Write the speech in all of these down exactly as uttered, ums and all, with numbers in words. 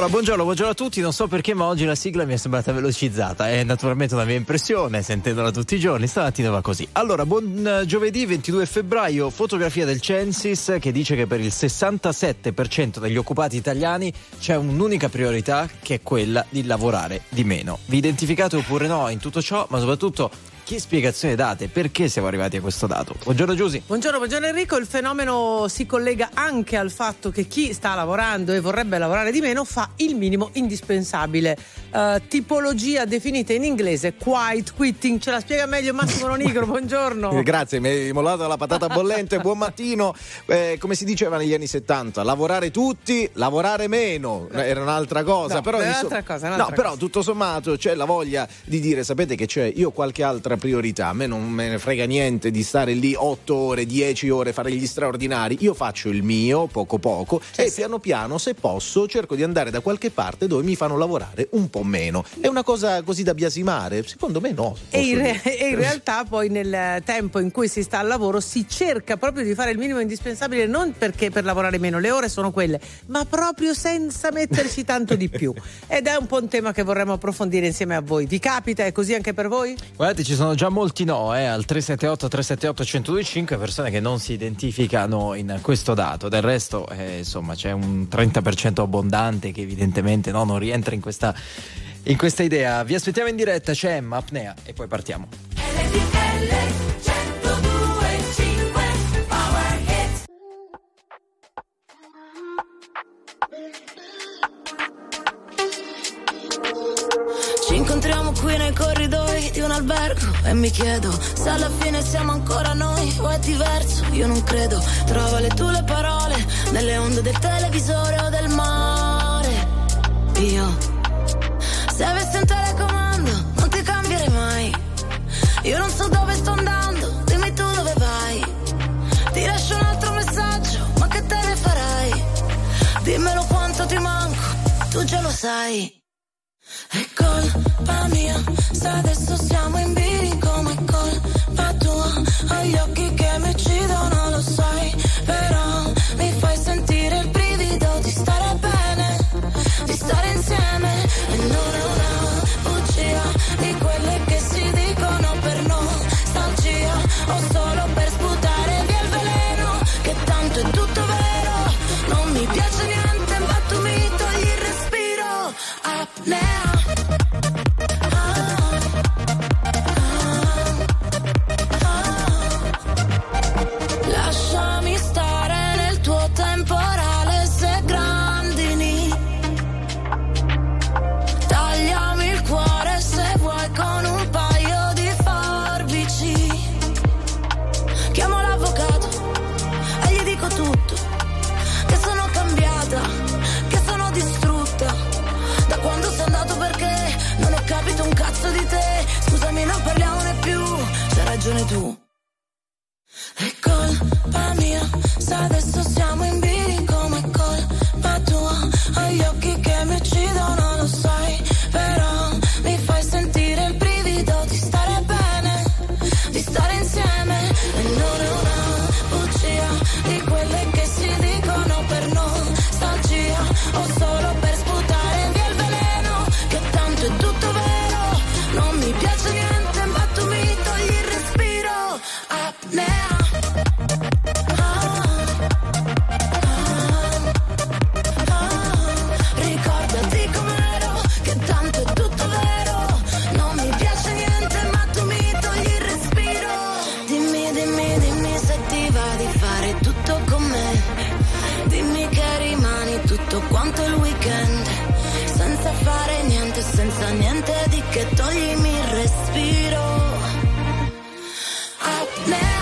Allora, buongiorno, buongiorno a tutti. Non so perché, ma oggi la sigla mi è sembrata velocizzata. È naturalmente una mia impressione, sentendola tutti i giorni. Stamattina va così. Allora, buon giovedì ventidue febbraio. Fotografia del Censis che dice che per il sessantasette per cento degli occupati italiani c'è un'unica priorità, che è quella di lavorare di meno. Vi identificate oppure no in tutto ciò, ma soprattutto che spiegazione date? Perché siamo arrivati a questo dato? Buongiorno Giusy. Buongiorno, buongiorno Enrico. Il fenomeno si collega anche al fatto che chi sta lavorando e vorrebbe lavorare di meno fa il minimo indispensabile. Uh, tipologia definita in inglese quiet quitting. Ce la spiega meglio Massimo Lonigro. Buongiorno. Grazie, mi hai mollato la patata bollente. Buon mattino. Eh, come si diceva negli anni settanta, lavorare tutti, lavorare meno. Era un'altra cosa. No, però, è insomma, un'altra cosa, un'altra no, però cosa. tutto sommato c'è la voglia di dire, sapete che c'è, io ho qualche altra priorità, a me non me ne frega niente di stare lì otto ore, dieci ore, fare gli straordinari, io faccio il mio poco poco Cioè, e sì. piano piano, se posso, cerco di andare da qualche parte dove mi fanno lavorare un po' meno. È una cosa così da biasimare? Secondo me no. E in, dire. re- e in realtà poi nel tempo in cui si sta al lavoro si cerca proprio di fare il minimo indispensabile, non perché per lavorare meno, le ore sono quelle, ma proprio senza metterci tanto di più. Ed è un po' un tema che vorremmo approfondire insieme a voi. Vi capita? È così anche per voi? Guardate, ci sono già molti no, eh, al tre sette otto tre sette otto uno zero due cinque, persone che non si identificano in questo dato. Del resto, eh, insomma, c'è un trenta per cento abbondante che evidentemente no, non rientra in questa, in questa idea. Vi aspettiamo in diretta, c'è Emma, Apnea e poi partiamo. Ci incontriamo qui nei corridoi di un albergo e mi chiedo se alla fine siamo ancora noi o è diverso. Io non credo, trova le tue le parole nelle onde del televisore o del mare. Io, se avessi un telecomando, non ti cambierei mai. Io non so dove sto andando, dimmi tu dove vai. Ti lascio un altro messaggio, ma che te ne farai? Dimmelo quanto ti manco, tu già lo sai. È colpa mia, se adesso siamo in bilico, ma è colpa tua. Ho gli occhi che mi uccidono, lo sai, però mi fai sentire il brivido di stare bene, di stare insieme. E non è una bugia di quelle che si dicono per nostalgia, o solo per sputare via il veleno, che tanto è tutto vero. Non mi piace niente, ma tu mi togli il respiro. Apnea. Lasciami stare nel tuo temporale, se grandini. Tagliami il cuore se vuoi con un paio di forbici. Chiamo l'avvocato e gli dico tutto, che sono cambiata, che sono distrutta da quando sei andato, perché non ho capito un cazzo di te. Scusami, non parliamone più, c'hai ragione tu. È colpa mia, se adesso siamo in bilico, ma è colpa tua. Ho gli occhi che mi uccidono, lo sai, però mi fai sentire il brivido di stare bene, di stare insieme. E non è una bugia di quelle che si dicono per nostalgia, o solo per sputare via il veleno, che tanto è tutto vero. Non mi piace niente, ma tu mi togli il respiro. Apnea. Ricordati com'ero, che tanto è tutto vero. Non mi piace niente, ma tu mi togli il respiro. Dimmi, dimmi, dimmi se ti va di fare tutto con me. Dimmi che rimani tutto quanto il weekend, senza fare niente, senza niente di che, toglimi il respiro. Apnea.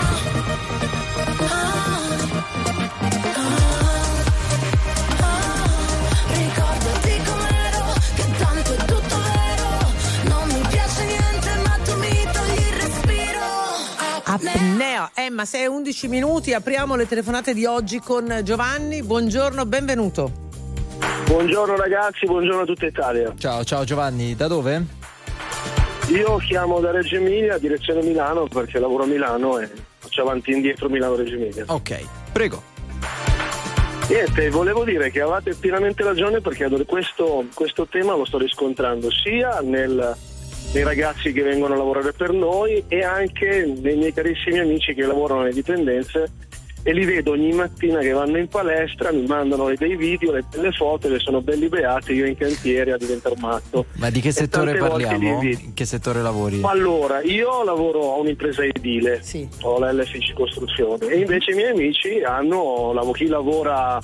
Ricordati com'ero, che tanto è tutto vero. Non mi piace niente, ma tu mi togli il respiro. Apnea. Emma, sei a undici minuti, apriamo le telefonate di oggi con Giovanni. Buongiorno, benvenuto. Buongiorno ragazzi, buongiorno a tutta Italia. Ciao, ciao Giovanni, da dove? Io chiamo da Reggio Emilia, direzione Milano, perché lavoro a Milano e faccio avanti e indietro Milano-Reggio Emilia. Ok, prego. Niente, volevo dire che avete pienamente ragione, perché questo, questo tema lo sto riscontrando sia nel, nei ragazzi che vengono a lavorare per noi e anche nei miei carissimi amici che lavorano nelle dipendenze, e li vedo ogni mattina che vanno in palestra, mi mandano dei video, delle foto, che sono belli beati, io in cantiere a diventare matto. Ma di che settore parliamo? In che settore lavori? Allora, io lavoro a un'impresa edile, sì. ho l'L F C Costruzione, e invece i miei amici hanno chi lavora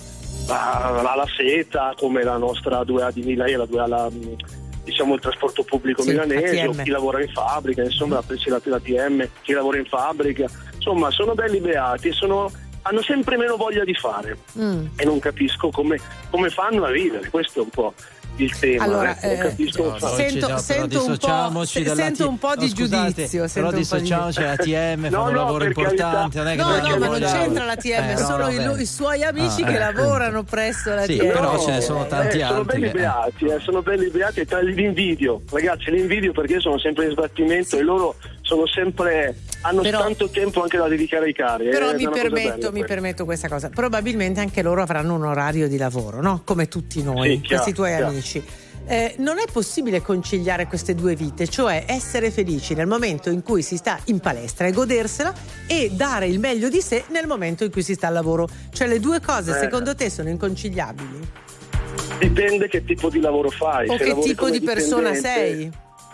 alla seta, come la nostra due A di Milano, la due A, la, diciamo il trasporto pubblico sì, milanese, A T M. o chi lavora in fabbrica, insomma, la, la T M, chi lavora in fabbrica, insomma, sono belli beati e sono hanno sempre meno voglia di fare mm. e non capisco come, come fanno a vivere, questo è un po' il tema. Allora, eh, non capisco eh, no, sento, no, sento, un po', se, sento un po' di no, scusate, giudizio però dissociamoci dalla T M, no, fanno un no, lavoro importante, non è che no, no, ma non c'entra c'entra la T M, eh, sono no, i, i suoi amici ah, che eh. lavorano presso la sì, T M. Però no, ce ne sono tanti eh, altri. Sono belli che... beati, eh, sono belli beati e tra l'invidio, ragazzi, l'invidio, perché io sono sempre in sbattimento sì. e loro sono sempre hanno però, tanto tempo anche da dedicare ai cari. Però eh, mi permetto, mi permetto questa cosa. Probabilmente anche loro avranno un orario di lavoro, no? Come tutti noi, sì, chiaro, questi tuoi chiaro. amici. Eh, non è possibile conciliare queste due vite, cioè essere felici nel momento in cui si sta in palestra e godersela, e dare il meglio di sé nel momento in cui si sta al lavoro. Cioè le due cose eh. secondo te sono inconciliabili? Dipende che tipo di lavoro fai. O Se che tipo di persona sei.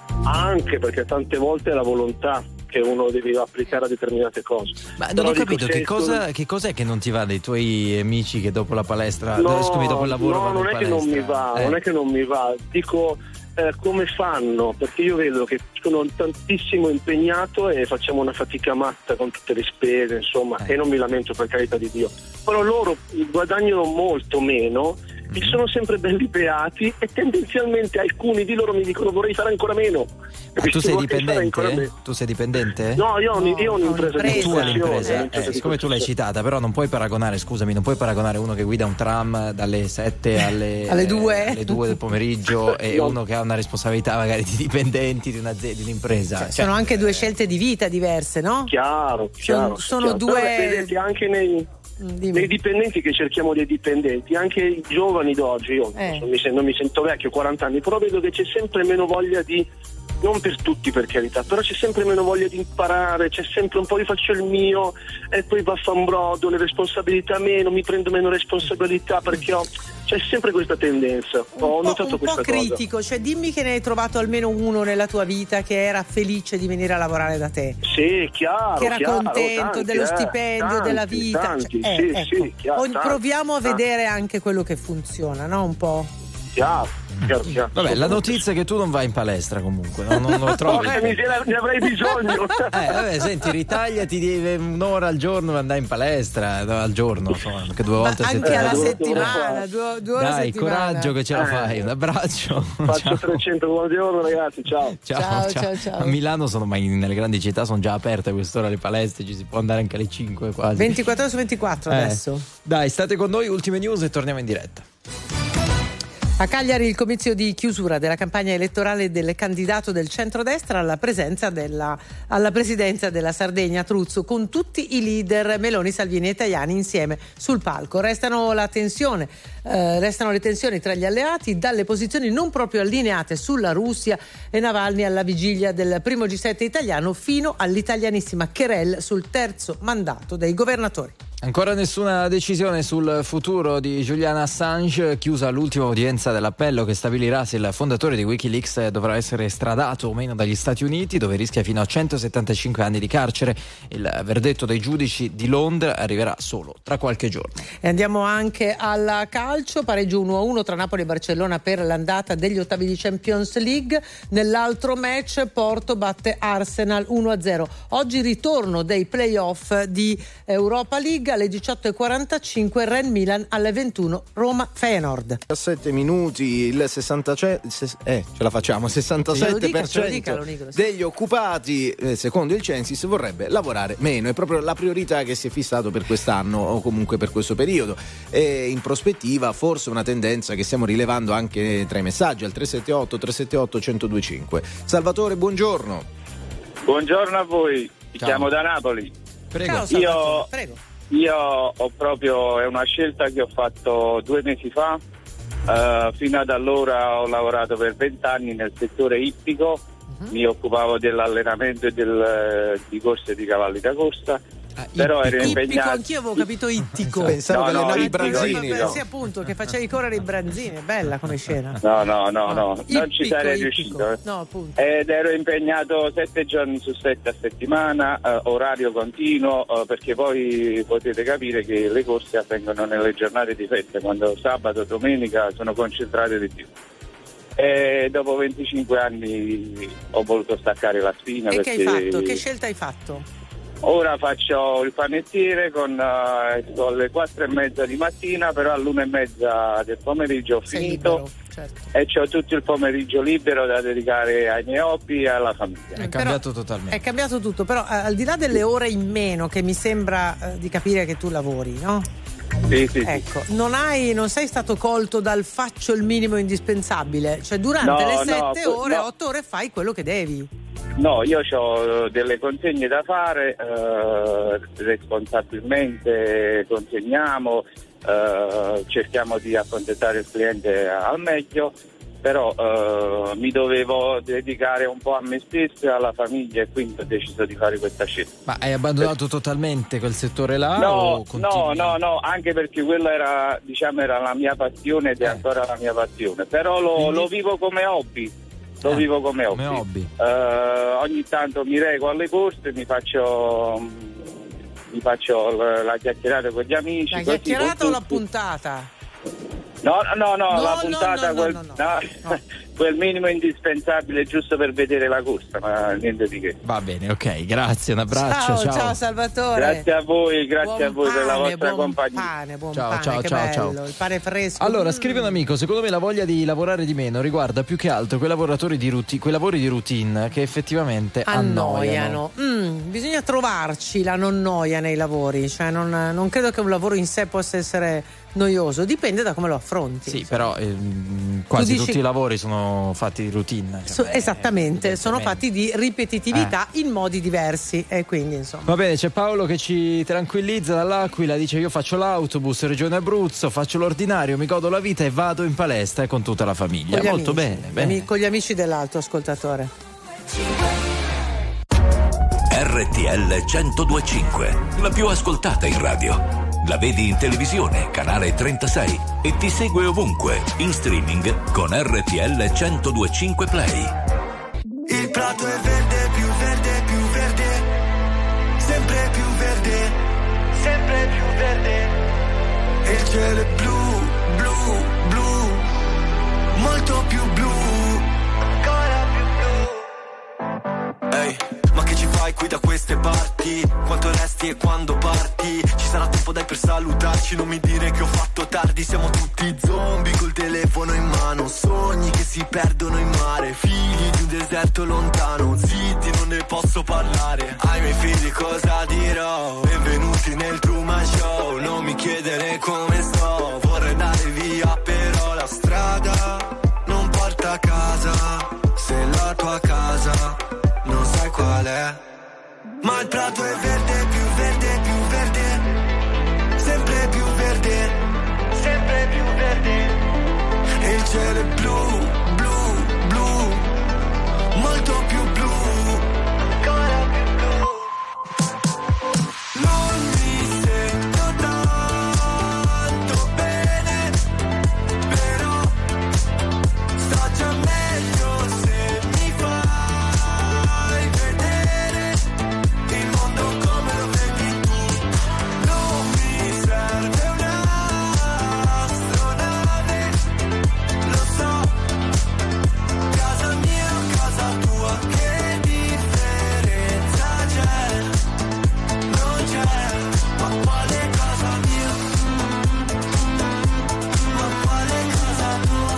Anche perché tante volte è la volontà che uno deve applicare a determinate cose. Ma non Però ho capito che cosa, che cos'è che non ti va dei tuoi amici che dopo la palestra, no, scusami, dopo il lavoro no, vanno non in è che non mi va, eh. non è che non mi va, dico eh, come fanno, perché io vedo che sono tantissimo impegnato e facciamo una fatica matta con tutte le spese, insomma, eh. e non mi lamento, per carità di Dio. Però loro guadagnano molto meno e sono sempre belli beati, e tendenzialmente alcuni di loro mi dicono vorrei fare ancora meno. Ah, tu sei dipendente? Tu sei dipendente? No, io ho, no, io ho un'impresa no, di tu hai costruzione. un'impresa, eh, siccome tu l'hai citata, però non puoi paragonare, scusami, non puoi paragonare uno che guida un tram dalle sette alle, alle due alle due del pomeriggio e no. uno che ha una responsabilità magari di dipendenti di, una, di un'impresa. Cioè, cioè, sono anche due scelte di vita diverse, no? Chiaro, chiaro. Sono, sono chiaro. due. Però vedete anche nei Dimmi. Nei dipendenti che cerchiamo dei dipendenti, anche i giovani d'oggi, io eh. non, mi sento, non mi sento vecchio, quaranta anni, però vedo che c'è sempre meno voglia di, non per tutti per carità, però c'è sempre meno voglia di imparare, c'è sempre un po' di faccio il mio e poi vaffanbrodo, le responsabilità meno, mi prendo meno responsabilità perché ho, c'è sempre questa tendenza, ho un notato po', un questa po' critico, cosa. Cioè dimmi che ne hai trovato almeno uno nella tua vita che era felice di venire a lavorare da te. Sì, chiaro, che era chiaro, contento tanti, dello eh, stipendio, tanti, della vita. Tanti, cioè, sì, eh, ecco. sì, chiaro, tanti, proviamo a tanti. vedere anche quello che funziona, no? Un po'. Chiaro. Chiaro, chiaro. Vabbè, la notizia è che tu non vai in palestra comunque, no? Non lo trovi. Oh, ne avrei bisogno. eh, vabbè, senti, ritagliati di un'ora al giorno per andare in palestra, no, al giorno, insomma, anche due volte Ma a anche settimana. alla due, settimana, due, due ore Dai, settimana. coraggio che ce la fai, eh. un abbraccio. Faccio ciao. trecento, buongiorno ragazzi, ciao. Ciao, Ciao, ciao. ciao, ciao. A Milano sono, ma in, nelle grandi città sono già aperte a quest'ora le palestre, ci si può andare anche alle cinque quasi. ventiquattro ore su ventiquattro Eh. adesso. Dai, state con noi, ultime news e torniamo in diretta. A Cagliari il comizio di chiusura della campagna elettorale del candidato del centrodestra alla presenza della, alla presidenza della Sardegna, Truzzo, con tutti i leader Meloni, Salvini e Tajani insieme sul palco. Restano la tensione, eh, restano le tensioni tra gli alleati, dalle posizioni non proprio allineate sulla Russia e Navalny alla vigilia del primo G sette italiano, fino all'italianissima querelle sul terzo mandato dei governatori. Ancora nessuna decisione sul futuro di Julian Assange, chiusa l'ultima udienza dell'appello che stabilirà se il fondatore di Wikileaks dovrà essere estradato o meno dagli Stati Uniti, dove rischia fino a centosettantacinque anni di carcere. Il verdetto dei giudici di Londra arriverà solo tra qualche giorno. E andiamo anche al calcio, pareggio uno a uno tra Napoli e Barcellona per l'andata degli ottavi di Champions League. Nell'altro match Porto batte Arsenal uno a zero. Oggi ritorno dei playoff di Europa League. Alle diciotto e quarantacinque Rennes Milan, alle ventuno Roma Feyenoord. diciassette minuti, il sessanta eh, ce la facciamo, sessantasette per cento degli occupati, eh, secondo il Censis, vorrebbe lavorare meno. È proprio la priorità che si è fissato per quest'anno o comunque per questo periodo. E in prospettiva forse una tendenza che stiamo rilevando anche tra i messaggi al tre sette otto tre sette otto uno zero due cinque. Salvatore, buongiorno. Buongiorno a voi, ti Ciao. chiamo da Napoli. Prego. Ciao, Salvatore, Io prego. Io ho proprio, è una scelta che ho fatto due mesi fa, uh, fino ad allora ho lavorato per vent'anni nel settore ippico, uh-huh. mi occupavo dell'allenamento e del, di corse di cavalli da corsa. Ah, però ero impegnato. Ippico, anch'io avevo capito ittico. Pensavo che no, allenavi no, i branzini. No. Sì, appunto, che facevi correre i branzini, è bella come scena. No, no, no, no, no. Ippico, non ci sarei ippico. riuscito. Eh. No, appunto. Ed ero impegnato sette giorni su sette a settimana, eh, orario continuo, eh, perché poi potete capire che le corse avvengono nelle giornate di festa, quando sabato, domenica sono concentrate di più. E dopo venticinque anni ho voluto staccare la spina. E perché... che hai fatto? Che scelta hai fatto? Ora faccio il panettiere con uh, alle quattro e mezza di mattina, però all'una e mezza del pomeriggio ho Sei finito libero, certo. E ho tutto il pomeriggio libero da dedicare ai miei hobby e alla famiglia. È cambiato però, totalmente. È cambiato tutto, però eh, al di là delle ore in meno che mi sembra eh, di capire che tu lavori, no? Sì, sì, ecco, sì. Non hai, non sei stato colto dal faccio il minimo indispensabile, cioè durante no, le no, sette ore, no. otto ore fai quello che devi. No, io ho delle consegne da fare, eh, responsabilmente consegniamo, eh, cerchiamo di accontentare il cliente al meglio, però eh, mi dovevo dedicare un po' a me stesso e alla famiglia e quindi ho deciso di fare questa scelta. Ma hai abbandonato totalmente quel settore là? No, o no, no, no, anche perché quella era, diciamo, era la mia passione ed è eh. ancora la mia passione, però lo, quindi... lo vivo come hobby. Lo eh, vivo come hobby. Come hobby. Uh, ogni tanto mi reco alle corse, mi faccio mi faccio la, la chiacchierata con gli amici. La chiacchierata o la puntata? No, no, no, no la puntata, no, no, quel, no, no, no, no. quel minimo indispensabile giusto per vedere la corsa, ma niente di che. Va bene, ok, grazie, un abbraccio. Ciao, ciao, ciao Salvatore. Grazie a voi, grazie buon a voi pane, per la vostra buon compagnia. Pane, buon ciao, pane, ciao, che ciao, bello, ciao. Il pane fresco. Allora, mm. scrive un amico, secondo me la voglia di lavorare di meno riguarda più che altro quei lavoratori di routine, quei lavori di routine che effettivamente annoiano. annoiano. Mm, bisogna trovarci la non noia nei lavori, cioè non, non credo che un lavoro in sé possa essere noioso, dipende da come lo affronti. Sì, insomma. però ehm, quasi dici... tutti i lavori sono fatti di routine. So, cioè, esattamente, sono fatti di ripetitività eh. in modi diversi e quindi insomma. Va bene, c'è Paolo che ci tranquillizza dall'Aquila, dice io faccio l'autobus, Regione Abruzzo, faccio l'ordinario, mi godo la vita e vado in palestra con tutta la famiglia. Con Molto amici, bene, bene. Con gli amici dell'altro ascoltatore. R T L centodue e cinque, la più ascoltata in radio. La vedi in televisione, canale trentasei, e ti segue ovunque, in streaming con R T L centodue e cinque Play. Il prato è verde, più verde, più verde, sempre più verde, sempre più verde. E il cielo è blu, blu, blu, molto più blu, ancora più blu. Ehi, hey, ma che ci fai qui da queste parti? Quanto resti e quando parti? Ci sarà tempo dai per salutarci, non mi dire che ho fatto tardi. Siamo tutti zombie col telefono in mano, sogni che si perdono in mare, figli di un deserto lontano, zitti non ne posso parlare. Ai miei figli cosa dirò? Benvenuti nel Truman Show, non mi chiedere come sto, vorrei andare via però la strada non porta a casa, se la tua casa non sai qual è. Ma il prato è verde, più verde, più verde, sempre più verde, sempre più verde. E il cielo è blu, blu, blu, molto più blu, ancora più blu. Non mi sento tanto bene, però sto già meglio se mi fai vedere il mondo come lo vedi tu. Non mi serve un'astronave, lo so, casa mia o casa tua, che differenza c'è? Non c'è, ma quale casa mia? Ma quale casa tua?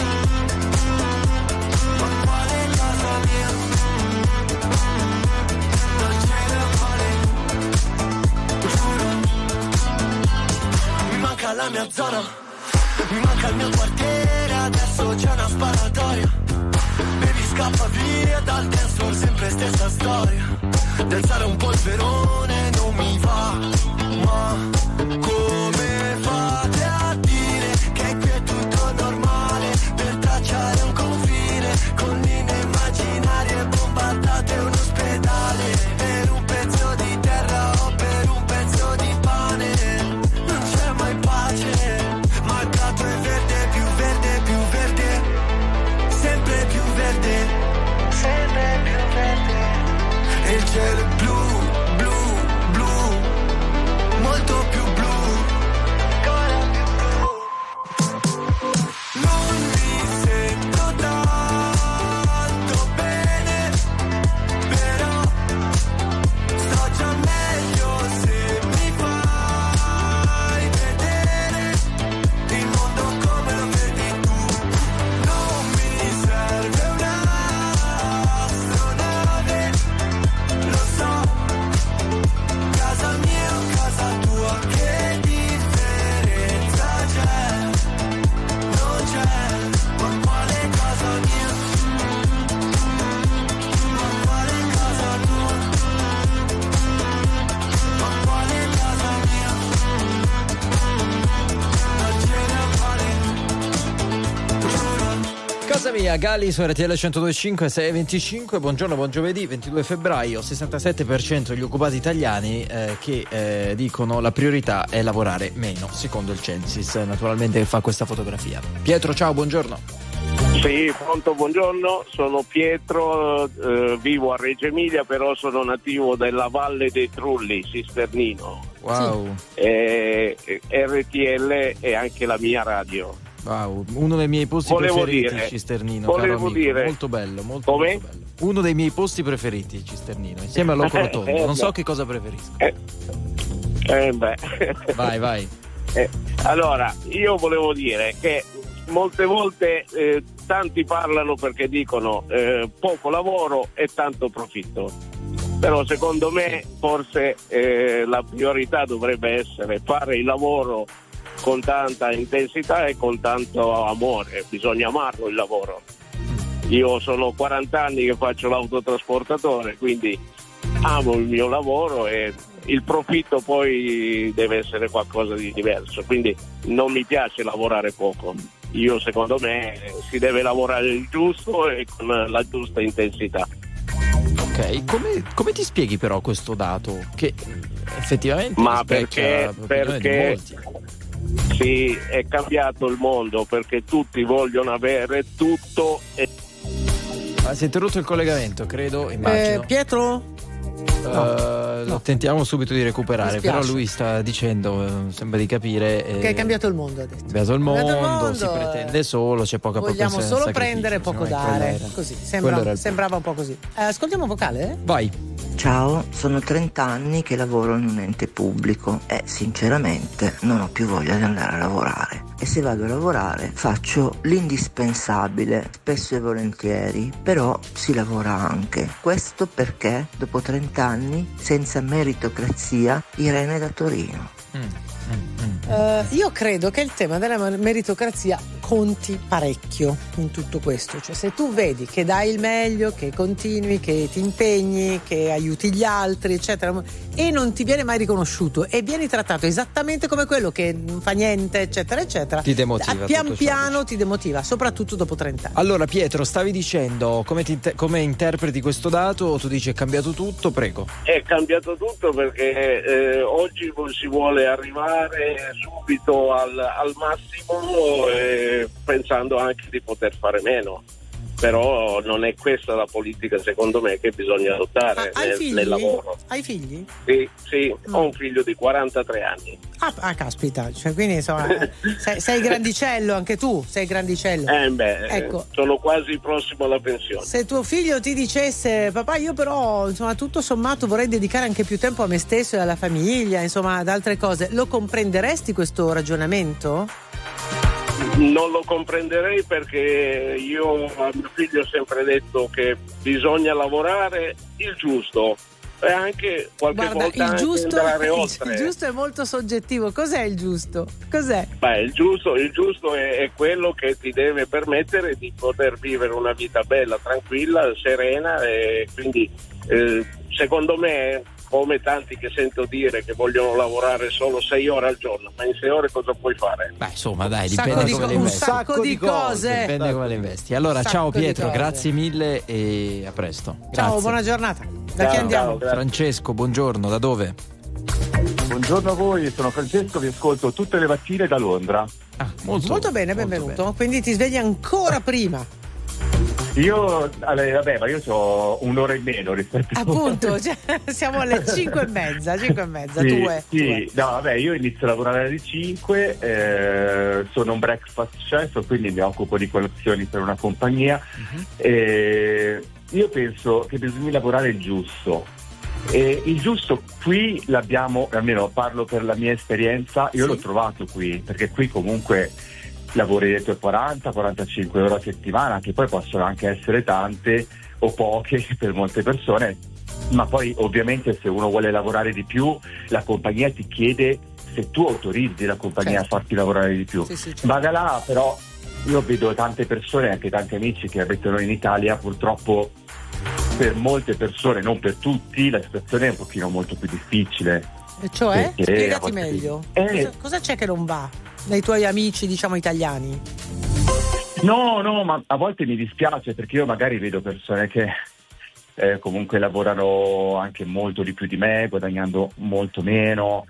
Ma quale casa mia? Non c'è da fare, giuro. Mi manca la mia zona, mi manca il mio quartiere, adesso c'è una sparatoria. Baby scappa via dal dance floor, sempre stessa storia. Danzare un polverone non mi va, ma noi a Gali su R T L centodue e cinque, sei e venticinque. Buongiorno, buon giovedì ventidue febbraio. sessantasette per cento degli occupati italiani eh, che eh, dicono la priorità è lavorare meno, secondo il Censis, naturalmente, che fa questa fotografia. Pietro, ciao, buongiorno. Sì, pronto, buongiorno, sono Pietro, eh, vivo a Reggio Emilia, però sono nativo della Valle dei Trulli, Cisternino. Wow. Eh, R T L è anche la mia radio. Wow, uno dei miei posti volevo preferiti, dire, Cisternino. Volevo caro dire, molto bello, molto, come? molto bello. Uno dei miei posti preferiti, Cisternino, insieme all'Ocorotondo. Non so che cosa preferisco. Eh, eh beh. Vai, vai. Eh, allora, io volevo dire che molte volte eh, tanti parlano perché dicono eh, poco lavoro e tanto profitto, però secondo me forse eh, la priorità dovrebbe essere fare il lavoro con tanta intensità e con tanto amore. Bisogna amarlo il lavoro. Io sono quaranta anni che faccio l'autotrasportatore, quindi amo il mio lavoro e il profitto poi deve essere qualcosa di diverso, quindi non mi piace lavorare poco. Io, secondo me, si deve lavorare il giusto e con la giusta intensità. Ok, come, come ti spieghi però questo dato? Che effettivamente Ma perché, perché sì, è cambiato il mondo, perché tutti vogliono avere tutto e... Ah, si è interrotto il collegamento, credo, immagino. Eh, Pietro? Uh, no. Tentiamo subito di recuperare, Mi spiace. però lui sta dicendo, eh, sembra di capire eh, Che è cambiato il mondo, ha detto. è cambiato il mondo, Cambiato il mondo, si pretende solo, c'è poca vogliamo propensione al solo prendere e poco sacrificio, secondo me dare, quello era- così quello sembra, era il sembrava un po' così. Eh, ascoltiamo vocale, eh? Vai. Ciao, sono trenta anni che lavoro in un ente pubblico e sinceramente non ho più voglia di andare a lavorare. E se vado a lavorare faccio l'indispensabile, spesso e volentieri, però si lavora anche. Questo perché dopo trenta anni, senza meritocrazia, Irene da Torino. Mm, mm, mm. Uh, io credo che il tema della meritocrazia conti parecchio in tutto questo, cioè se tu vedi che dai il meglio, che continui, che ti impegni, che aiuti gli altri, eccetera, e non ti viene mai riconosciuto e vieni trattato esattamente come quello che non fa niente, eccetera, eccetera, Ti demotiva, pian tutto ciò, piano dici. ti demotiva, soprattutto dopo trenta anni. Allora Pietro, stavi dicendo come, ti inter- come interpreti questo dato? Tu dici è cambiato tutto, prego. È cambiato tutto perché eh, oggi si vuole arrivare subito al, al massimo eh, pensando anche di poter fare meno, però non è questa la politica secondo me che bisogna adottare Ah, hai nel, figli? nel lavoro. Hai figli? Sì, sì, Mm. ho un figlio di quarantatré anni. Ah, ah, caspita, cioè, quindi insomma sei, sei grandicello anche tu, sei grandicello. Eh beh, Ecco. sono quasi prossimo alla pensione. Se tuo figlio ti dicesse papà io però insomma tutto sommato vorrei dedicare anche più tempo a me stesso e alla famiglia, insomma ad altre cose, lo comprenderesti questo ragionamento? Non lo comprenderei perché io a mio figlio ho sempre detto che bisogna lavorare il giusto e anche qualche Guarda, volta il anche giusto, andare il oltre. giusto è molto soggettivo. Cos'è il giusto? Cos'è? Beh, il giusto, il giusto è, è quello che ti deve permettere di poter vivere una vita bella, tranquilla, serena e quindi eh, secondo me, come tanti che sento dire che vogliono lavorare solo sei ore al giorno, ma in sei ore cosa puoi fare? Beh, insomma, dai, Un sacco dipende di come co- le un investi. sacco di cose. Dipende come le investi. Allora, Un ciao sacco di Pietro, cose. grazie mille e a presto. Ciao, Grazie. buona giornata. Da Ciao, chi andiamo? ciao, grazie. Francesco, buongiorno, da dove? Buongiorno a voi, sono Francesco, vi ascolto tutte le mattine da Londra. Ah, molto, Molto bene, benvenuto. bene. Quindi ti svegli ancora prima. Io, allora, vabbè, ma io ho un'ora in meno rispetto a Appunto, cioè, siamo alle cinque e mezza, cinque e mezza, Sì, due. sì. due. No, vabbè, io inizio a lavorare alle cinque, eh, sono un breakfast chef, quindi mi occupo di colazioni per una compagnia. Mhm. E io penso che bisogna lavorare il giusto. E il giusto qui l'abbiamo, almeno parlo per la mia esperienza, io Sì. l'ho trovato qui, perché qui comunque lavori le tue quaranta quarantacinque ore a settimana, che poi possono anche essere tante o poche per molte persone, ma poi ovviamente se uno vuole lavorare di più la compagnia ti chiede se tu autorizzi la compagnia Certo. a farti lavorare di più. Sì, sì, certo. Vada là, però io vedo tante persone, anche tanti amici che abitano in Italia, purtroppo per molte persone, non per tutti, la situazione è un pochino molto più difficile. E cioè? Perché a Spiegati volte- meglio. Eh. Cosa, cosa c'è che non va nei tuoi amici, diciamo, italiani? No, no, ma a volte mi dispiace perché io magari vedo persone che eh, comunque lavorano anche molto di più di me, guadagnando molto meno,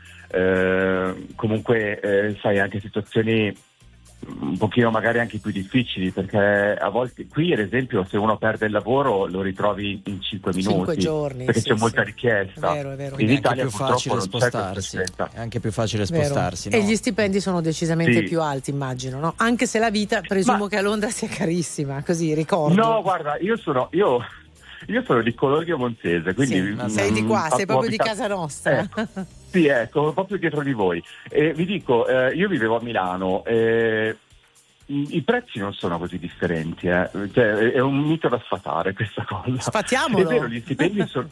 eh, comunque eh, sai, anche situazioni un pochino magari anche più difficili, perché a volte qui ad esempio se uno perde il lavoro lo ritrovi in cinque minuti, cinque giorni, perché sì, c'è molta sì. richiesta. È vero, è vero. In È Italia anche più facile purtroppo non c'è spostarsi, questa è anche più facile Vero. spostarsi, no? E gli stipendi sono decisamente Sì. più alti, immagino, no? Anche se la vita presumo Ma- che a Londra sia carissima, così ricordo. No, guarda, io sono io, io sono di Colorghio Monzese, quindi Sì, mm, sei di qua, sei ho proprio di abitato- casa nostra. Ecco. Sì, ecco, proprio dietro di voi. E vi dico, eh, io vivevo a Milano. Eh, I prezzi non sono così differenti, eh. Cioè, è un mito da sfatare questa cosa. Sfatiamolo. È vero, gli stipendi sono.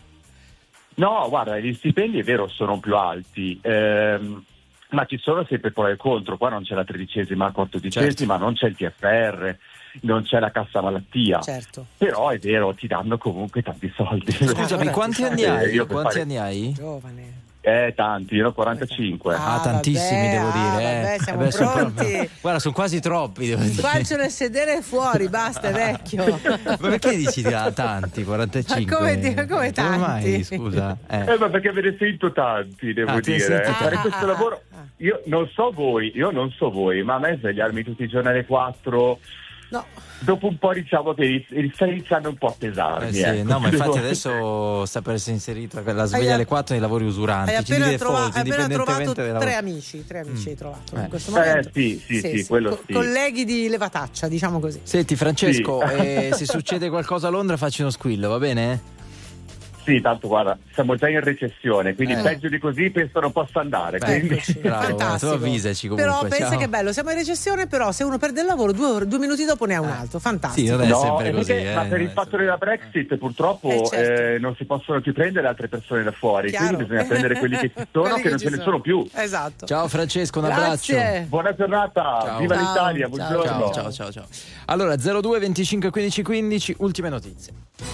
No, guarda, gli stipendi è vero sono più alti, ehm, ma ci sono sempre pro e contro. Qua non c'è la tredicesima, quattordicesima, Certo. non c'è il T F R, non c'è la cassa malattia. Certo. Però è vero, ti danno comunque tanti soldi. Scusami, Ah, quanti vabbè, anni Eh, hai? io per Quanti fare- anni hai? Giovane. Eh, tanti, io ne ho quarantacinque. Ah, Ah, tantissimi vabbè, devo ah, dire. eh. vabbè, siamo Eh beh, son pronti. proprio- guarda, sono quasi troppi. Devo dire. Qua c'è nel sedere fuori, basta, è vecchio. Ma perché dici ah, tanti? quarantacinque? Ma come di- come tanti? mai, scusa? Eh. Eh, ma perché ve ne sento tanti, devo Ah, te ne dire. senti Eh, Fare tanti. questo Ah, lavoro, ah, ah. io non so voi, io non so voi, ma a me svegliarmi tutti i giorni alle quattro, No. dopo un po' diciamo che iniz- sta iniziando un po' a pesarmi. Eh sì, ecco. no, ma infatti adesso sta per essere inserita la sveglia Hai- alle quattro nei lavori usuranti. Hai Ci appena, dite trova- folti, hai appena trovato indipendentemente dai tre lavori. amici, tre amici hai trovato Eh. in questo Eh, momento. sì, sì, sì, quello Co- sì. Colleghi di levataccia, diciamo così. Senti Francesco, Sì. eh, se succede qualcosa a Londra facci uno squillo, va bene? Sì, tanto guarda, siamo già in recessione, quindi Eh. peggio di così penso non possa andare. Beh, quindi- Eccoci, Bravo, fantastico. tu avvisaci comunque, Però pensa ciao. che bello, siamo in recessione, però se uno perde il lavoro due, ore- due minuti dopo ne ha un altro, fantastico. Sì, non è No, sempre è così. perché- eh, ma per non il è fatto sempre- della Brexit purtroppo Eh, certo. eh, non si possono più prendere altre persone da fuori, Chiaro. quindi bisogna prendere quelli che ci sono, Quelli che non ci ce ne sono. sono più. Esatto. Ciao Francesco, un Grazie. abbraccio. Buona giornata, Ciao. viva Ciao, l'Italia, ciao, buongiorno. Ciao, ciao, ciao, ciao. Allora, zero due venticinque quindici quindici, ultime notizie.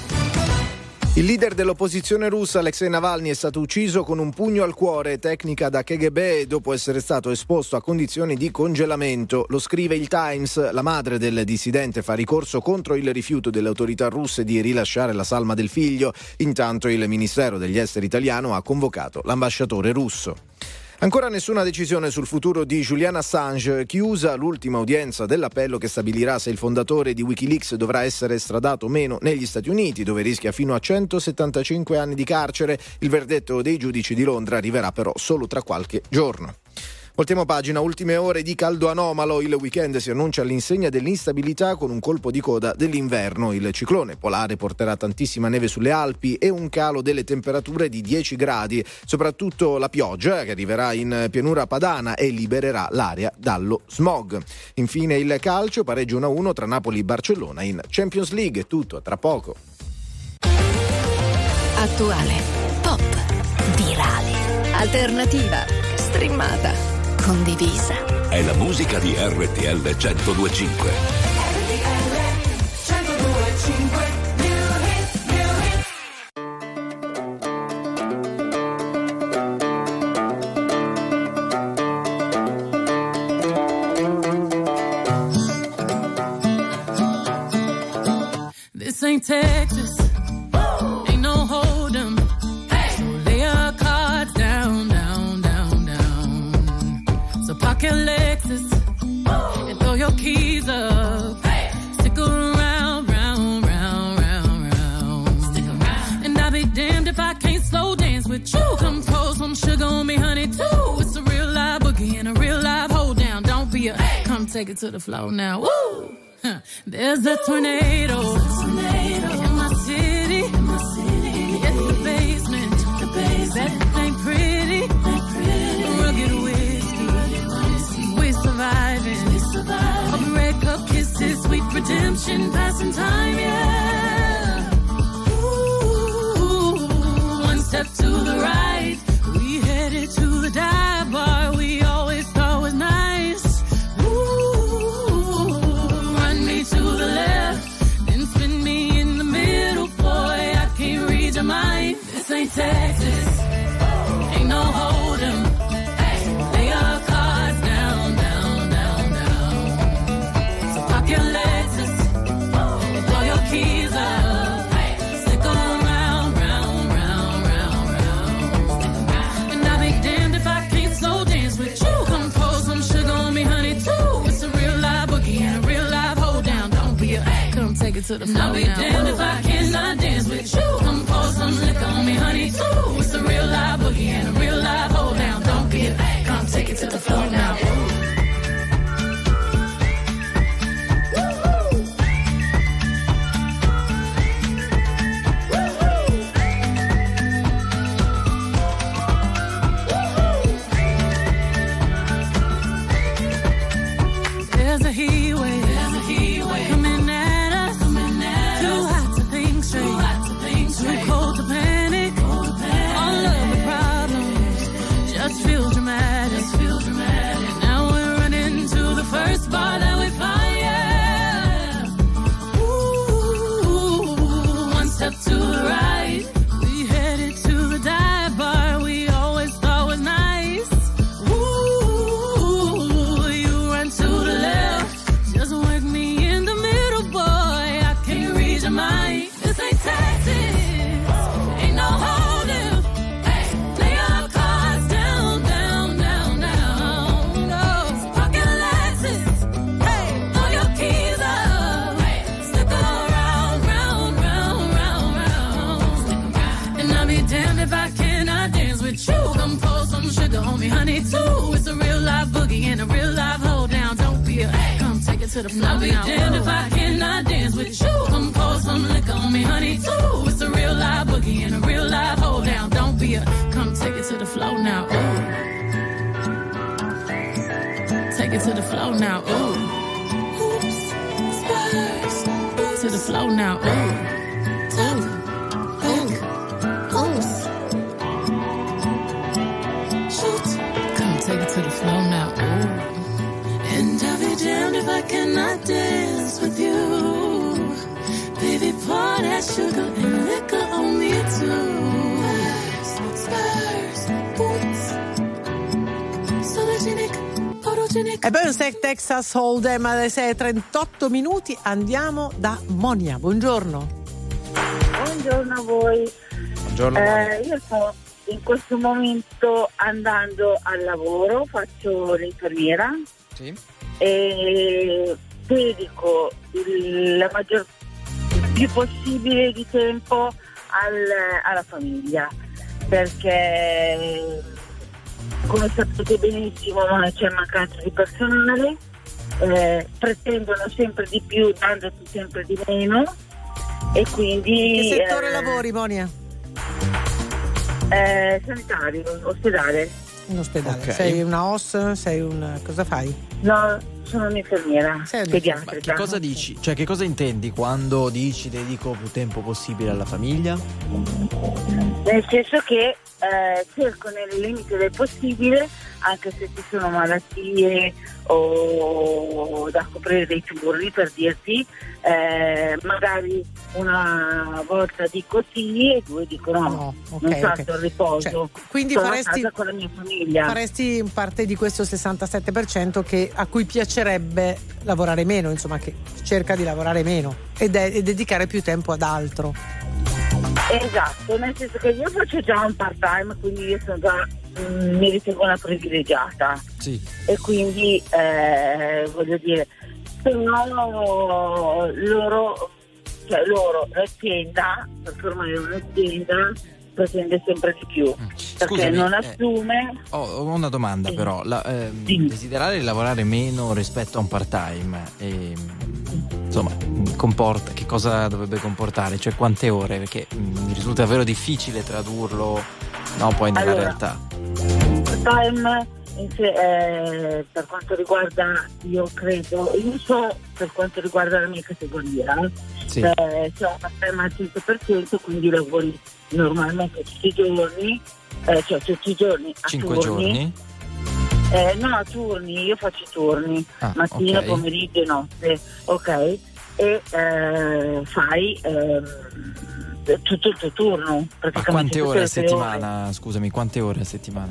Il leader dell'opposizione russa Alexei Navalny è stato ucciso con un pugno al cuore, tecnica da K G B, dopo essere stato esposto a condizioni di congelamento. Lo scrive il Times. La madre del dissidente fa ricorso contro il rifiuto delle autorità russe di rilasciare la salma del figlio. Intanto il Ministero degli Esteri italiano ha convocato l'ambasciatore russo. Ancora nessuna decisione sul futuro di Julian Assange, chiusa l'ultima udienza dell'appello che stabilirà se il fondatore di Wikileaks dovrà essere estradato o meno negli Stati Uniti, dove rischia fino a centosettantacinque anni di carcere. Il verdetto dei giudici di Londra arriverà però solo tra qualche giorno. Voltiamo pagina, ultime ore di caldo anomalo. Il weekend si annuncia all'insegna dell'instabilità con un colpo di coda dell'inverno. Il ciclone polare porterà tantissima neve sulle Alpi e un calo delle temperature di dieci gradi. Soprattutto la pioggia, che arriverà in pianura padana e libererà l'aria dallo smog. Infine il calcio, pareggio uno a uno tra Napoli e Barcellona in Champions League. Tutto tra poco. Attuale, pop, virale, alternativa, streamata, condivisa. È la musica di R T L centodue e cinque. This ain't Texas, ain't no hold'em. So lay your cards down, down, down, down. So park your Lexus and throw your keys up. Stick around, round, round, round, round. Stick around. And I'll be damned if I can't slow dance with you. Come pour some sugar on me, honey, too. It's a real live boogie and a real live hold down. Don't be a come take it to the floor now. Woo! Huh. There's a tornado, tornado in my city. In my city. It's the basement. The basement. That ain't pretty. Ain't pretty. Rugged whiskey. Rugged whiskey. We surviving. We surviving. Hope red cup kisses, sweet redemption, passing time, yeah. Ooh, one step to the right, we headed to the dive bar we always thought was nice. To the left, then spin me in the middle, boy, I can't read your mind. This ain't Texas, ain't no hold'em. Lay your cards down, down, down, down. So park your legs it to the floor. I'll be damned if I cannot dance with you. Come pour some liquor on me, honey, too. It's a real live boogie and a real live hold down. Don't be a come take it to the floor now. There's a heat wave, there's a heat wave coming at us, coming at too us. Hot to think straight, too hot to think straight, too cold to panic, cold to panic. All of the problems just feel dramatic, just feel dramatic. Now we're running to the first bar that we find, yeah. Ooh, one step to the right, we headed to the dive bar we always thought was nice. Ooh, you run to the left, just work me in the middle, boy. I can't read your mind. This ain't Texas, ain't no holding. Hey, lay our cards down, down, down, down. No, pocket Lexus. Hey, throw your keys up. Hey, stick around, round, round, round, round. And I'll be damned if I cannot dance with you. Come pour some sugar on me, honey, too. It's a real live boogie and a real live hold down. Don't be a come take it to the floor. I'll be damned if I cannot dance with you. Come pour some liquor on me, honey, too. It's a real live boogie and a real live hold down. Don't be a come take it to the floor now. Ooh. Take it to the floor now. Ooh. Oops, spurs. To the floor now. Ooh. Ooh. Ooh. Oops. Shoot. Come take it to the floor now. Ooh. And I'll be damned if I cannot dance with you. Baby, pour that sugar and liquor on me too. Spurs, boots, sologenic, photogenic. E poi un Sec Texas Hold'em alle sei e trentotto minuti. Andiamo da Monia. Buongiorno. Buongiorno a voi. Buongiorno. Eh, io sto in questo momento andando al lavoro, faccio l'infermiera. Sì. E dedico il, la maggior il più possibile di tempo al, alla famiglia, perché come sapete benissimo non c'è mancanza di personale, eh, pretendono sempre di più dandoti sempre di meno e quindi che settore eh, lavori, Monia? Eh, sanitario, ospedale. In ospedale. Okay. Sei una O S? Sei un cosa fai? No, sono un'infermiera Sei pediatrica. Ma che cosa dici? Cioè, che cosa intendi quando dici dedico più tempo possibile alla famiglia? Nel senso che eh, cerco nel limite del possibile, anche se ci sono malattie o da coprire dei turni, per dirti, eh, magari una volta dico sì e due dicono no, No, ok, non salto ok. al riposo, Cioè, quindi sono faresti- a casa con la mia famiglia. Faresti parte di questo sessantasette per cento che, a cui piacerebbe lavorare meno, insomma, che cerca di lavorare meno e, de- e dedicare più tempo ad altro. Esatto, nel senso che io faccio già un part time, quindi io sono già mh, mi ritengo una privilegiata. Sì. E quindi eh, voglio dire, però loro, cioè loro, l'azienda, perché ormai è un'azienda, pretende sempre di più, perché Scusami, non eh, assume. Ho ho una domanda Sì. però, la, ehm, Sì. desiderare lavorare meno rispetto a un part-time, ehm, insomma, comporta, che cosa dovrebbe comportare? Cioè quante ore? Perché mh, mi risulta davvero difficile tradurlo, no, poi nella Allora, realtà. Part-time in sé, eh, per quanto riguarda, io credo, io so per quanto riguarda la mia categoria, Sì. eh, c'è un part-time al cento per cento, quindi lavori normalmente tutti i giorni, eh, cioè tutti i giorni a Cinque turni. giorni? Eh, no, a turni, io faccio i turni, Ah, mattino, ok. pomeriggio e notte, ok? E eh, fai ehm, tutto il tuo turno, Ma praticamente. quante ore a tutte le tue ore. settimana? Scusami, quante ore a settimana?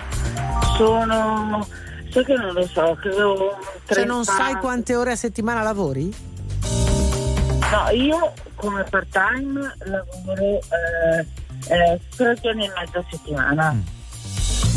Sono, so che non lo so, credo Cioè non trenta. sai quante ore a settimana lavori? No, io come part time lavoro eh, eh, tre giorni e mezzo a settimana. Mm.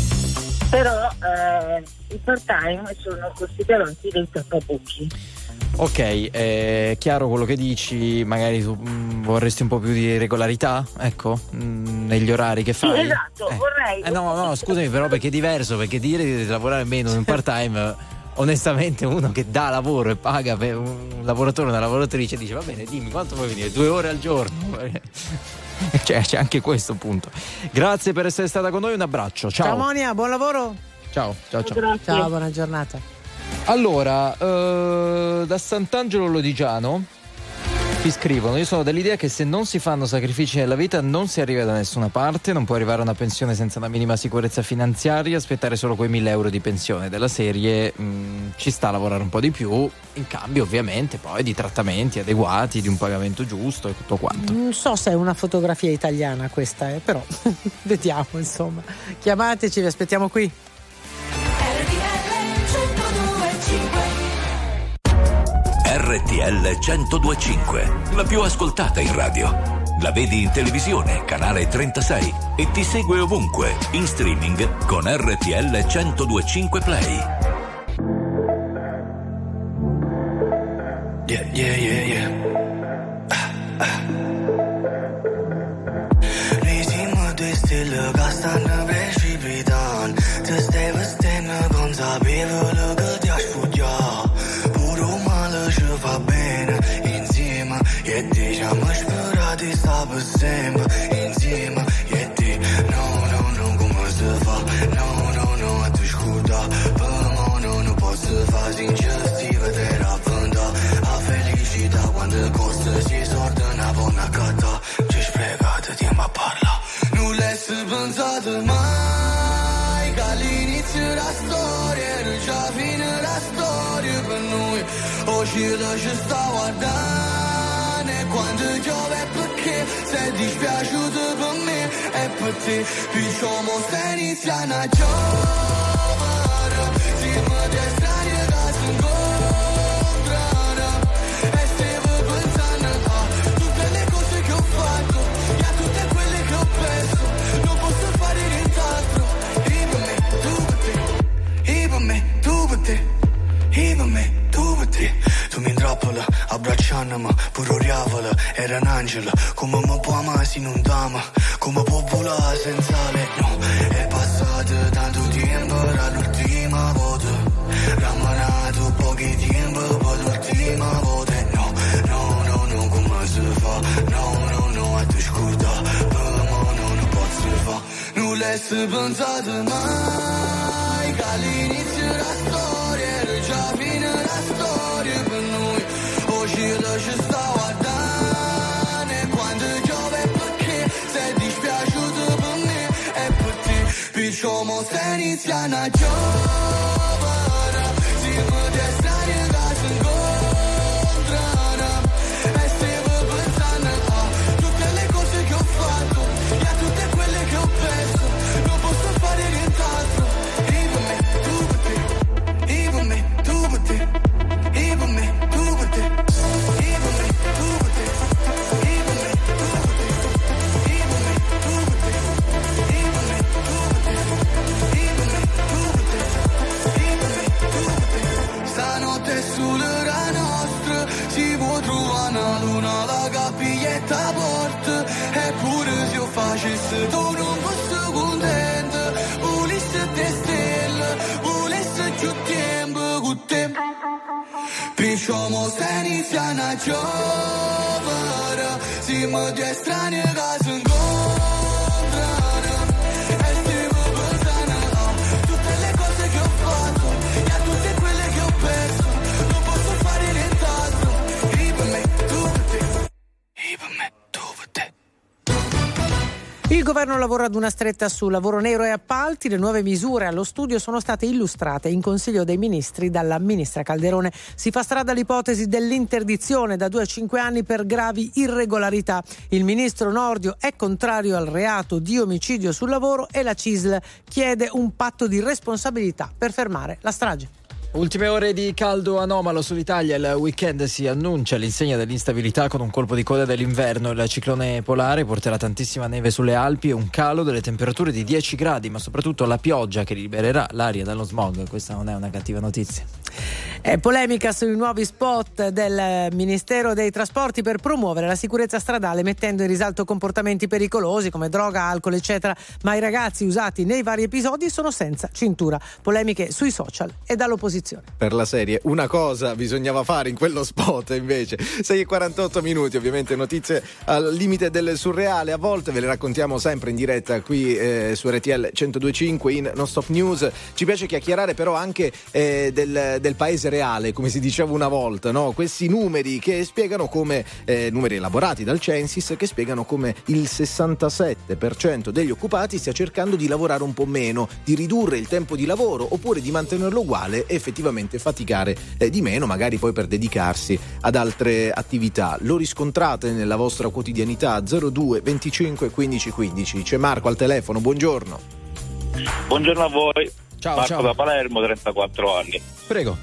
Però eh, i part time sono considerati dei tappabuchi. Ok, è chiaro quello che dici, magari tu mh, vorresti un po' più di regolarità, ecco, mh, negli orari che fai. Sì, esatto, eh. vorrei. Eh, no, no, scusami, però perché è diverso, perché dire di lavorare meno in part time, onestamente uno che dà lavoro e paga per un lavoratore o una lavoratrice dice va bene, dimmi quanto vuoi venire, due ore al giorno. Cioè, c'è anche questo punto. Grazie per essere stata con noi, un abbraccio, ciao. Ciao Monia, buon lavoro. Ciao, ciao, ciao. Ciao, buona giornata. Allora, eh, da Sant'Angelo Lodigiano ti scrivono: io sono dell'idea che se non si fanno sacrifici nella vita non si arriva da nessuna parte, non può arrivare a una pensione senza una minima sicurezza finanziaria, aspettare solo quei mille euro di pensione della serie, mh, ci sta a lavorare un po' di più, in cambio ovviamente poi di trattamenti adeguati, di un pagamento giusto e tutto quanto. Non so se è una fotografia italiana questa, eh, però vediamo, insomma. Chiamateci, vi aspettiamo qui. R T L centodue e cinque, la più ascoltata in radio. La vedi in televisione, canale trentasei, e ti segue ovunque, in streaming con R T L centodue e cinque Play. Yeah, yeah, yeah, yeah. Ah, ah. Risiamo due stelle che stanno precipitando. Ti stai vestendo consapevole che ti ha sfuggiato. Pure male ci fa bene insieme. E diciamo sperati sta per sempre insieme. E ti no, no, no, come si fa? No, no, no, a ti scuda. Per me non posso fare sinceramente vedere a venda. A felicità quando costa si sorda una buona cata. Ci spiegate tempo a parlare. Non l'hai pensato mai che all'inizio la storia era già fine la storia per noi. Oggi la ci sta guardando e quando piove perché sei dispiaciuto per me e per te. Diciamo se inizia una giovane, siamo dei strani che si incontrano e stiamo pensando a tutte le cose che ho fatto e a tutte quelle che ho perso. Non posso fare nient'altro. E per me, tu per te. E per me, tu per te. E per me, tu per te. Tu mi intrappola, abbracciandomi, pure oriavola, era un angelo. Come mi può amare se non t'ama? Come può volare senza lei? No, è passato tanto tempo dall'ultima volta. Rammanato pochi tempo per l'ultima volta. No, no, no, no, come si fa? No, no, no, a te scuda. Per me non posso fare. Non l'hai pensato mai che all'inizio la storia era già fine la storia per noi. Oggi la ci sta guardando e quando piove perché sei dispiaciuto per me e per te. Diciamo se inizia una giovane, siamo dei strani che si incontrano e stiamo pensando a tutte le cose che ho fatto e a tutte quelle che ho perso. Non posso fare nient'altro. E per me, tu per te. E per me, tu per te. E per me, tu per te. E per me, tu per te. E per me, tu per te. E per me, tu per te. E per me, tu per te. E per me, tu per te. E per me, tu per te. Stanotte sulla nostra si può trovare una luna, la capiglietta porta. Eppure se io facessi tu non fossi contento. Volessi te stelle, volessi più tempo con te. Diciamo se inizia una giovane, siamo due strani che si incontrano e stiamo pensando a tutte le cose che ho fatto e a tutte quelle che ho perso. Non posso fare nient'altro. E per me, tu per te. E per me, tu per te. Il governo lavora ad una stretta su lavoro nero e appalti. Le nuove misure allo studio sono state illustrate in Consiglio dei Ministri dalla ministra Calderone. Si fa strada l'ipotesi dell'interdizione da due a cinque anni per gravi irregolarità. Il ministro Nordio è contrario al reato di omicidio sul lavoro e la C I S L chiede un patto di responsabilità per fermare la strage. Ultime ore di caldo anomalo sull'Italia, il weekend si annuncia all'insegna dell'instabilità con un colpo di coda dell'inverno. Il ciclone polare porterà tantissima neve sulle Alpi e un calo delle temperature di dieci gradi, ma soprattutto la pioggia che libererà l'aria dallo smog. Questa non è una cattiva notizia. È polemica sui nuovi spot del Ministero dei Trasporti per promuovere la sicurezza stradale, mettendo in risalto comportamenti pericolosi come droga, alcol, eccetera, ma i ragazzi usati nei vari episodi sono senza cintura. Polemiche sui social e dall'opposizione. Per la serie una cosa bisognava fare in quello spot, invece sei e quarantotto minuti, ovviamente notizie al limite del surreale, a volte ve le raccontiamo sempre in diretta qui eh, su R T L centodue e cinque in Non Stop News. Ci piace chiacchierare però anche eh, del, del paese reale, come si diceva una volta, no? Questi numeri che spiegano come eh, numeri elaborati dal Censis, che spiegano come il sessantasette per cento degli occupati stia cercando di lavorare un po' meno, di ridurre il tempo di lavoro oppure di mantenerlo uguale e effettivamente faticare eh, di meno, magari poi per dedicarsi ad altre attività. Lo riscontrate nella vostra quotidianità? Zero due venticinque quindici quindici. C'è Marco al telefono, buongiorno. Buongiorno a voi. Ciao, Marco ciao. da Palermo, trentaquattro anni. Prego.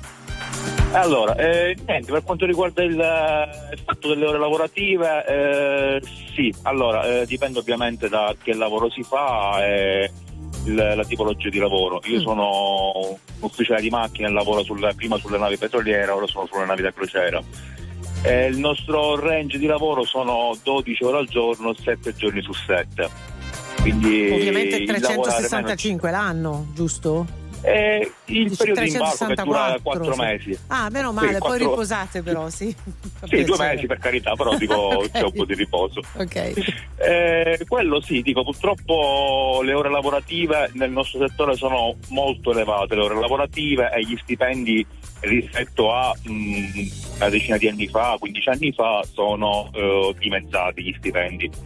Allora, eh, niente, per quanto riguarda il, il fatto delle ore lavorative, eh, sì, allora eh, dipende ovviamente da che lavoro si fa e la, la tipologia di lavoro. Io mm. sono un ufficiale di macchina e lavoro sulle, prima sulle navi petroliere, ora sono sulle navi da crociera. Eh, il nostro range di lavoro sono dodici ore al giorno, sette giorni su sette. Quindi ovviamente trecentosessantacinque l'anno, giusto? Eh, il periodo di imbarco che dura quattro mesi. Ah, meno male, sì, poi quattro... riposate però, sì. Sì, due mesi per carità, però dico okay. C'è un po' di riposo. Ok. Eh, quello sì, dico, purtroppo le ore lavorative nel nostro settore sono molto elevate, le ore lavorative e gli stipendi rispetto a mh, una decina di anni fa, quindici anni fa, sono eh, dimezzati gli stipendi.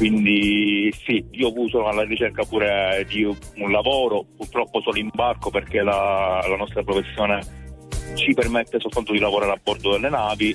Quindi sì, io uso alla ricerca pure di un lavoro, purtroppo solo in barco perché la, la nostra professione ci permette soltanto di lavorare a bordo delle navi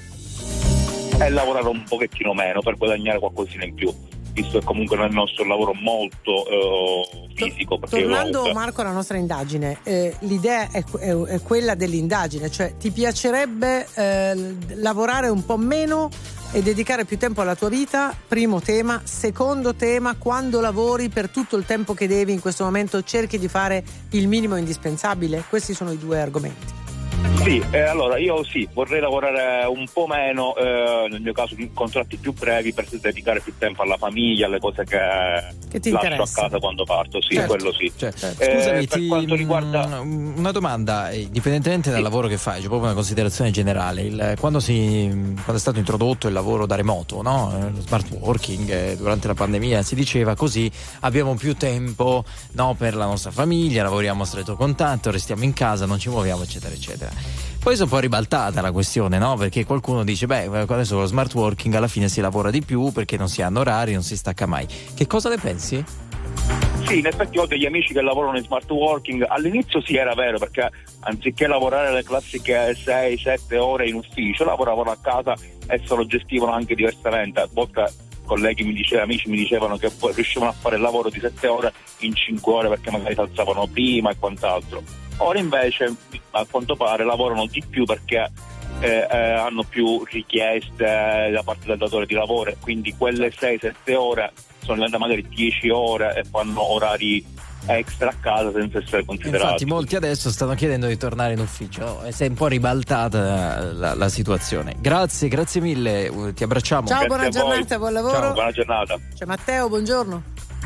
e lavorare un pochettino meno per guadagnare qualcosina in più, visto che comunque nel nostro lavoro molto eh, fisico. Tornando comunque... Marco alla nostra indagine, eh, l'idea è, è, è quella dell'indagine, cioè ti piacerebbe eh, lavorare un po' meno e dedicare più tempo alla tua vita, primo tema. Secondo tema, quando lavori per tutto il tempo che devi in questo momento cerchi di fare il minimo indispensabile? Questi sono i due argomenti. Sì, eh, allora io sì, vorrei lavorare un po' meno, eh, nel mio caso in contratti più brevi per dedicare più tempo alla famiglia, alle cose che, che ti lascio interessa. a casa quando parto, sì, certo, quello sì. Certo. Eh, Scusami, per ti, quanto riguarda... una domanda, indipendentemente dal sì. lavoro che fai, c'è proprio una considerazione generale. Il, quando, si, quando è stato introdotto il lavoro da remoto, no? Lo smart working, eh, durante la pandemia si diceva così abbiamo più tempo, no, per la nostra famiglia, lavoriamo a stretto contatto, restiamo in casa, non ci muoviamo, eccetera, eccetera. Poi è un po' ribaltata la questione, no? Perché qualcuno dice, beh, adesso con lo smart working alla fine si lavora di più perché non si hanno orari, non si stacca mai. Che cosa ne pensi? Sì, in effetti ho degli amici che lavorano in smart working. All'inizio sì, era vero, perché anziché lavorare le classiche sei sette ore in ufficio, lavoravano a casa e se lo gestivano anche diversamente. A volte colleghi mi dicevano, amici mi dicevano che riuscivano a fare il lavoro di sette ore in cinque ore perché magari si alzavano prima e quant'altro. Ora invece a quanto pare lavorano di più perché eh, eh, hanno più richieste da parte del datore di lavoro, quindi quelle sei sette ore sono diventate magari dieci ore e fanno orari extra a casa senza essere considerati. Infatti molti adesso stanno chiedendo di tornare in ufficio, no? Si è un po' ribaltata la, la situazione. Grazie, grazie mille, ti abbracciamo. Ciao, Grazie buona giornata, buon lavoro. Ciao, buona giornata. C'è Matteo, buongiorno.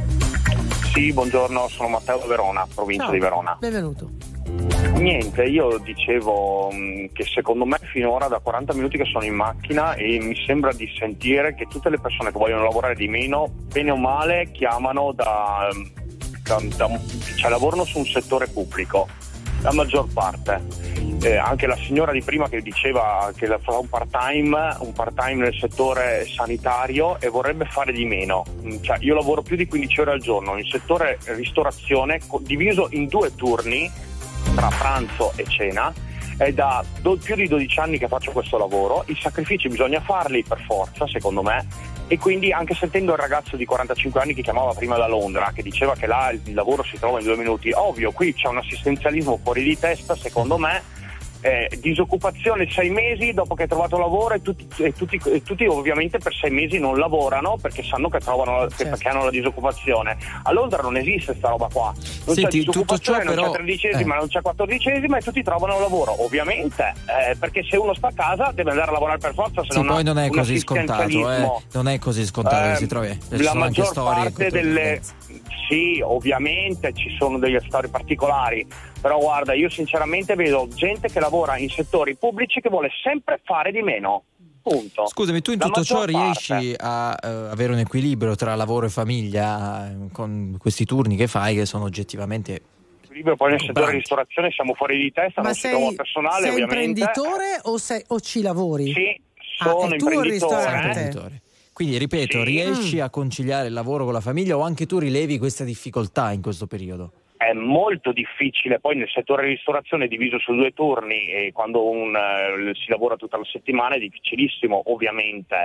Sì, buongiorno, sono Matteo da Verona, provincia Ciao. di Verona. Benvenuto. Niente, io dicevo mh, che secondo me finora da quaranta minuti che sono in macchina e mi sembra di sentire che tutte le persone che vogliono lavorare di meno, bene o male, chiamano da, da, da cioè lavorano su un settore pubblico, la maggior parte. Eh, anche la signora di prima che diceva che fa un part-time, un part-time nel settore sanitario e vorrebbe fare di meno. Cioè, io lavoro più di quindici ore al giorno in settore ristorazione, diviso in due turni tra pranzo e cena. È da do, più di dodici anni che faccio questo lavoro, i sacrifici bisogna farli per forza, secondo me, e quindi anche sentendo il ragazzo di quarantacinque anni che chiamava prima da Londra, che diceva che là il lavoro si trova in due minuti, ovvio, qui c'è un assistenzialismo fuori di testa, secondo me, Eh, disoccupazione sei mesi dopo che hai trovato lavoro e tutti, e tutti, e tutti ovviamente per sei mesi non lavorano perché sanno che trovano certo. perché hanno la disoccupazione. A Londra non esiste sta roba qua, non Senti, c'è disoccupazione, tutto ciò, non però, c'è tredicesima, eh. non c'è quattordicesima e tutti trovano lavoro, ovviamente eh, perché se uno sta a casa deve andare a lavorare per forza, se sì, non poi ha non è un così scontato, eh. non è così scontato eh, che si trovi. Ci la sono anche maggior storie parte delle sì, ovviamente ci sono delle storie particolari, però guarda, io sinceramente vedo gente che lavora in settori pubblici che vuole sempre fare di meno. Punto. Scusami, tu in La tutto ciò maggior riesci parte. a uh, avere un equilibrio tra lavoro e famiglia uh, con questi turni che fai che sono oggettivamente Libero, poi nel settore ristorazione siamo fuori di testa, Ma non sei, si trova personale sei ovviamente. imprenditore o, sei, o ci lavori? Sì, ah, sono è tu il imprenditore. ristorante? Quindi ripeto, Sì. riesci Mm. a conciliare il lavoro con la famiglia o anche tu rilevi questa difficoltà in questo periodo? È molto difficile, poi nel settore ristorazione è diviso su due turni e quando un, eh, si lavora tutta la settimana è difficilissimo ovviamente.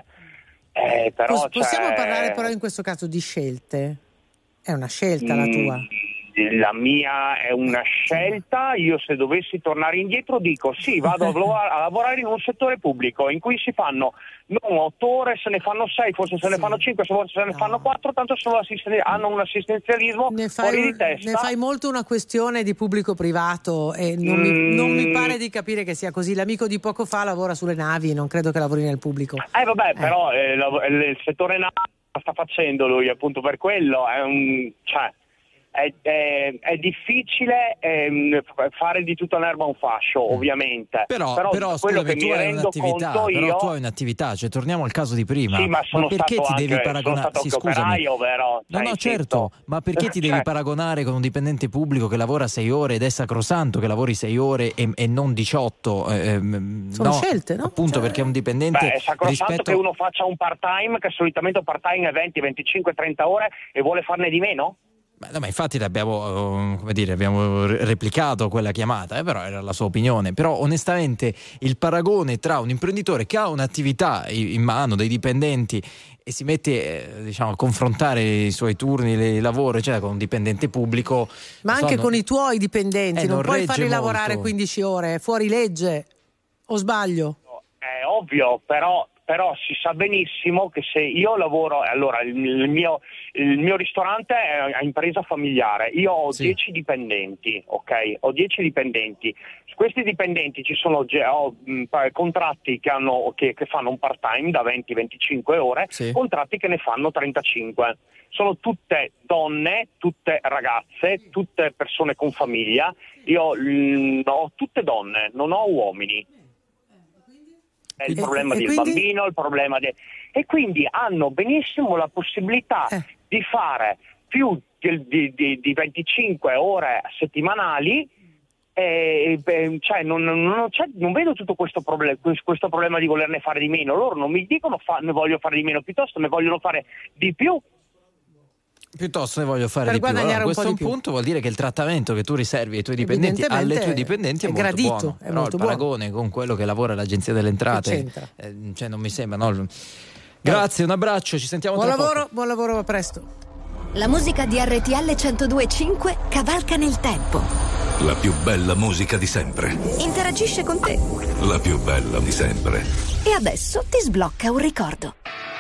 Eh, però Pos- possiamo c'è... parlare però in questo caso di scelte? È una scelta la tua? La mia è una scelta, io se dovessi tornare indietro dico sì, vado a, lo- a lavorare in un settore pubblico in cui si fanno non otto ore, se ne fanno sei, forse se ne fanno cinque, forse se ne fanno quattro, tanto sono assisten- hanno un assistenzialismo Ne fuori fai, di testa. ne fai molto una questione di pubblico-privato e non, mi, Mm. non mi pare di capire che sia così. L'amico di poco fa lavora sulle navi e non credo che lavori nel pubblico. Eh vabbè, però eh, la- il settore navi sta facendo lui, appunto per quello è un... cioè È, è, è difficile ehm, fare di tutta l'erba un fascio, ovviamente. Però, però, però quello scusami, che tu mi hai rendo un'attività, conto però io tu hai un'attività, cioè torniamo al caso di prima. sì, ma sono perché stato ti devi anche, paragonare? sono stato Sì, anche scusami. operaio, vero? No, Cioè, no, insisto. certo, ma perché ti devi Cioè, paragonare con un dipendente pubblico che lavora sei ore ed è sacrosanto che lavori sei ore e, e non diciotto? Eh, Sono no, scelte, no? Appunto, Cioè... perché è un dipendente Beh, è sacrosanto rispetto... che uno faccia un part-time, che solitamente un part-time è venti, venticinque, trenta ore e vuole farne di meno? Beh, no, ma infatti l'abbiamo, come dire, abbiamo replicato quella chiamata, eh, però era la sua opinione. Però onestamente il paragone tra un imprenditore che ha un'attività in mano, dei dipendenti, e si mette eh, diciamo, a confrontare i suoi turni, il lavoro, eccetera, con un dipendente pubblico. Ma so, anche non... con i tuoi dipendenti, eh, non, non puoi regge farli molto. lavorare quindici ore, fuori legge, o sbaglio? È ovvio, però, però si sa benissimo che se io lavoro, allora il, il, mio, il mio ristorante è impresa familiare, io ho dieci dipendenti, ok? Ho dieci dipendenti. Su questi dipendenti ci sono ge- ho, mh, contratti che, hanno, che, che fanno un part-time da venti venticinque ore, Sì. contratti che ne fanno trentacinque. Sono tutte donne, tutte ragazze, tutte persone con famiglia. Io mh, ho tutte donne, non ho uomini. È il E- problema e del quindi? bambino, il problema del... E quindi hanno benissimo la possibilità Eh. di fare più di, di- di- di venticinque ore settimanali. E, beh, cioè non, non- non c'è- non vedo tutto questo, proble- questo problema di volerne fare di meno. Loro non mi dicono fa- ne voglio fare di meno, piuttosto ne vogliono fare di più. Piuttosto ne voglio fare Per di più. guadagnare Allora, un questo po' è di un più. punto, vuol dire che il trattamento che tu riservi ai tuoi dipendenti, alle Evidentemente tue dipendenti è, è molto gradito, buono. è Però molto il buono. paragone con quello che lavora all'Agenzia delle Entrate, Che c'entra? eh, cioè non mi sembra, no? Grazie, un abbraccio, ci sentiamo Buon tra lavoro, poco. buon lavoro, a presto. La musica di R T L centodue e cinque cavalca nel tempo. La più bella musica di sempre. Interagisce con te. La più bella di sempre. E adesso ti sblocca un ricordo.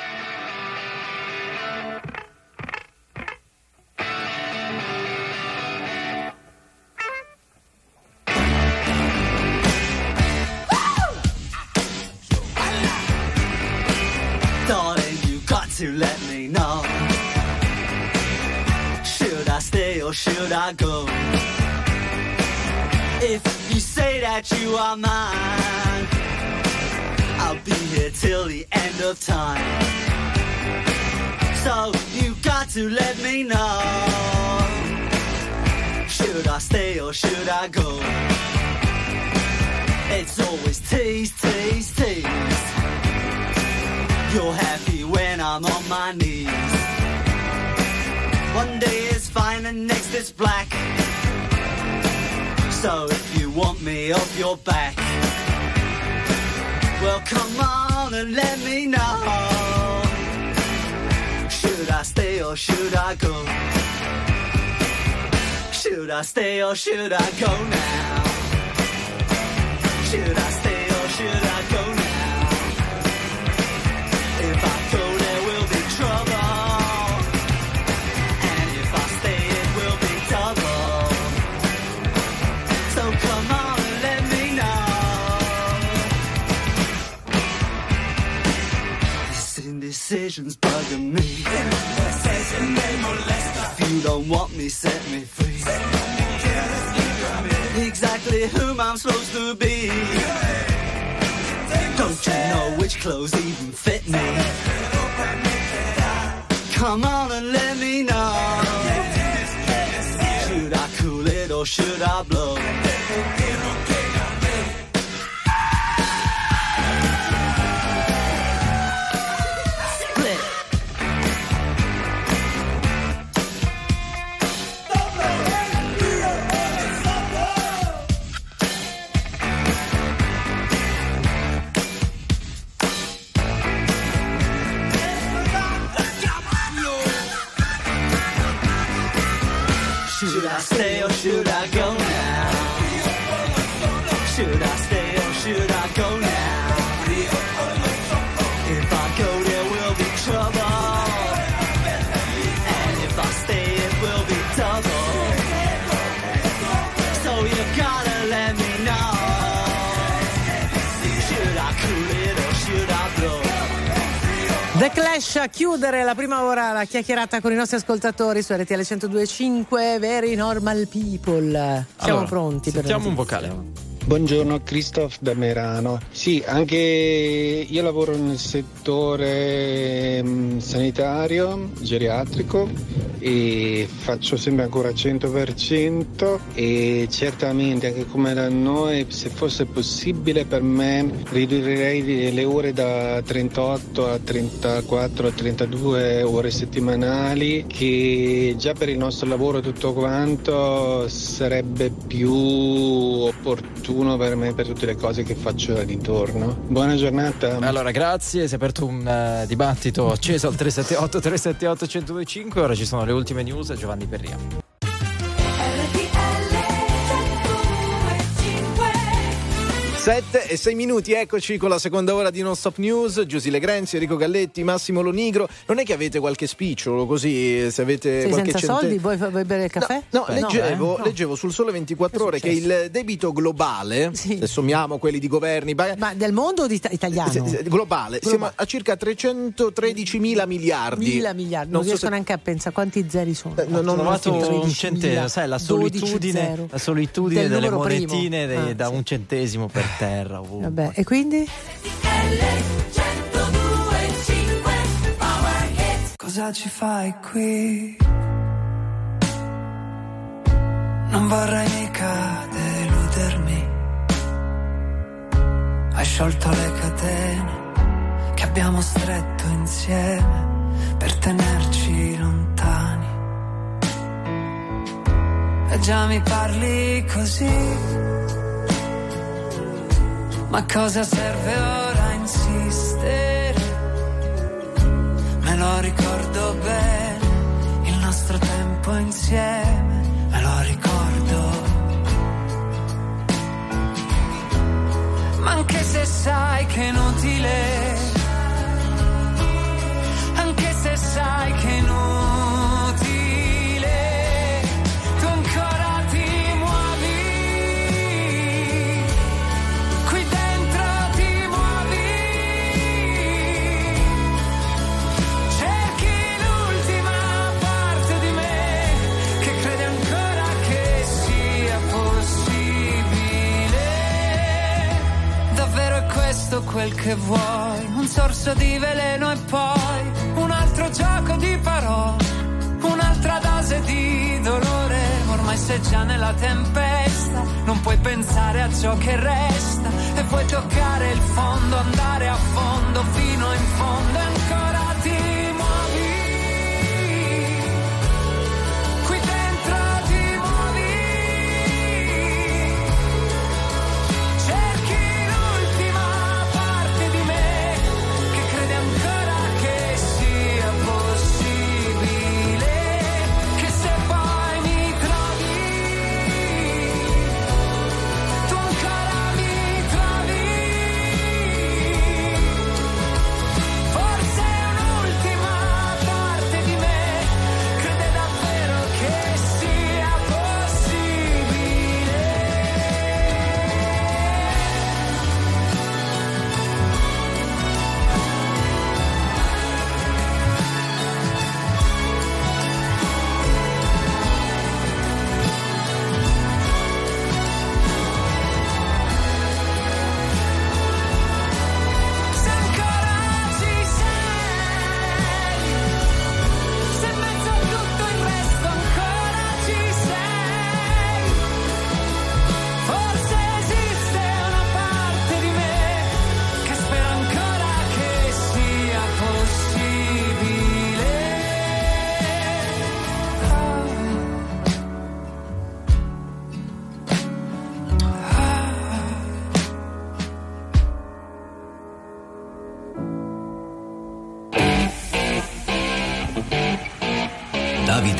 Darling, you got to let me know. Should I stay or should I go? If you say that you are mine, I'll be here till the end of time. So you got to let me know. Should I stay or should I go? It's always tease, tease, tease. You're happy when I'm on my knees. One day is fine and next is black. So if you want me off your back, well come on and let me know. Should I stay or should I go? Should I stay or should I go now? Should I stay or should I go now? If I go there will be trouble, and if I stay it will be double. So come on and let me know. This indecision's bugging me. If you don't want me, set me free. Exactly whom I'm supposed to be. Don't you know which clothes even fit me? Come on and let me know. Should I cool it or should I blow? Should I stay or should I go now? Should I stay or should I go now? If I go there will be trouble, and if I stay it will be double. So you gotta let me know. Should I cool it or should I blow? The Clash a chiudere la prima ora, la chiacchierata con i nostri ascoltatori su R T L centodue e cinque, Very Normal People. Siamo allora, pronti per sentiamo un vocale. Buongiorno, Christoph da Merano. Sì, anche io lavoro nel settore mh, sanitario, geriatrico, e faccio sempre ancora cento per cento, e certamente anche come da noi, se fosse possibile per me, ridurrei le ore da trentotto a trentaquattro a trentadue ore settimanali, che già per il nostro lavoro tutto quanto sarebbe più opportuno per me, per tutte le cose che faccio da dintorno. Buona giornata. Allora, grazie, si è aperto un uh, dibattito acceso al tre sette otto tre sette otto uno zero due cinque. Ora ci sono le ultime news. Giovanni Perria. sette e sei minuti, eccoci con la seconda ora di Non Stop News. Giusile Grenzi, Enrico Galletti, Massimo Lonigro. Non è che avete qualche spicciolo così, se avete Sei qualche senza cente... soldi? Vuoi f- vuoi bere il caffè? No, no, Beh, leggevo, no, eh? no. leggevo sul Sole ventiquattro Ore che il debito globale, sì, se sommiamo quelli di governi... Ma del mondo o di ita- italiano? Se, se, globale, globale, siamo a circa trecentotredicimila miliardi. Mila miliardi, non, non riesco so se... neanche a pensare quanti zeri sono. Eh, non ho trovato un centesimo, sai, la solitudine, la solitudine del delle monetine dei, ah, da sì. un centesimo per terra ovunque. Vabbè, e quindi? Cosa ci fai qui? Non vorrei mica deludermi. Hai sciolto le catene che abbiamo stretto insieme per tenerci lontani. E già mi parli così. Ma cosa serve ora insistere? Me lo ricordo bene, il nostro tempo insieme, me lo ricordo. Ma anche se sai che è inutile, anche se sai che è inutile, tu ancora quel che vuoi, un sorso di veleno e poi un altro gioco di parole, un'altra dose di dolore. Ormai sei già nella tempesta, non puoi pensare a ciò che resta e puoi toccare il fondo, andare a fondo fino in fondo e ancora ti muovi. Qui dentro ti muovi. Cerchi mi trovi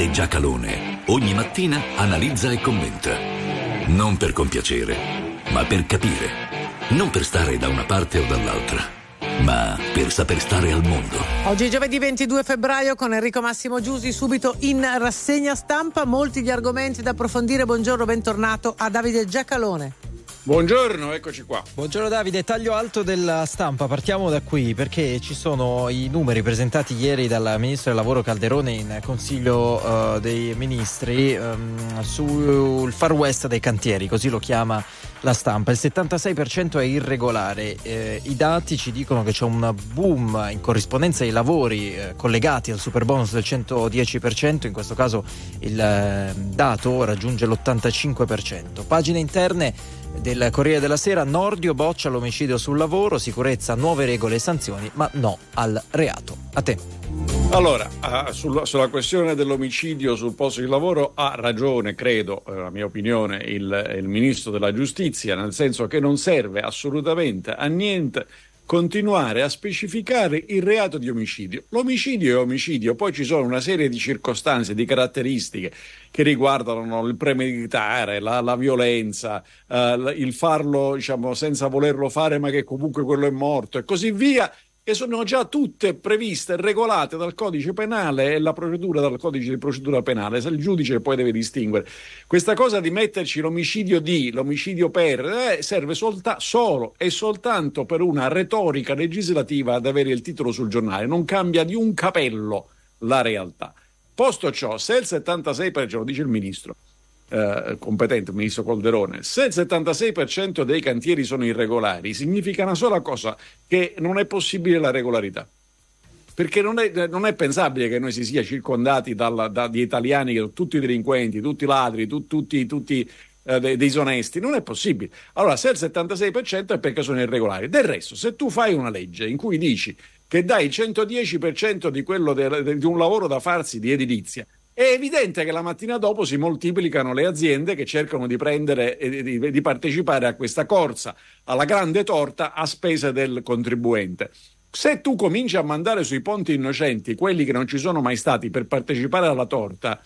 Davide Giacalone ogni mattina analizza e commenta. Non per compiacere, ma per capire. Non per stare da una parte o dall'altra, ma per saper stare al mondo. Oggi è giovedì ventidue febbraio con Enrico Massimo Giusi, subito in rassegna stampa, molti gli argomenti da approfondire. Buongiorno, bentornato a Davide Giacalone. Buongiorno, eccoci qua. Buongiorno Davide, taglio alto della stampa, partiamo da qui perché ci sono i numeri presentati ieri dal ministro del lavoro Calderone in Consiglio uh, dei Ministri um, sul far west dei cantieri, così lo chiama la stampa. Il settantasei per cento è irregolare, eh, i dati ci dicono che c'è un boom in corrispondenza ai lavori eh, collegati al superbonus del centodieci per cento, in questo caso il eh, dato raggiunge l'ottantacinque per cento. Pagine interne del Corriere della Sera: Nordio boccia l'omicidio sul lavoro, sicurezza, nuove regole e sanzioni, ma no al reato. A te. Allora, uh, sulla, sulla questione dell'omicidio sul posto di lavoro ha ragione, credo, eh, la mia opinione, il, il Ministro della Giustizia, nel senso che non serve assolutamente a niente continuare a specificare il reato di omicidio. L'omicidio è omicidio, poi ci sono una serie di circostanze, di caratteristiche che riguardano il premeditare, la, la violenza, uh, il farlo, diciamo, senza volerlo fare, ma che comunque quello è morto e così via, che sono già tutte previste e regolate dal codice penale e la procedura dal codice di procedura penale. Se il giudice poi deve distinguere. Questa cosa di metterci l'omicidio di, l'omicidio per, eh, serve solta, solo e soltanto per una retorica legislativa ad avere il titolo sul giornale. Non cambia di un capello la realtà. Posto ciò, se il settantasei per cento, lo dice il ministro eh, competente, il ministro Calderone, se il settantasei per cento dei cantieri sono irregolari, significa una sola cosa: che non è possibile la regolarità. Perché non è, non è pensabile che noi si sia circondati dalla, da, di italiani che sono tutti delinquenti, tutti ladri, tu, tutti, tutti eh, dei disonesti. Non è possibile. Allora, se il settantasei per cento è perché sono irregolari. Del resto, se tu fai una legge in cui dici che dai il centodieci per cento di quello de, de, di un lavoro da farsi di edilizia, è evidente che la mattina dopo si moltiplicano le aziende che cercano di prendere e di, di partecipare a questa corsa alla grande torta a spese del contribuente. Se tu cominci a mandare sui ponti innocenti quelli che non ci sono mai stati per partecipare alla torta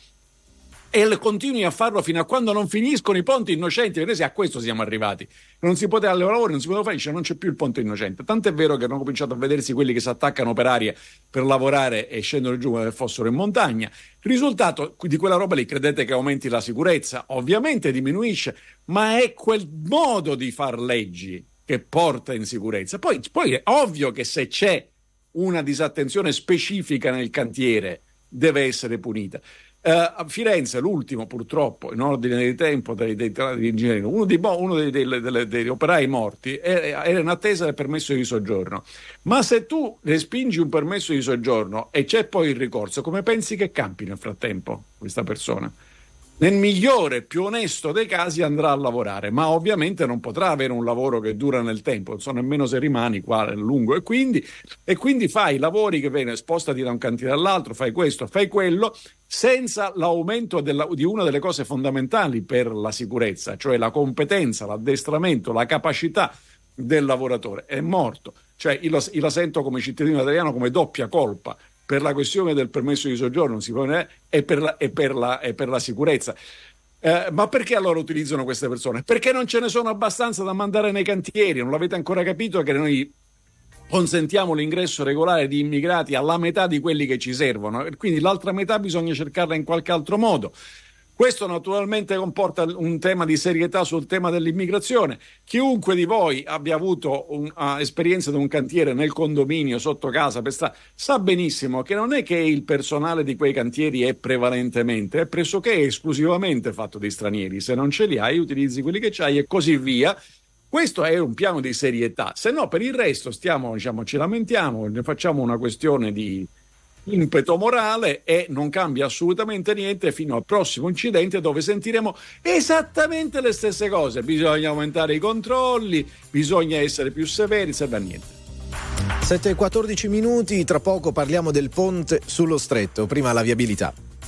e continui a farlo fino a quando non finiscono i ponti innocenti, vedete, a questo siamo arrivati. Non si poteva al lavoro, non si poteva fare, dice, non c'è più il ponte innocente. Tant'è vero che hanno cominciato a vedersi quelli che si attaccano per aria per lavorare e scendono giù come se fossero in montagna. Il risultato di quella roba lì, credete che aumenti la sicurezza? Ovviamente diminuisce, ma è quel modo di far leggi che porta in sicurezza. Poi, poi è ovvio che se c'è una disattenzione specifica nel cantiere deve essere punita. Uh, a Firenze, l'ultimo purtroppo in ordine di tempo dei, dei, dei ingegneri, uno, dei, uno dei, dei, dei, degli operai morti era in attesa del permesso di soggiorno. Ma se tu respingi un permesso di soggiorno e c'è poi il ricorso, come pensi che campi nel frattempo questa persona? Nel migliore, più onesto dei casi andrà a lavorare, ma ovviamente non potrà avere un lavoro che dura nel tempo, non so nemmeno se rimani qua a lungo, e quindi, e quindi fai lavori che viene spostati da un cantiere all'altro, fai questo, fai quello, senza l'aumento della, di una delle cose fondamentali per la sicurezza, cioè la competenza, l'addestramento, la capacità del lavoratore. È morto. Cioè io, io la sento come cittadino italiano come doppia colpa. Per la questione del permesso di soggiorno non si può, eh, e, per la, e, per la, e per la sicurezza. Eh, ma perché allora utilizzano queste persone? Perché non ce ne sono abbastanza da mandare nei cantieri. Non l'avete ancora capito che noi consentiamo l'ingresso regolare di immigrati alla metà di quelli che ci servono, quindi l'altra metà bisogna cercarla in qualche altro modo. Questo naturalmente comporta un tema di serietà sul tema dell'immigrazione. Chiunque di voi abbia avuto un'esperienza di un cantiere nel condominio, sotto casa, per strada, sa benissimo che non è che il personale di quei cantieri è prevalentemente, è pressoché esclusivamente fatto di stranieri. Se non ce li hai, utilizzi quelli che c'hai e così via. Questo è un piano di serietà. Se no, per il resto stiamo, diciamo, ci lamentiamo, ne facciamo una questione di impeto morale e non cambia assolutamente niente fino al prossimo incidente dove sentiremo esattamente le stesse cose. Bisogna aumentare i controlli, bisogna essere più severi, serve a niente. sette e quattordici minuti, tra poco parliamo del ponte sullo Stretto, prima la viabilità.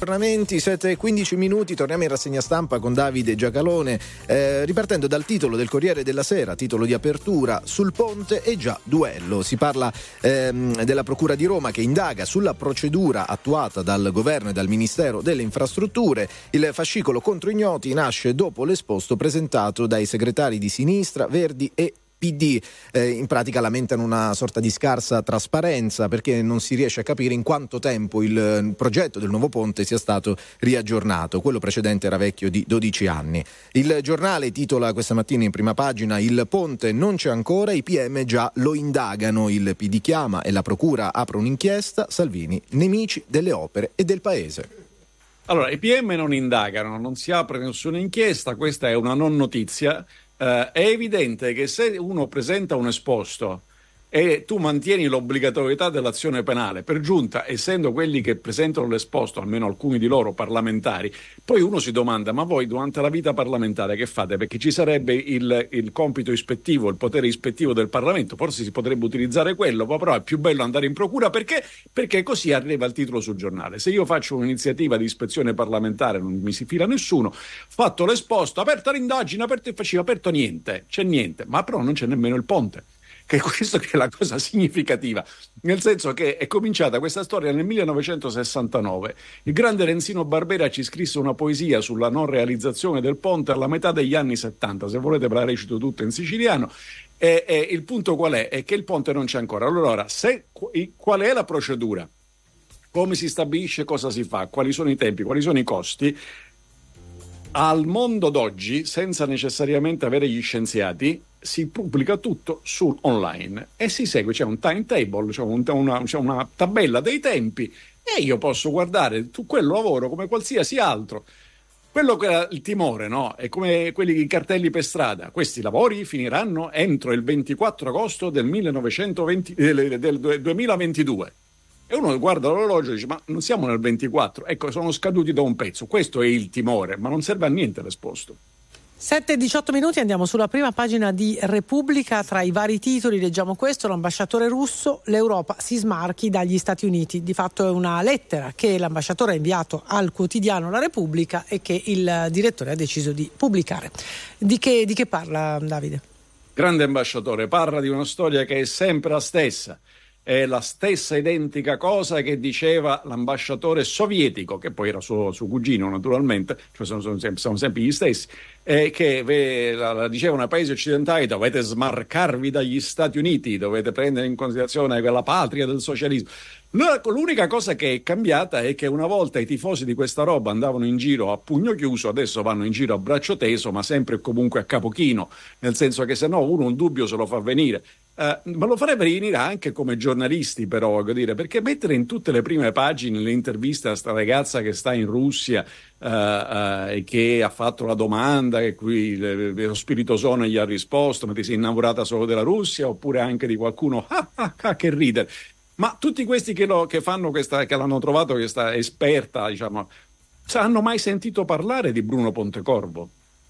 Aggiornamenti sette e quindici minuti, torniamo in rassegna stampa con Davide Giacalone, eh, ripartendo dal titolo del Corriere della Sera, titolo di apertura: sul ponte e già duello. Si parla ehm, della Procura di Roma che indaga sulla procedura attuata dal governo e dal Ministero delle Infrastrutture. Il fascicolo contro ignoti nasce dopo l'esposto presentato dai segretari di Sinistra, Verdi e P D. Eh, in pratica lamentano una sorta di scarsa trasparenza perché non si riesce a capire in quanto tempo il eh, progetto del nuovo ponte sia stato riaggiornato. Quello precedente era vecchio di dodici anni. Il Giornale titola questa mattina in prima pagina: il ponte non c'è ancora, i P M già lo indagano. Il P D chiama e la procura apre un'inchiesta. Salvini, nemici delle opere e del paese. Allora, i P M non indagano, non si apre nessuna inchiesta, questa è una non notizia. Uh, è evidente che se uno presenta un esposto e tu mantieni l'obbligatorietà dell'azione penale, per giunta, essendo quelli che presentano l'esposto, almeno alcuni di loro parlamentari, poi uno si domanda: ma voi durante la vita parlamentare che fate? Perché ci sarebbe il, il compito ispettivo, il potere ispettivo del Parlamento, forse si potrebbe utilizzare quello, ma però è più bello andare in procura perché? Perché così arriva il titolo sul giornale. Se io faccio un'iniziativa di ispezione parlamentare, non mi si fila nessuno, fatto l'esposto, aperta l'indagine, aperto il fascicolo, aperto niente, c'è niente, ma però non c'è nemmeno il ponte. Che questo che è la cosa significativa, nel senso che è cominciata questa storia nel millenovecentosessantanove. Il grande Renzino Barbera ci scrisse una poesia sulla non realizzazione del ponte alla metà degli anni settanta, se volete ve la recito tutta in siciliano. E, e il punto qual è? È che il ponte non c'è ancora. Allora, se, qual è la procedura? Come si stabilisce, cosa si fa? Quali sono i tempi? Quali sono i costi? Al mondo d'oggi, senza necessariamente avere gli scienziati, si pubblica tutto su online e si segue, c'è un timetable, c'è, un, una, c'è una tabella dei tempi e io posso guardare tu, quello lavoro come qualsiasi altro. Quello che era il timore, no? È come quelli i cartelli per strada. Questi lavori finiranno entro il ventiquattro agosto del millenovecentoventi, del, del, del duemilaventidue. E uno guarda l'orologio e dice: ma non siamo nel ventiquattro, ecco, sono scaduti da un pezzo. Questo è il timore, ma non serve a niente l'esposto. sette e diciotto minuti, andiamo sulla prima pagina di Repubblica. Tra i vari titoli leggiamo questo: l'ambasciatore russo, l'Europa si smarchi dagli Stati Uniti. Di fatto è una lettera che l'ambasciatore ha inviato al quotidiano La Repubblica e che il direttore ha deciso di pubblicare. Di che, di che parla, Davide? Grande ambasciatore, parla di una storia che è sempre la stessa. È la stessa identica cosa che diceva l'ambasciatore sovietico, che poi era suo, suo cugino naturalmente, cioè sono, sono, sempre, sono sempre gli stessi, eh, che ve, la, la dicevano ai paesi occidentali: dovete smarcarvi dagli Stati Uniti, dovete prendere in considerazione quella patria del socialismo. L'unica cosa che è cambiata è che una volta i tifosi di questa roba andavano in giro a pugno chiuso, adesso vanno in giro a braccio teso, ma sempre e comunque a capo chino, nel senso che se no uno un dubbio se lo fa venire. Uh, ma lo farebbe venire anche come giornalisti, però, voglio dire, perché mettere in tutte le prime pagine le interviste a sta ragazza che sta in Russia uh, uh, e che ha fatto la domanda che qui le, lo spiritosono gli ha risposto: ma ti sei innamorata solo della Russia? Oppure anche di qualcuno ah, ah, ah, che ridere. Ma tutti questi che, lo, che fanno questa, che l'hanno trovato questa esperta, diciamo, hanno mai sentito parlare di Bruno Pontecorvo?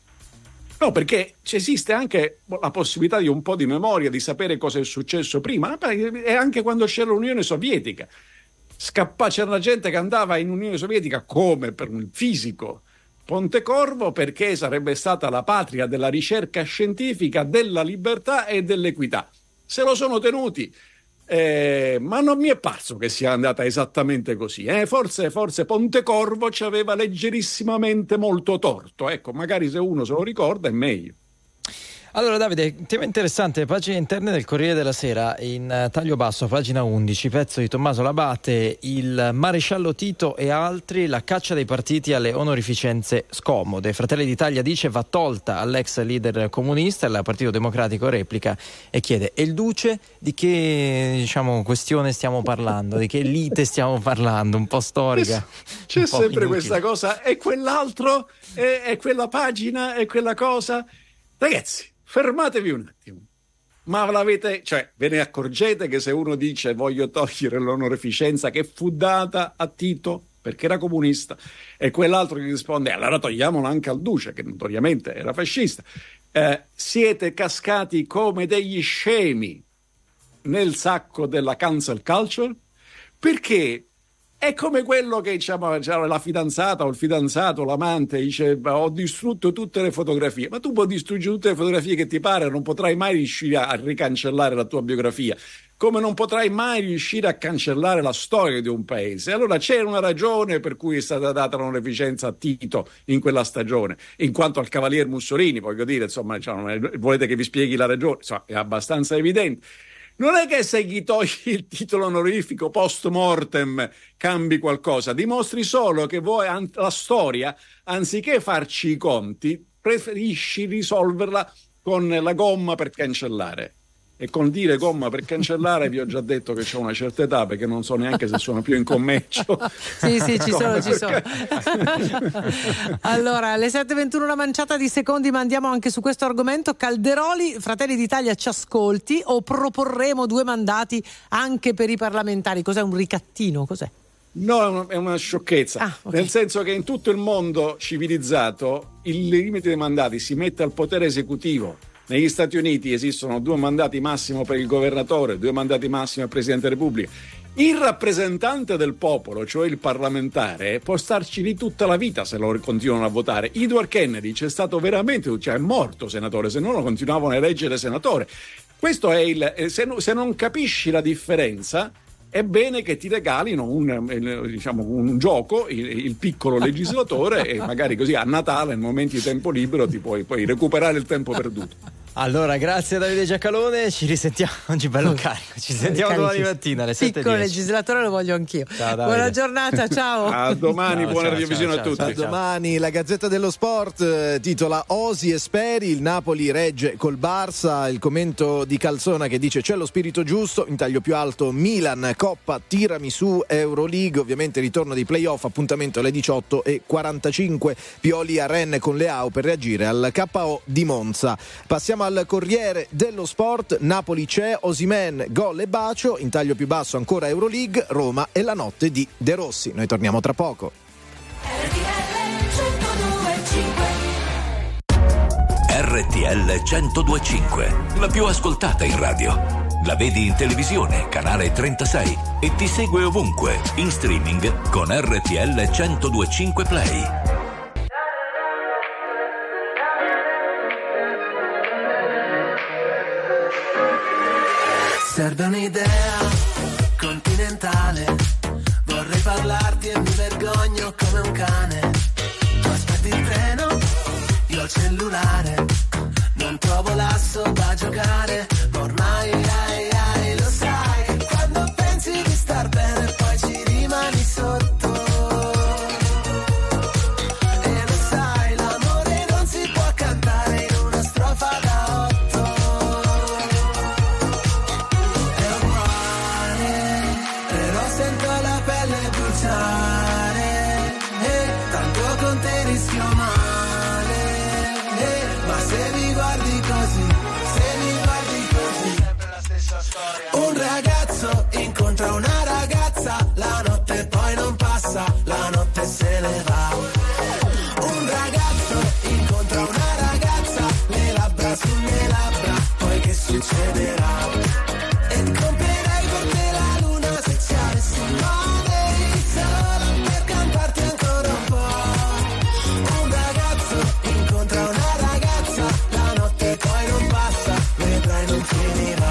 No, perché esiste anche la possibilità di un po' di memoria, di sapere cosa è successo prima, e anche quando c'era l'Unione Sovietica. Scappa, c'era gente che andava in Unione Sovietica come per un fisico Pontecorvo, perché sarebbe stata la patria della ricerca scientifica, della libertà e dell'equità. Se lo sono tenuti. Eh, ma non mi è parso che sia andata esattamente così. Eh? Forse, forse Pontecorvo ci aveva leggerissimamente molto torto. Ecco, magari se uno se lo ricorda è meglio. Allora Davide, tema interessante, pagine interne del Corriere della Sera, in taglio basso, pagina undici, pezzo di Tommaso Labate, il maresciallo Tito e altri, la caccia dei partiti alle onorificenze scomode. Fratelli d'Italia dice va tolta all'ex leader comunista, il Partito Democratico replica e chiede: e il Duce di che, diciamo, questione stiamo parlando, di che lite stiamo parlando, un po' storica. C'è un po' sempre inutile. Questa cosa, e quell'altro, e, e quella pagina, e quella cosa. Ragazzi, fermatevi un attimo, ma l'avete, cioè ve ne accorgete che se uno dice voglio togliere l'onorificenza che fu data a Tito perché era comunista, e quell'altro che risponde allora togliamola anche al Duce che notoriamente era fascista, eh, siete cascati come degli scemi nel sacco della cancel culture, perché È come quello che diciamo, la fidanzata o il fidanzato, l'amante dice ho distrutto tutte le fotografie, ma tu puoi distruggere tutte le fotografie che ti pare, non potrai mai riuscire a ricancellare la tua biografia, come non potrai mai riuscire a cancellare la storia di un paese. Allora c'era una ragione per cui è stata data l'onorificenza a Tito in quella stagione, in quanto al cavalier Mussolini, voglio dire, insomma, diciamo, volete che vi spieghi la ragione? Insomma, è abbastanza evidente. Non è che se gli togli il titolo onorifico post mortem cambi qualcosa, dimostri solo che vuoi la storia, anziché farci i conti, preferisci risolverla con la gomma per cancellare. E con dire gomma per cancellare vi ho già detto che c'ho una certa età, perché non so neanche se sono più in commercio. Sì, sì, ci sono, ci sono. Allora, alle sette e ventuno una manciata di secondi, ma andiamo anche su questo argomento. Calderoli, Fratelli d'Italia ci ascolti o proporremo due mandati anche per i parlamentari? Cos'è, un ricattino? Cos'è? No, è una, è una sciocchezza, ah, okay. Nel senso che in tutto il mondo civilizzato il limite dei mandati si mette al potere esecutivo. Negli Stati Uniti esistono due mandati massimo per il governatore, due mandati massimo per il Presidente della Repubblica. Il rappresentante del popolo, cioè il parlamentare, può starci lì tutta la vita se lo continuano a votare. Edward Kennedy c'è stato veramente, cioè è morto senatore, se no lo continuavano a eleggere senatore. Questo è il, se, se non capisci la differenza, è bene che ti regalino un, diciamo, un gioco, il, il piccolo legislatore, e magari così a Natale, in momenti di tempo libero, ti puoi, puoi recuperare il tempo perduto. Allora, grazie a Davide Giacalone, ci risentiamo oggi bello carico, ci sentiamo domani mattina alle sette e dieci. Piccolo legislatore lo voglio anch'io. Ciao, buona giornata, ciao. A domani, ciao, buona ciao, radiovisione ciao, a tutti. Ciao, ciao. A domani la Gazzetta dello Sport eh, titola Osi e Speri, il Napoli regge col Barça, il commento di Calzona che dice c'è lo spirito giusto, in taglio più alto Milan, Coppa, Tiramisù, Euroleague, ovviamente ritorno dei playoff, appuntamento alle diciotto e quarantacinque, Pioli a Rennes con Leao per reagire al K O di Monza. Passiamo al Corriere dello Sport, Napoli c'è, Osimhen, gol e bacio, in taglio più basso ancora Euroleague, Roma e la notte di De Rossi. Noi torniamo tra poco. R T L centodue e cinque, la più ascoltata in radio. La vedi in televisione, canale trentasei, e ti segue ovunque, in streaming con R T L centodue e cinque Play. Serve un'idea continentale, vorrei parlarti e mi vergogno come un cane. Tu aspetti il treno, io il cellulare, non trovo l'asso da giocare, ma ormai ai, ai, lo sai che quando pensi di star bene poi ci rimani sotto. E lo sai, l'amore non si può cantare in una strofa da otto. È uguale, però sento la pelle bruciare, e tanto con te rischio male, e, ma se mi guardi così, se mi guardi così, sempre la stessa storia. Un ragazzo incontra una ragazza, la notte poi non passa, la notte se ne va. Un ragazzo incontra una ragazza, le labbra sulle labbra, poi che succederà? E comprerei per te la luna se ci avessi male, solo per cantarti ancora un po'. Un ragazzo incontra una ragazza, la notte poi non passa, vedrai non finirà.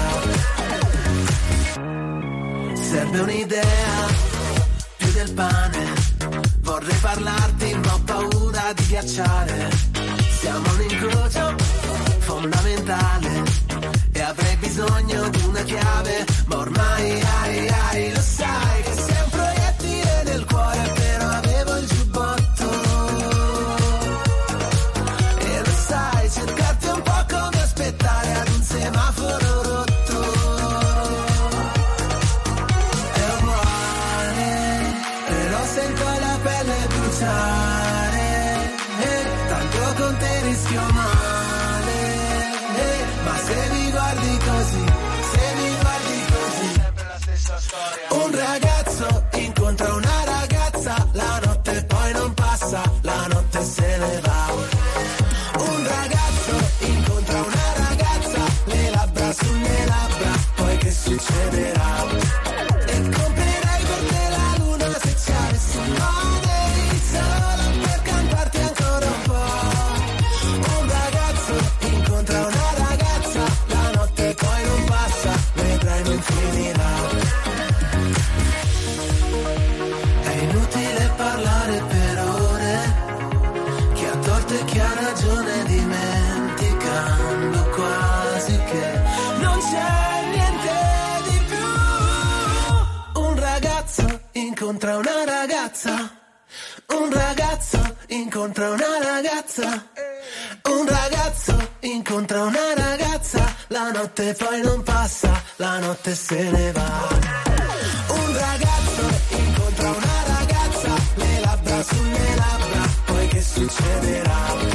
Serve un'idea più del pane, vorrei parlarti ma ho paura di ghiacciare. Siamo un incrocio fondamentale e avrei bisogno di una chiave, ma ormai ai, ai, lo sai che sei un proiettile nel cuore, però avevo il giubbotto. E lo sai, cercarti è un po' come aspettare ad un semaforo rotto. È uguale, però sento la pelle bruciare, e tanto con te rischio male, e, ma se mi guardi così, se mi guardi incontra una ragazza, un ragazzo incontra una ragazza, un ragazzo incontra una ragazza, la notte poi non passa, la notte se ne va. Un ragazzo incontra una ragazza, le labbra sulle labbra, poi che succederà?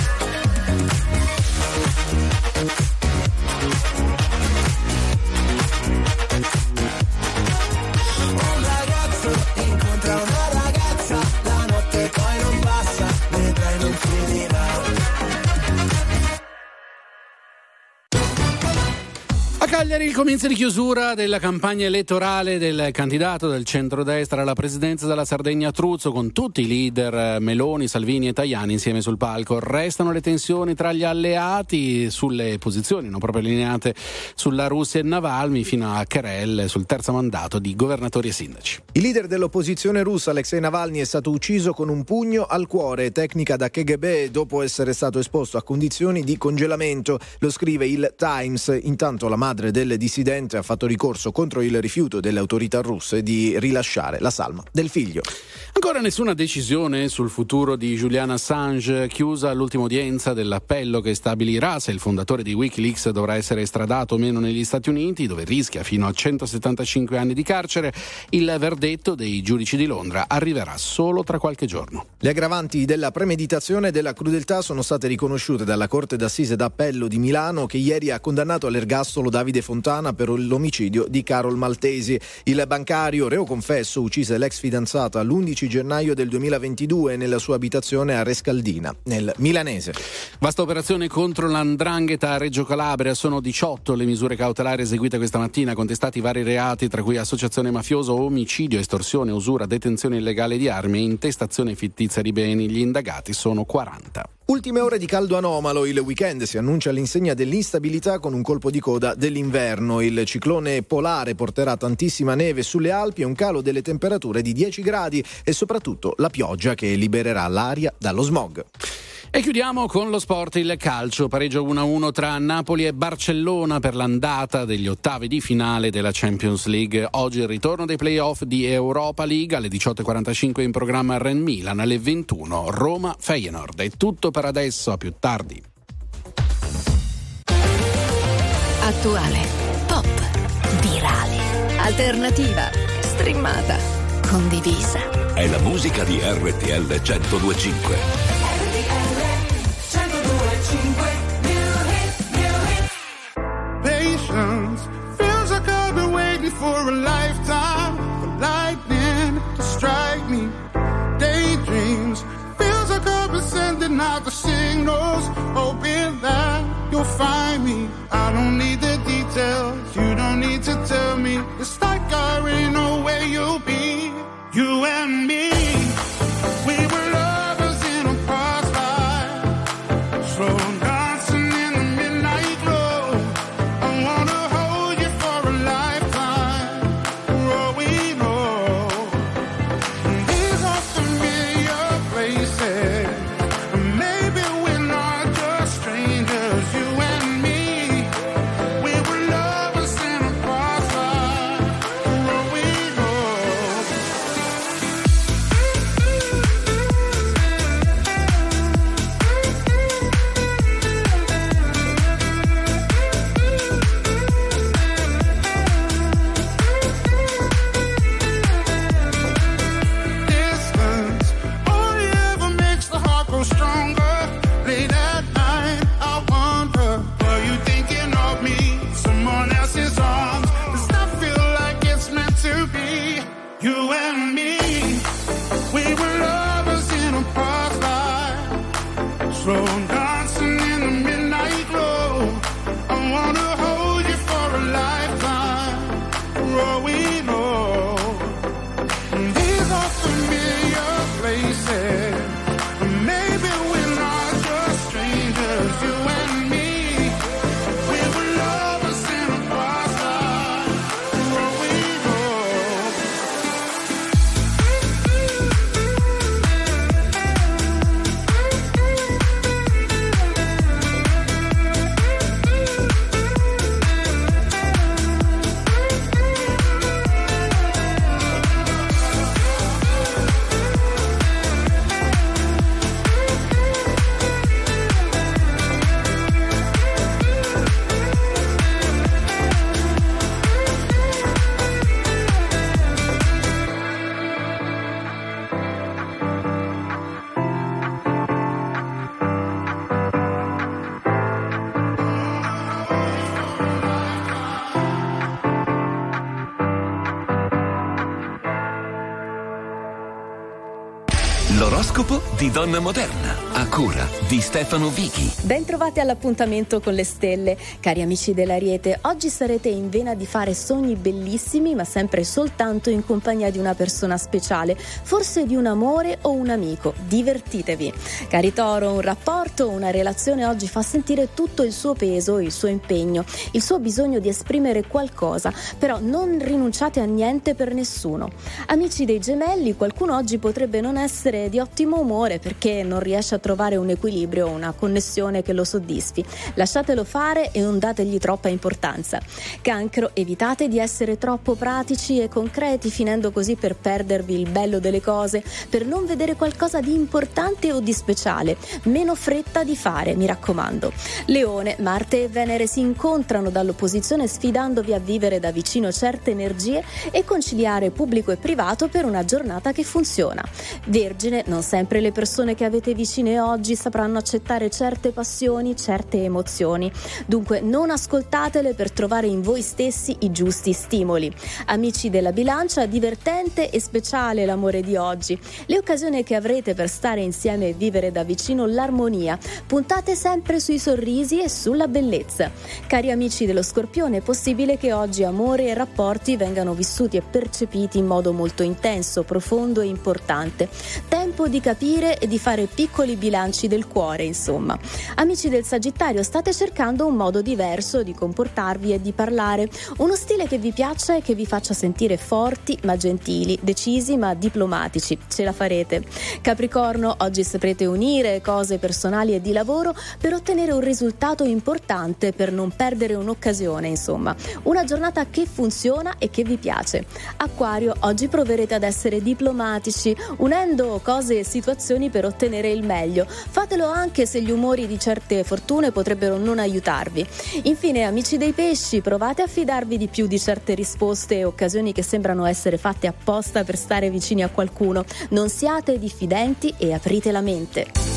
A Cagliari il comizio di chiusura della campagna elettorale del candidato del centrodestra alla presidenza della Sardegna Truzzo, con tutti i leader Meloni, Salvini e Tajani insieme sul palco. Restano le tensioni tra gli alleati sulle posizioni non proprio allineate sulla Russia e Navalny, fino a querelle sul terzo mandato di governatori e sindaci. Il leader dell'opposizione russa Alexei Navalny è stato ucciso con un pugno al cuore, tecnica da K G B, dopo essere stato esposto a condizioni di congelamento. Lo scrive il Times. Intanto la madre del dissidente ha fatto ricorso contro il rifiuto delle autorità russe di rilasciare la salma del figlio. Ancora nessuna decisione sul futuro di Julian Assange, chiusa l'ultima udienza dell'appello che stabilirà se il fondatore di Wikileaks dovrà essere estradato o meno negli Stati Uniti, dove rischia fino a centosettantacinque anni di carcere. Il verdetto dei giudici di Londra arriverà solo tra qualche giorno. Le aggravanti della premeditazione e della crudeltà sono state riconosciute dalla Corte d'Assise d'Appello di Milano, che ieri ha condannato all'ergastolo Davide Fontana per l'omicidio di Carol Maltesi. Il bancario, reo confesso, uccise l'ex fidanzata l'undici gennaio del duemilaventidue nella sua abitazione a Rescaldina, nel Milanese. Vasta operazione contro l'Andrangheta a Reggio Calabria. Sono diciotto le misure cautelari eseguite questa mattina, contestati vari reati, tra cui associazione mafiosa, omicidio, estorsione, usura, detenzione illegale di armi e intestazione fittizia di beni. Gli indagati sono quaranta. Ultime ore di caldo anomalo, il weekend si annuncia all'insegna dell'instabilità con un colpo di coda dell'inverno. Il ciclone polare porterà tantissima neve sulle Alpi e un calo delle temperature di dieci gradi e soprattutto la pioggia che libererà l'aria dallo smog. E chiudiamo con lo sport, il calcio, pareggio uno a uno tra Napoli e Barcellona per l'andata degli ottavi di finale della Champions League. Oggi il ritorno dei playoff di Europa League, alle diciotto e quarantacinque in programma Rennes Milan, alle ventuno Roma Feyenoord. È tutto per adesso, a più tardi. Attuale, pop, virale, alternativa, streamata, condivisa. È la musica di R T L centodue e cinque. Patience feels like I've been waiting for a lifetime, for lightning to strike me. Daydreams feels like I've been sending out the signals, hoping that you'll find me. I don't need the details, you don't need to tell me. It's like I already know where you'll be. You and me, we were lovers in a past life, slow dancing in the midnight glow. I wanna hold you for a lifetime, for all we know. These are familiar places, and maybe we're not just strangers. You and me, we were lovers in a past life, for all we know. di Donna Moderna, a cura di Stefano Vichi. Bentrovati all'appuntamento con le stelle. Cari amici dell'Ariete, oggi sarete in vena di fare sogni bellissimi, ma sempre soltanto in compagnia di una persona speciale, forse di un amore o un amico. Divertitevi. Cari Toro, un rapporto, una relazione oggi fa sentire tutto il suo peso, il suo impegno, il suo bisogno di esprimere qualcosa, però non rinunciate a niente per nessuno. Amici dei Gemelli, qualcuno oggi potrebbe non essere di ottimo umore perché non riesce a trovare un equilibrio o una connessione che lo soddisfi. Lasciatelo fare e non dategli troppa importanza. Cancro, evitate di essere troppo pratici e concreti, finendo così per perdervi il bello delle cose, per non vedere qualcosa di importante o di speciale. Meno fretta di fare, mi raccomando. Leone, Marte e Venere si incontrano dall'opposizione sfidandovi a vivere da vicino certe energie e conciliare pubblico e privato per una giornata che funziona. Vergine, non sempre le persone che avete vicine oggi sapranno accettare certe passioni, certe emozioni. Dunque non ascoltatele per trovare in voi stessi i giusti stimoli. Amici della Bilancia, divertente e speciale l'amore di oggi. Le occasioni che avrete per stare insieme e vivere da vicino l'armonia. Puntate sempre sui sorrisi e sulla bellezza. Cari amici dello Scorpione, è possibile che oggi amore e rapporti vengano vissuti e percepiti in modo molto intenso, profondo e importante. Tempo di capire e di fare piccoli bilanci del cuore, insomma. Amici del Sagittario, state cercando un modo diverso di comportarvi e di parlare, uno stile che vi piaccia e che vi faccia sentire forti ma gentili, decisi ma diplomatici. Ce la farete. Capricorno, oggi saprete unire cose personali e di lavoro per ottenere un risultato importante, per non perdere un'occasione, insomma. Una giornata che funziona e che vi piace. Acquario, oggi proverete ad essere diplomatici, unendo cose e situazioni per ottenere il meglio. Fatelo anche se gli umori di certe fortune potrebbero non aiutarvi. Infine, amici dei Pesci, provate a fidarvi di più di certe risposte e occasioni che sembrano essere fatte apposta per stare vicini a qualcuno. Non siate diffidenti e aprite la mente.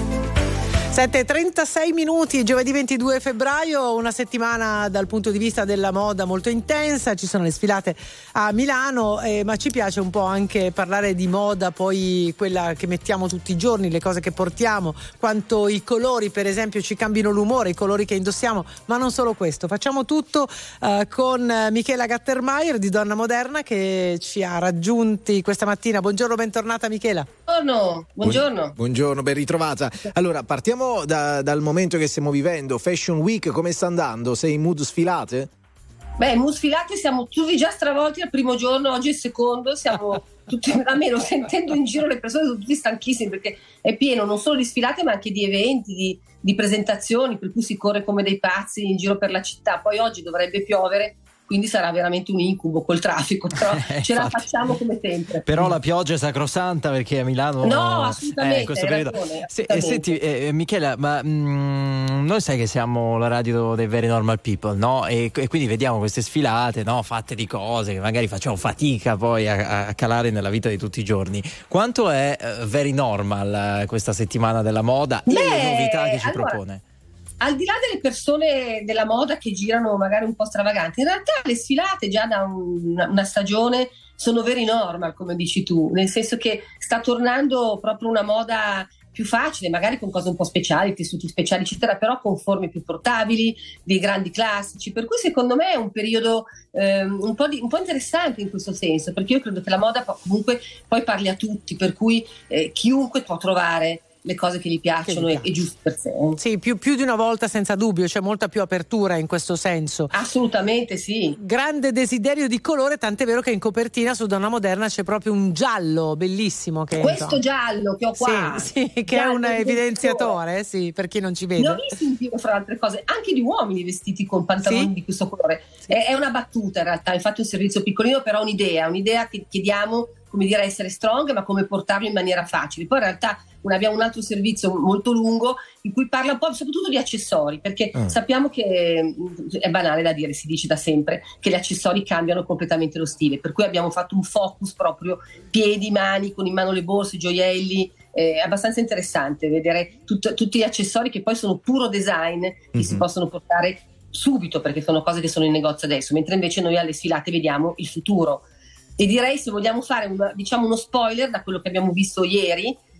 sette e trentasei minuti, giovedì ventidue febbraio, una settimana dal punto di vista della moda molto intensa, ci sono le sfilate a Milano, eh, ma ci piace un po' anche parlare di moda, poi quella che mettiamo tutti i giorni, le cose che portiamo, quanto i colori per esempio ci cambino l'umore, i colori che indossiamo, ma non solo questo. Facciamo tutto eh, con Michela Gattermeier di Donna Moderna che ci ha raggiunti questa mattina. Buongiorno, bentornata Michela. Buongiorno, buongiorno. Buongiorno, ben ritrovata. Allora, partiamo Da, dal momento che stiamo vivendo. Fashion Week come sta andando? Sei in mood sfilate? Beh, in mood sfilate siamo tutti già stravolti al primo giorno, oggi è il secondo, siamo tutti, almeno sentendo in giro le persone sono tutti stanchissimi perché è pieno non solo di sfilate ma anche di eventi, di, di presentazioni, per cui si corre come dei pazzi in giro per la città. Poi oggi dovrebbe piovere, quindi sarà veramente un incubo col traffico, però eh, ce la facciamo come sempre. Però la pioggia è sacrosanta perché a Milano no, assolutamente, eh, questo periodo. Ragione, Se, eh, senti eh, Michela, ma mh, noi sai che siamo la radio dei very normal people, no? E, e quindi vediamo queste sfilate, no? Fatte di cose che magari facciamo fatica poi a, a calare nella vita di tutti i giorni. Quanto è uh, very normal uh, questa settimana della moda e Beh, le novità che ci allora, propone? Al di là delle persone della moda che girano magari un po' stravaganti, in realtà le sfilate già da un, una stagione sono very normal, come dici tu, nel senso che sta tornando proprio una moda più facile, magari con cose un po' speciali, tessuti speciali eccetera, però con forme più portabili, dei grandi classici, per cui secondo me è un periodo ehm, un, po' di, un po' interessante in questo senso, perché io credo che la moda comunque poi parli a tutti, per cui eh, chiunque può trovare le cose che gli piacciono e giusto per sé. Sì, più, più di una volta senza dubbio, c'è molta più apertura in questo senso. Assolutamente sì. Grande desiderio di colore, tant'è vero che in copertina su Donna Moderna c'è proprio un giallo bellissimo. Che Questo so. giallo che ho qua. Sì, sì, che è un evidenziatore, sì, per chi non ci vede. Ne ho visti in giro fra altre cose, anche di uomini vestiti con pantaloni sì? di questo colore. Sì. È, è una battuta in realtà, infatti è un servizio piccolino, però un'idea, un'idea che chiediamo, come dire, essere strong, ma come portarlo in maniera facile. Poi in realtà abbiamo un altro servizio molto lungo in cui parla un po' soprattutto di accessori, perché mm. sappiamo che è banale da dire, si dice da sempre che gli accessori cambiano completamente lo stile, per cui abbiamo fatto un focus proprio piedi, mani, con in mano le borse, gioielli. È abbastanza interessante vedere tut- tutti gli accessori che poi sono puro design, che mm-hmm. si possono portare subito perché sono cose che sono in negozio adesso, mentre invece noi alle sfilate vediamo il futuro. E direi, se vogliamo fare un, diciamo uno spoiler da quello che abbiamo visto ieri,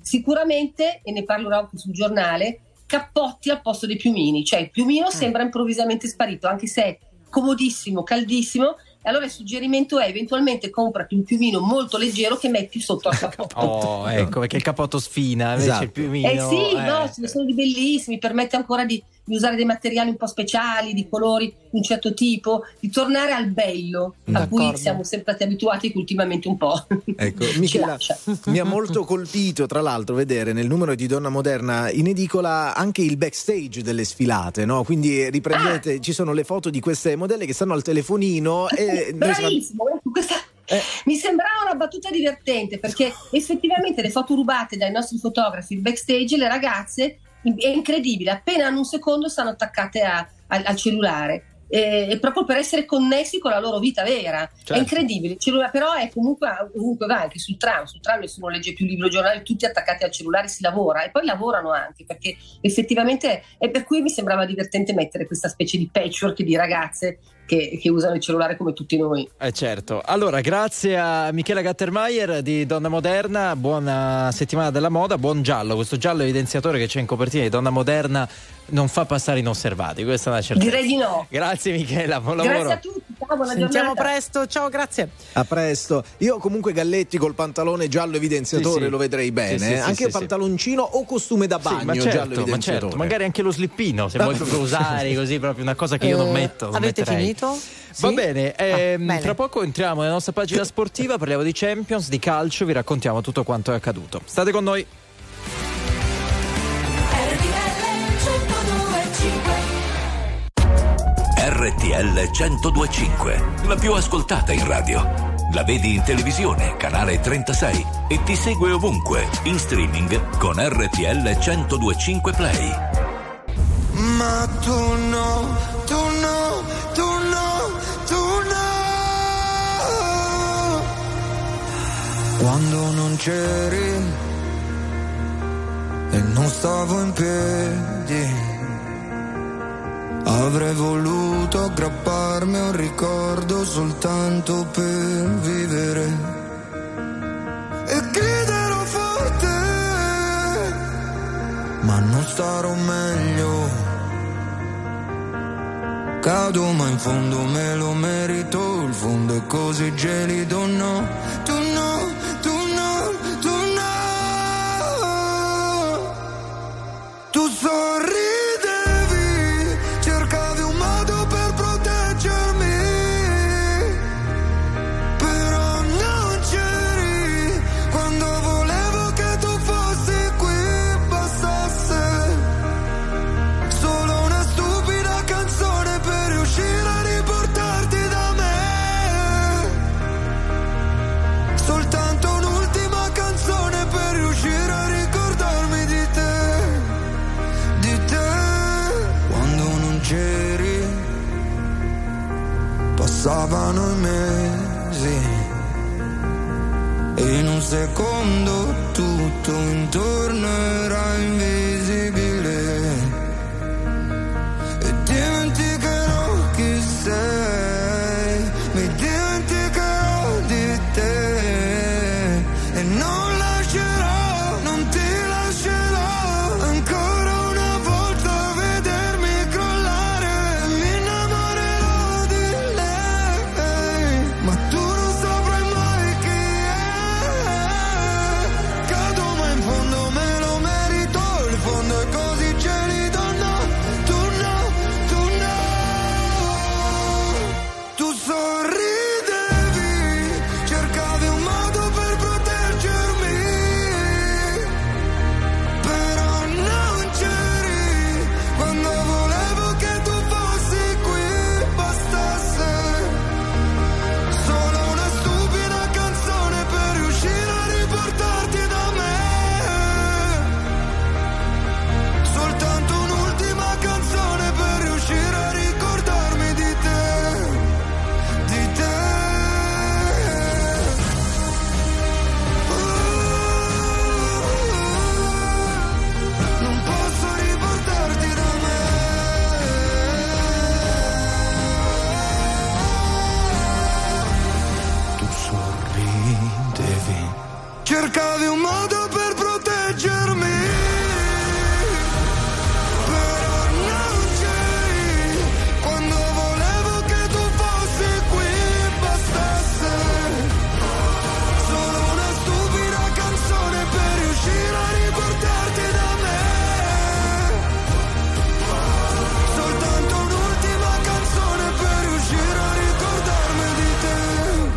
sicuramente, e ne parlerò anche sul giornale, cappotti al posto dei piumini, cioè il piumino sembra improvvisamente sparito, anche se è comodissimo, caldissimo. Allora il suggerimento è eventualmente comprati un piumino molto leggero che metti sotto al cappotto. Oh, ecco, perché il cappotto sfina, invece Esatto. il piumino... Eh sì, eh. no, ce ne sono di bellissimi, permette ancora di, di usare dei materiali un po' speciali, di colori di un certo tipo, di tornare al bello a D'accordo. cui siamo sempre stati abituati, che ultimamente un po'. Ecco, ci Michela, lascia. mi ha molto colpito tra l'altro vedere nel numero di Donna Moderna in edicola anche il backstage delle sfilate, no? Quindi riprendete, Ah! ci sono le foto di queste modelle che stanno al telefonino e noi siamo- Bravissimo, questa mi sembrava una battuta divertente, perché effettivamente le foto rubate dai nostri fotografi, il backstage, le ragazze, è incredibile, appena hanno un secondo stanno attaccate a- al, al cellulare. E, e proprio per essere connessi con la loro vita vera, Certo. è incredibile. Il cellulare, però è comunque ovunque va, anche sul tram, sul tram nessuno legge più libro giornale, tutti attaccati al cellulare, si lavora e poi lavorano anche, perché effettivamente è per cui mi sembrava divertente mettere questa specie di patchwork di ragazze che, che usano il cellulare come tutti noi. Eh certo. Allora, grazie a Michela Gattermeier di Donna Moderna, buona settimana della moda, buon giallo. Questo giallo evidenziatore che c'è in copertina di Donna Moderna non fa passare inosservati, questa è una certezza. Direi di no. Grazie Michela, buon Grazie lavoro. a tutti, ciao, buona Sentiamo giornata. presto, ciao, grazie. A presto. Io comunque Galletti col pantalone giallo evidenziatore Sì, sì. lo vedrei bene, Sì, sì, eh. sì, anche sì, pantaloncino o costume da Sì, bagno ma giallo certo, ma evidenziatore. certo, magari anche lo slippino se vuoi proprio usare così, proprio una cosa che io non Eh, metto. Non avete metterei. finito? Va Sì? bene, ehm, Ah, bene. tra poco entriamo nella nostra pagina sportiva, parliamo di Champions, di calcio, vi raccontiamo tutto quanto è accaduto. State con noi. R T L centodue e cinque, la più ascoltata in radio. La vedi in televisione, canale trentasei, e ti segue ovunque, in streaming con R T L centodue e cinque Play. Ma tu no, tu no, tu no, tu no. Quando non c'eri e non stavo in piedi, avrei voluto aggrapparmi a un ricordo soltanto per vivere e griderò forte, ma non starò meglio. Cado ma in fondo me lo merito, il fondo è così gelido, no, tu no, tu no, tu no. Tu sorridevi, cercavi un modo per proteggermi, però non c'eri quando volevo che tu fossi qui, bastasse solo una stupida canzone per riuscire a riportarti da me, soltanto un'ultima canzone per riuscire a ricordarmi di te, di te. Quando non c'eri passavano i mesi e in un secondo tutto intorno era invisibile e dimenticherò chi sei, mi dimenticherò di te e non lascerò, non ti lascerò ancora una volta vedermi crollare, mi innamorerò di lei, ma tu non saprai mai chi è. Cado ma in fondo me lo merito, il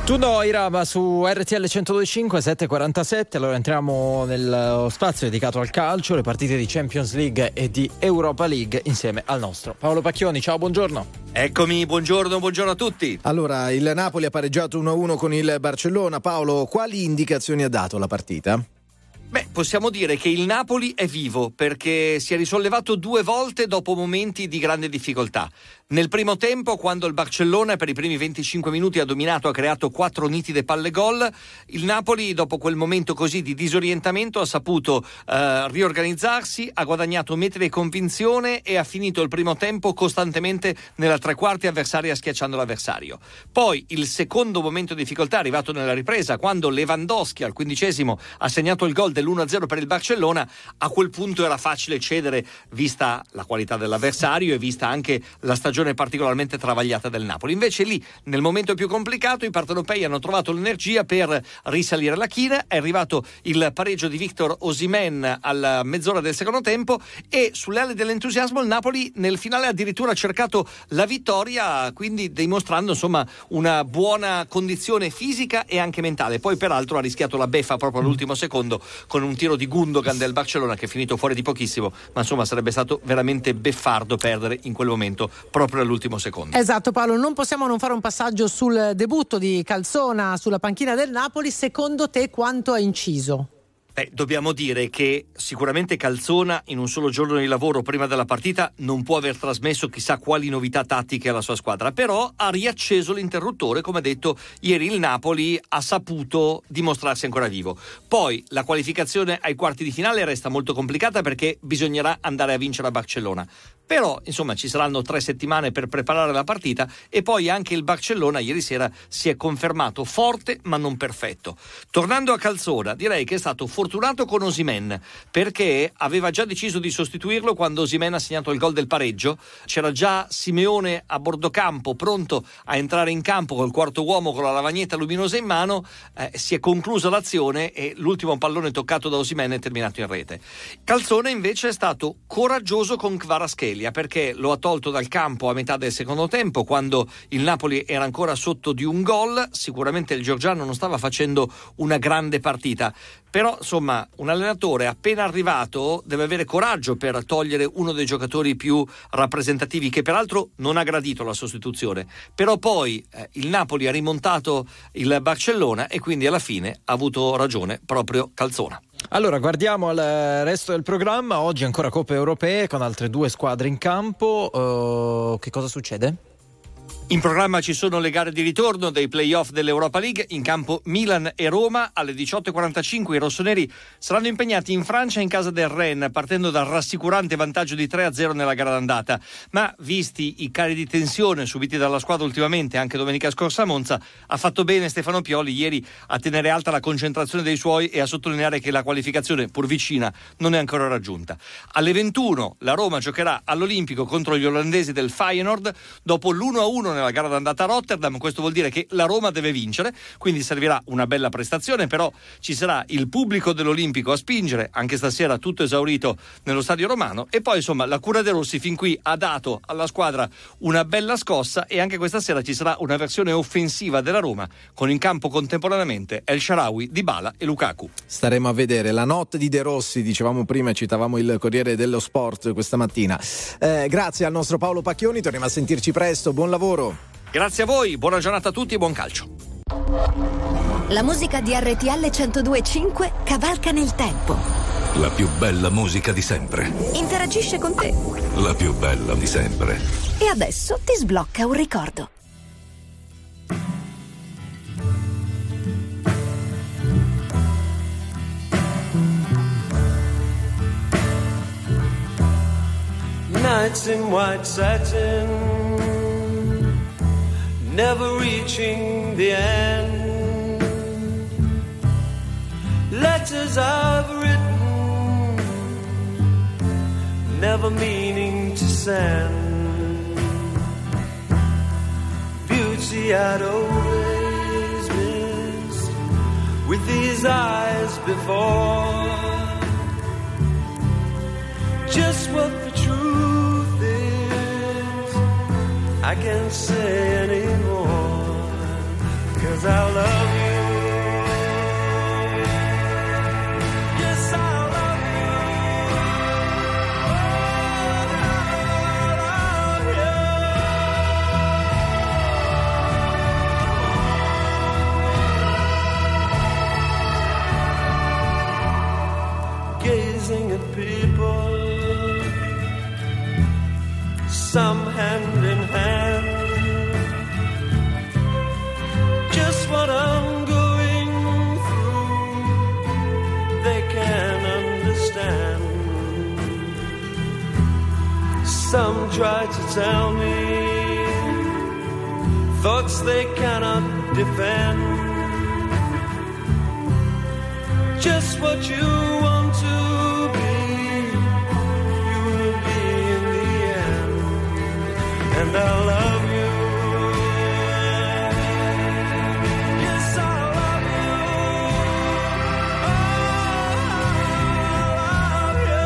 Tu no, Irama, su R T L centodue e cinque, sette e quarantasette. Allora entriamo nello spazio dedicato al calcio, le partite di Champions League e di Europa League insieme al nostro Paolo Pacchioni. Ciao, buongiorno. Eccomi, buongiorno, buongiorno a tutti. Allora, il Napoli ha pareggiato uno a uno con il Barcellona. Paolo, quali indicazioni ha dato la partita? Beh, possiamo dire che il Napoli è vivo perché si è risollevato due volte dopo momenti di grande difficoltà. Nel primo tempo, quando il Barcellona per i primi venticinque minuti ha dominato, ha creato quattro nitide palle gol, il Napoli dopo quel momento così di disorientamento ha saputo eh, riorganizzarsi, ha guadagnato metri e convinzione e ha finito il primo tempo costantemente nella tre quarti avversaria schiacciando l'avversario. Poi il secondo momento di difficoltà è arrivato nella ripresa, quando Lewandowski al quindicesimo ha segnato il gol dell'uno a zero per il Barcellona. A quel punto era facile cedere vista la qualità dell'avversario e vista anche la stagione particolarmente travagliata del Napoli. Invece lì, nel momento più complicato, i partenopei hanno trovato l'energia per risalire la china. È arrivato il pareggio di Victor Osimhen alla mezz'ora del secondo tempo e sulle ali dell'entusiasmo il Napoli nel finale ha addirittura cercato la vittoria, quindi dimostrando insomma una buona condizione fisica e anche mentale. Poi peraltro ha rischiato la beffa proprio all'ultimo secondo con un tiro di Gundogan del Barcellona che è finito fuori di pochissimo, ma insomma sarebbe stato veramente beffardo perdere in quel momento proprio all'ultimo secondo. Esatto, Paolo, non possiamo non fare un passaggio sul debutto di Calzona sulla panchina del Napoli. Secondo te quanto ha inciso? Eh, dobbiamo dire che sicuramente Calzona in un solo giorno di lavoro prima della partita non può aver trasmesso chissà quali novità tattiche alla sua squadra, però ha riacceso l'interruttore. Come detto, ieri il Napoli ha saputo dimostrarsi ancora vivo. Poi la qualificazione ai quarti di finale resta molto complicata perché bisognerà andare a vincere a Barcellona, però insomma ci saranno tre settimane per preparare la partita e poi anche il Barcellona ieri sera si è confermato forte ma non perfetto. Tornando a Calzona, direi che è stato fortunato con Osimhen perché aveva già deciso di sostituirlo quando Osimhen ha segnato il gol del pareggio. C'era già Simeone a bordo campo pronto a entrare in campo col quarto uomo con la lavagnetta luminosa in mano. Eh, si è conclusa l'azione e l'ultimo pallone toccato da Osimhen è terminato in rete. Calzona invece è stato coraggioso con Kvaratskhelia perché lo ha tolto dal campo a metà del secondo tempo quando il Napoli era ancora sotto di un gol. Sicuramente il georgiano non stava facendo una grande partita, però insomma un allenatore appena arrivato deve avere coraggio per togliere uno dei giocatori più rappresentativi, che peraltro non ha gradito la sostituzione, però poi eh, il Napoli ha rimontato il Barcellona e quindi alla fine ha avuto ragione proprio Calzona. Allora guardiamo al resto del programma. Oggi ancora Coppe Europee con altre due squadre in campo. Uh, che cosa succede? In programma ci sono le gare di ritorno dei play-off dell'Europa League. In campo Milan e Roma. Alle diciotto e quarantacinque i rossoneri saranno impegnati in Francia in casa del Rennes, partendo dal rassicurante vantaggio di tre a zero nella gara d'andata. Ma visti i cali di tensione subiti dalla squadra ultimamente, anche domenica scorsa a Monza, ha fatto bene Stefano Pioli ieri a tenere alta la concentrazione dei suoi e a sottolineare che la qualificazione, pur vicina, non è ancora raggiunta. Alle ventuno la Roma giocherà all'Olimpico contro gli olandesi del Feyenoord dopo l'uno a uno nella gara d'andata a Rotterdam. Questo vuol dire che la Roma deve vincere, quindi servirà una bella prestazione, però ci sarà il pubblico dell'Olimpico a spingere, anche stasera tutto esaurito nello stadio romano, e poi insomma la Cura de Rossi fin qui ha dato alla squadra una bella scossa e anche questa sera ci sarà una versione offensiva della Roma con in campo contemporaneamente El Shaarawy, Dybala e Lukaku. Staremo a vedere la notte di De Rossi, dicevamo prima, citavamo il Corriere dello Sport questa mattina. Eh, grazie al nostro Paolo Pacchioni, torniamo a sentirci presto, buon lavoro. Grazie a voi, buona giornata a tutti e buon calcio. La musica di R T L centodue e cinque cavalca nel tempo. La più bella musica di sempre. Interagisce con te. La più bella di sempre. E adesso ti sblocca un ricordo. Nights in white satin, never reaching the end. Letters I've written, never meaning to send. Beauty I'd always missed with these eyes before. Just what the truth is, I can't say anymore. 'cause I love you. Yes, I love you. Oh, gazing at people, some hand in hand, just what I'm going through, they can understand. Some try to tell me thoughts they cannot defend, just what you want to be, you will be in the end. And I love you. Yes, I love you. Oh, I love you.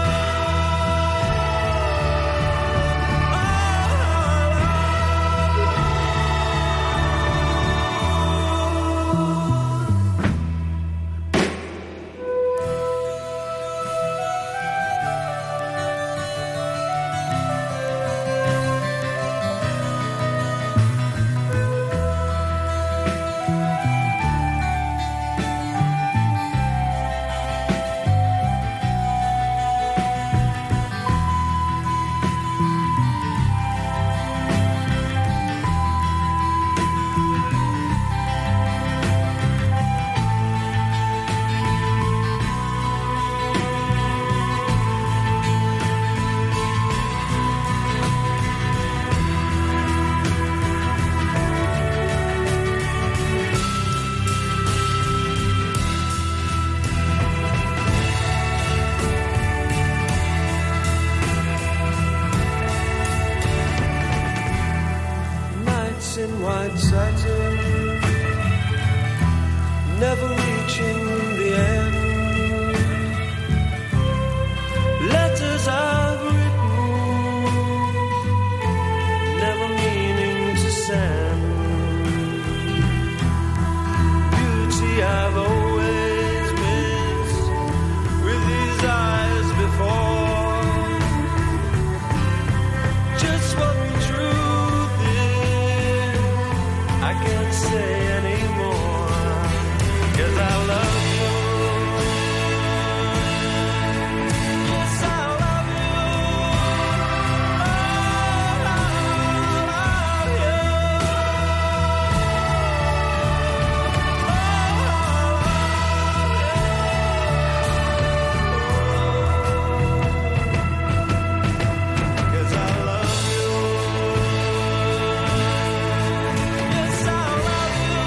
In white satin, never reaching the end. Letters I've written, never meaning to send. Beauty I've always missed with these eyes before. Just what the truth is, I can't say anymore, 'cause I love you. Yes, I love you. Oh, I love you. Oh, 'cause I love you. Yes, I love you.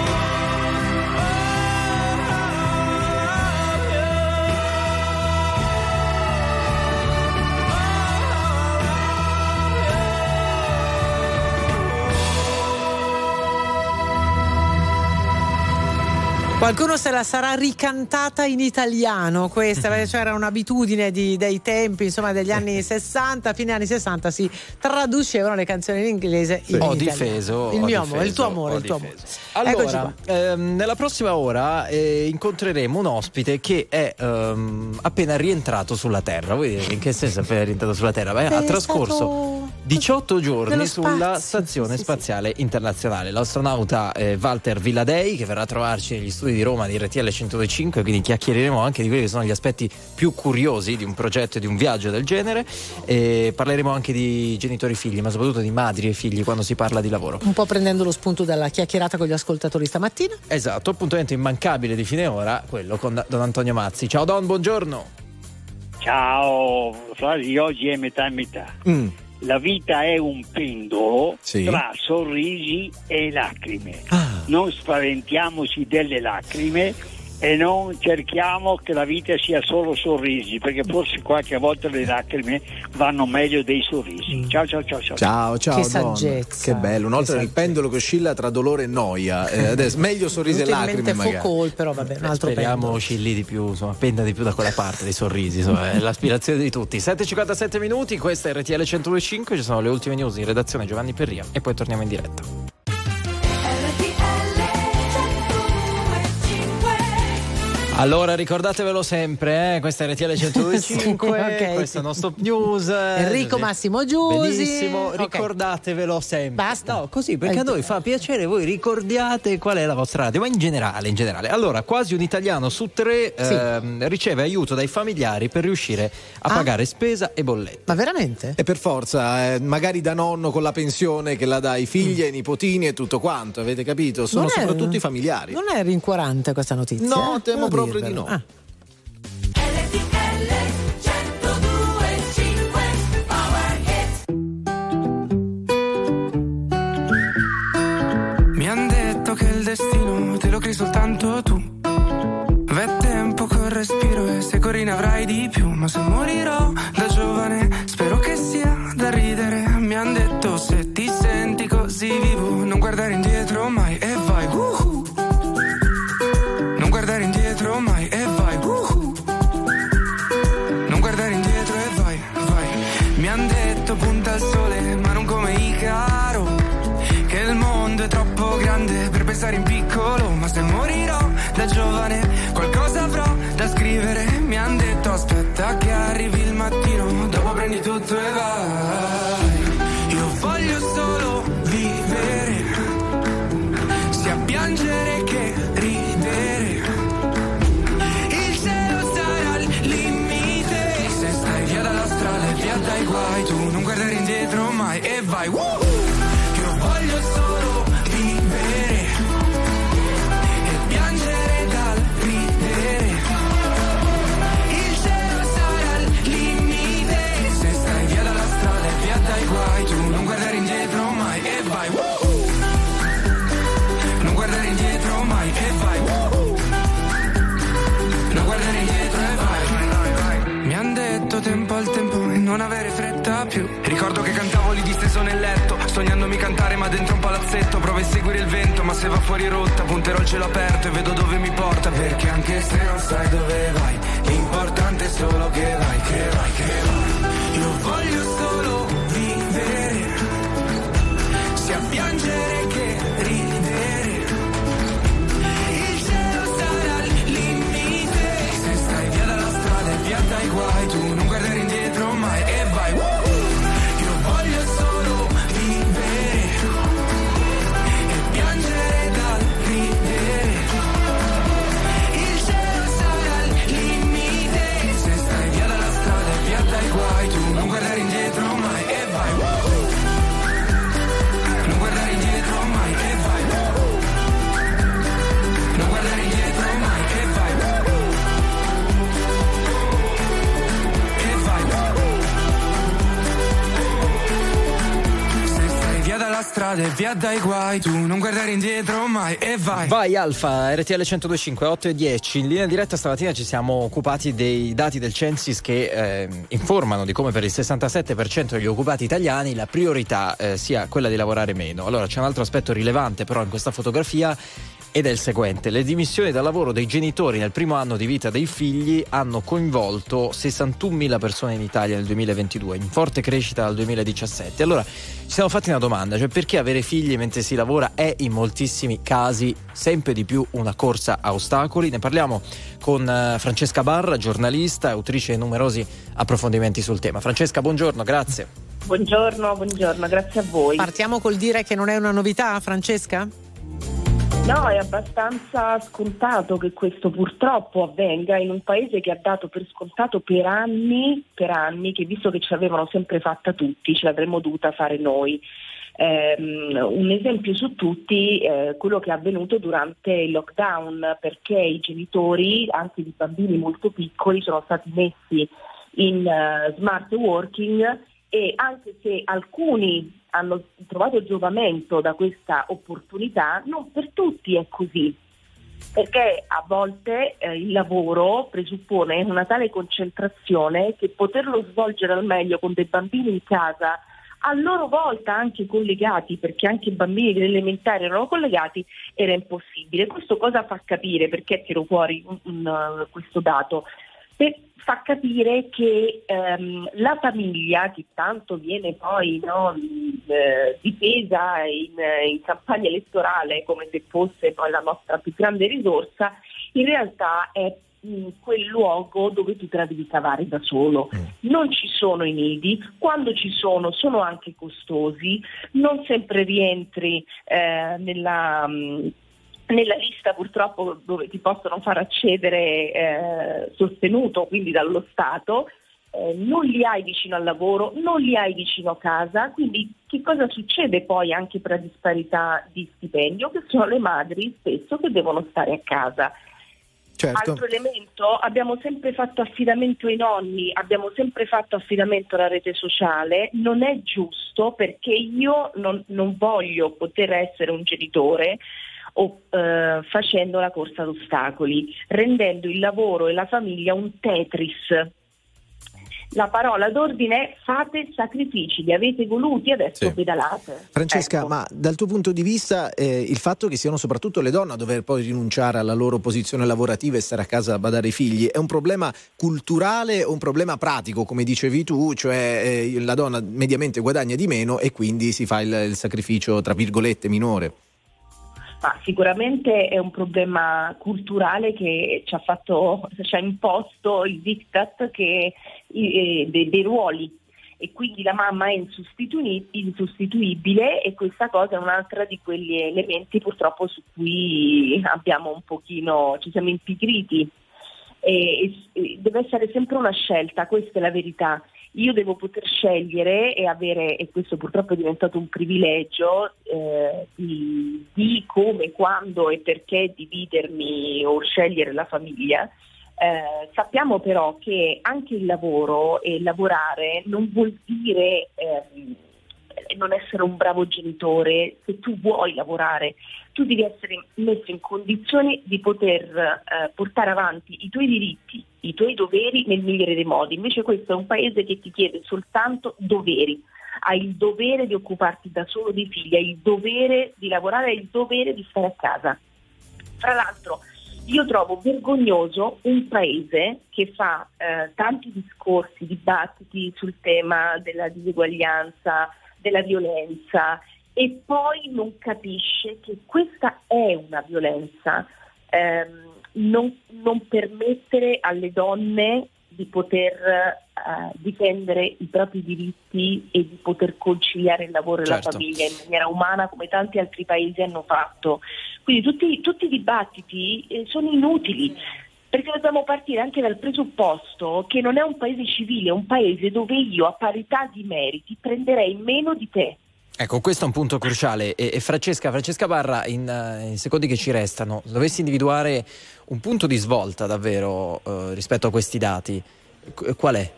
Qualcuno se la sarà ricantata in italiano questa, perché c'era un'abitudine di, dei tempi, insomma, degli anni sessanta, fine anni sessanta si traducevano le canzoni in inglese in ho italiano. difeso il ho mio difeso, amore, il tuo amore, ho il tuo difeso. amore. Eccoci Allora, qua. ehm, nella prossima ora eh, incontreremo un ospite che è ehm, appena rientrato sulla Terra. Vuoi dire in che senso è appena rientrato sulla Terra? Beh, ha È trascorso stato diciotto giorni nello sulla spazio, Stazione sì, sì, Spaziale Internazionale. L'astronauta eh, Walter Villadei, che verrà a trovarci negli studi di Roma di R T L centodue e cinque, quindi chiacchiereremo anche di quelli che sono gli aspetti più curiosi di un progetto e di un viaggio del genere, e parleremo anche di genitori e figli, ma soprattutto di madri e figli quando si parla di lavoro. Un po' prendendo lo spunto dalla chiacchierata con gli ascoltatori stamattina. Esatto, appuntamento immancabile di fine ora, quello con Don Antonio Mazzi. Ciao Don, buongiorno. Ciao, Flavio, oggi è metà e metà. Mm. La vita è un pendolo Sì. tra sorrisi e lacrime. Ah. Non spaventiamoci delle lacrime e non cerchiamo che la vita sia solo sorrisi, perché forse qualche volta le lacrime vanno meglio dei sorrisi. Ciao ciao ciao ciao. Ciao, ciao, Che Don. saggezza. Che bello. Una volta era il pendolo che oscilla tra dolore e noia. Eh, adesso meglio sorrisi e lacrime, magari. Foucault, però vabbè, un altro Speriamo pendolo. oscilli di più, insomma, penda di più da quella parte dei sorrisi, insomma, è l'aspirazione di tutti. sette e cinquantasette minuti, questa è R T L centodue e cinque, ci sono le ultime news in redazione, Giovanni Perria, e poi torniamo in diretta. R T L Allora ricordatevelo sempre, eh? Questa è R T L centodue e cinque, Okay, questo è sì. Non Stop News. Enrico Così. Massimo Giusi. Benissimo, Ok. ricordatevelo sempre. Basta. No, così, perché a noi fa piacere, voi ricordiate qual è la vostra radio, ma in generale, in generale. Allora, quasi un italiano su tre Sì. ehm, riceve aiuto dai familiari per riuscire a Ah. pagare spesa e bollette. Ma veramente? E per forza, eh, magari da nonno con la pensione che la dà ai figli, ai nipotini e tutto quanto, avete capito? Sono Non è- soprattutto i familiari. Non è rincuorante questa notizia? No, eh? temo Devo proprio di dirvelo. no. Ah. Mi han detto che il destino te lo crei soltanto tu. V'è tempo col respiro e se corri ne avrai di più. Ma se morirò da giovane spero che sia da ridere. Mi han detto se ti senti così vivo non guardare indietro mai e vai uhu. Non guardare indietro mai e vai uhu. Non guardare indietro e vai, vai. Mi han detto punta al sole ma non come Icaro, che il mondo è troppo grande per pensare in piccolo. Ma se morirò da giovane qualcosa avrò da scrivere. Mi han detto aspetta che arrivi il mattino, dopo prendi tutto e vai. Io voglio solo vivere, sia piangere che ridere. Il cielo sarà il limite, se stai via dalla strada e via dai guai, tu non guardare indietro mai e vai. Woohoo! Io voglio solo vivere e piangere dal ridere. Il cielo sarà il limite, se stai via dalla strada e via dai guai, tu non guardare indietro mai e vai. Woohoo! Non guardare indietro mai e vai. Woohoo! Non guardare indietro e vai. Mi han detto tempo al tempo e non avere fretta più. Ricordo che cantavo lì disteso nel letto, sognandomi cantare ma dentro un palazzetto. Provo a seguire il vento ma se va fuori rotta punterò il cielo aperto e vedo dove mi porta. Perché anche se non sai dove vai, l'importante è solo che vai, che vai, che vai. Io voglio solo vivere, sia piangere che ridere. Il cielo sarà il limite, se stai via dalla strada e via dai guai, tu non guardare indietro mai e vai. Woohoo! Io voglio solo vivere e piangere dal ridere. Il cielo sarà il limite, se stai via dalla strada e via dai guai, tu non guardare indietro mai e vai. Woohoo! Non guardare indietro mai e vai. Woohoo! Non guardare indietro mai e vai. Woohoo! E vai. Woohoo! Se stai via dalla strada e via dai guai, tu non guardare indietro mai e vai. Vai Alfa, R T L centodue e cinque, otto e dieci. In linea diretta stamattina ci siamo occupati dei dati del Censis che eh, informano di come per il sessantasette per cento degli occupati italiani la priorità eh, sia quella di lavorare meno. Allora c'è un altro aspetto rilevante però in questa fotografia ed è il seguente: le dimissioni dal lavoro dei genitori nel primo anno di vita dei figli hanno coinvolto sessantunomila persone in Italia nel duemilaventidue, in forte crescita dal duemiladiciassette. Allora ci siamo fatti una domanda, cioè perché avere figli mentre si lavora è in moltissimi casi sempre di più una corsa a ostacoli. Ne parliamo con uh, Francesca Barra, giornalista, autrice di numerosi approfondimenti sul tema. Francesca, buongiorno, grazie. Buongiorno, buongiorno, grazie a voi. Partiamo col dire che non è una novità, Francesca? No, è abbastanza scontato che questo purtroppo avvenga in un paese che ha dato per scontato per anni, per anni, che visto che ci avevano sempre fatta tutti, ce l'avremmo dovuta fare noi. Um, un esempio su tutti, eh, quello che è avvenuto durante il lockdown, perché i genitori, anche di bambini molto piccoli, sono stati messi in uh, smart working, e anche se alcuni hanno trovato giovamento da questa opportunità, non per tutti è così, perché a volte eh, il lavoro presuppone una tale concentrazione che poterlo svolgere al meglio con dei bambini in casa, a loro volta anche collegati, perché anche i bambini delle elementari erano collegati, era impossibile. Questo cosa fa capire? Perché tiro fuori un, un, questo dato? Per, fa capire che ehm, la famiglia, che tanto viene poi no, eh, difesa in, in campagna elettorale come se fosse poi la nostra più grande risorsa, in realtà è mh, quel luogo dove tu te la devi cavare da solo. Non ci sono i nidi, quando ci sono sono anche costosi, non sempre rientri eh, nella... Mh, nella lista purtroppo dove ti possono far accedere eh, sostenuto, quindi dallo Stato, eh, non li hai vicino al lavoro, non li hai vicino a casa, quindi che cosa succede poi anche per la disparità di stipendio? Che sono le madri spesso che devono stare a casa. Certo. Altro elemento, abbiamo sempre fatto affidamento ai nonni, abbiamo sempre fatto affidamento alla rete sociale, non è giusto perché io non, non voglio poter essere un genitore o eh, facendo la corsa ad ostacoli, rendendo il lavoro e la famiglia un Tetris. La parola d'ordine è: fate sacrifici, li avete voluti, adesso Sì. pedalate. Francesca, Ecco. ma dal tuo punto di vista eh, il fatto che siano soprattutto le donne a dover poi rinunciare alla loro posizione lavorativa e stare a casa a badare ai figli è un problema culturale o un problema pratico, come dicevi tu, cioè eh, la donna mediamente guadagna di meno e quindi si fa il, il sacrificio tra virgolette minore? Ma sicuramente è un problema culturale che ci ha fatto, ci ha imposto il diktat che, eh, dei, dei ruoli, e quindi la mamma è insostitu- insostituibile, e questa cosa è un'altra di quegli elementi purtroppo su cui abbiamo un pochino, ci siamo impigriti. E, e deve essere sempre una scelta, questa è la verità. Io devo poter scegliere e avere, e questo purtroppo è diventato un privilegio, eh, di, di come, quando e perché dividermi o scegliere la famiglia. Eh, sappiamo però che anche il lavoro e lavorare non vuol dire eh, non essere un bravo genitore. Se tu vuoi lavorare, tu devi essere messo in condizioni di poter eh, portare avanti i tuoi diritti, i tuoi doveri nel migliore dei modi. Invece questo è un paese che ti chiede soltanto doveri. Hai il dovere di occuparti da solo dei figli, hai il dovere di lavorare, hai il dovere di stare a casa. Tra l'altro io trovo vergognoso un paese che fa eh, tanti discorsi, dibattiti sul tema della diseguaglianza, della violenza, e poi non capisce che questa è una violenza. Ehm, non, non permettere alle donne di poter eh, difendere i propri diritti e di poter conciliare il lavoro Certo. e la famiglia in maniera umana, come tanti altri paesi hanno fatto. Quindi tutti, tutti i dibattiti eh, sono inutili, perché dobbiamo partire anche dal presupposto che non è un paese civile, è un paese dove io a parità di meriti prenderei meno di te. Ecco, questo è un punto cruciale. E, e Francesca, Francesca Barra, in, uh, in secondi che ci restano, dovessi individuare un punto di svolta davvero uh, rispetto a questi dati, Qu- qual è?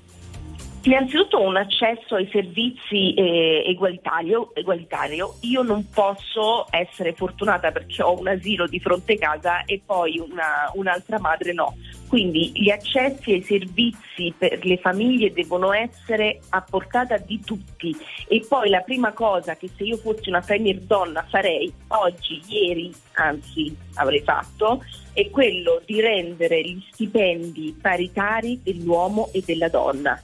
Innanzitutto un accesso ai servizi eh, egualitario, egualitario. Io non posso essere fortunata perché ho un asilo di fronte a casa e poi una, un'altra madre no. Quindi gli accessi ai servizi per le famiglie devono essere a portata di tutti. E poi la prima cosa che, se io fossi una premier donna farei oggi, ieri, anzi avrei fatto, è quello di rendere gli stipendi paritari dell'uomo e della donna.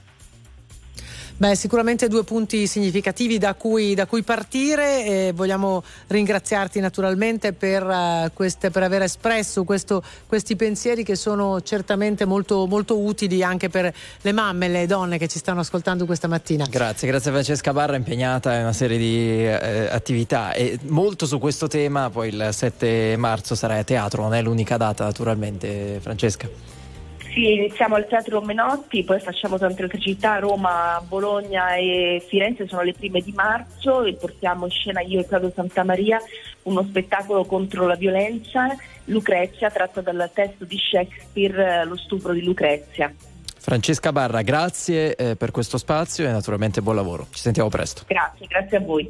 Beh, sicuramente due punti significativi da cui, da cui partire, e vogliamo ringraziarti naturalmente per, uh, queste, per aver espresso questo, questi pensieri che sono certamente molto, molto utili anche per le mamme e le donne che ci stanno ascoltando questa mattina. Grazie, grazie a Francesca Barra, impegnata in una serie di eh, attività, e molto su questo tema. Poi il sette marzo sarai a teatro, non è l'unica data naturalmente, Francesca. Sì, iniziamo al Teatro Menotti, poi facciamo tante altre città, Roma, Bologna e Firenze sono le prime di marzo, e portiamo in scena io e Claudio Santamaria uno spettacolo contro la violenza, Lucrezia, tratto dal testo di Shakespeare, Lo stupro di Lucrezia. Francesca Barra, grazie eh, per questo spazio e naturalmente buon lavoro. Ci sentiamo presto. Grazie, grazie a voi.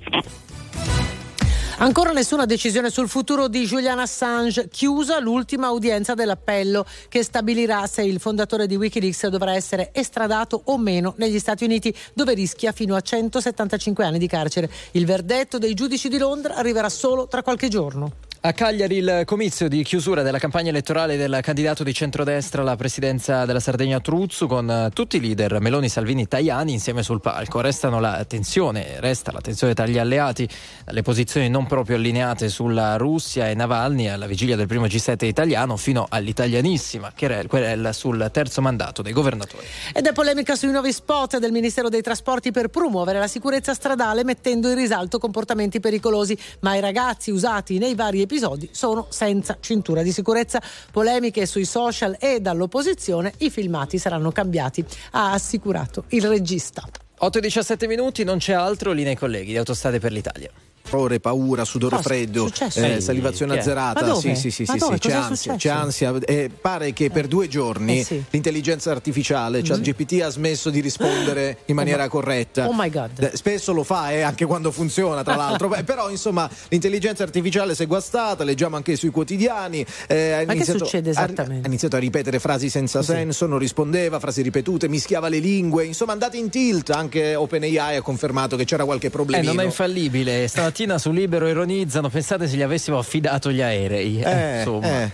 Ancora nessuna decisione sul futuro di Julian Assange, chiusa l'ultima udienza dell'appello che stabilirà se il fondatore di Wikileaks dovrà essere estradato o meno negli Stati Uniti, dove rischia fino a centosettantacinque anni di carcere. Il verdetto dei giudici di Londra arriverà solo tra qualche giorno. A Cagliari il comizio di chiusura della campagna elettorale del candidato di centrodestra alla presidenza della Sardegna Truzzu, con tutti i leader Meloni, Salvini, Tajani insieme sul palco. Restano la tensione, resta la tensione tra gli alleati, le posizioni non proprio allineate sulla Russia e Navalny alla vigilia del primo G sette italiano, fino all'italianissima querela sul terzo mandato dei governatori. Ed è polemica sui nuovi spot del Ministero dei Trasporti per promuovere la sicurezza stradale, mettendo in risalto comportamenti pericolosi, ma i ragazzi usati nei vari episodi episodi sono senza cintura di sicurezza. Polemiche sui social e dall'opposizione, i filmati saranno cambiati, ha assicurato il regista. otto e diciassette minuti, non c'è altro, linea ai colleghi di Autostrade per l'Italia. Ore, paura, sudore Cosa? freddo, eh, salivazione azzerata. Ma dove? Sì, sì, sì, Ma sì, dove? sì. C'è Cos'è ansia, successo? c'è ansia. Eh, pare che per due giorni Eh sì. l'intelligenza artificiale, Mm-hmm. ChatGPT, ha smesso di rispondere in maniera Oh corretta. Oh my God. Eh, Spesso lo fa, eh, anche quando funziona, tra l'altro. Beh, però, insomma, l'intelligenza artificiale si è guastata, leggiamo anche sui quotidiani. Eh, ha Ma che iniziato, succede esattamente? Ha, ha iniziato a ripetere frasi senza Sì. senso, non rispondeva, frasi ripetute, mischiava le lingue. Insomma, andate in tilt. Anche OpenAI ha confermato che c'era qualche Eh, problemino. non è infallibile. Stamattina su Libero ironizzano, pensate se gli avessimo affidato gli aerei. Eh, Eh, insomma. eh.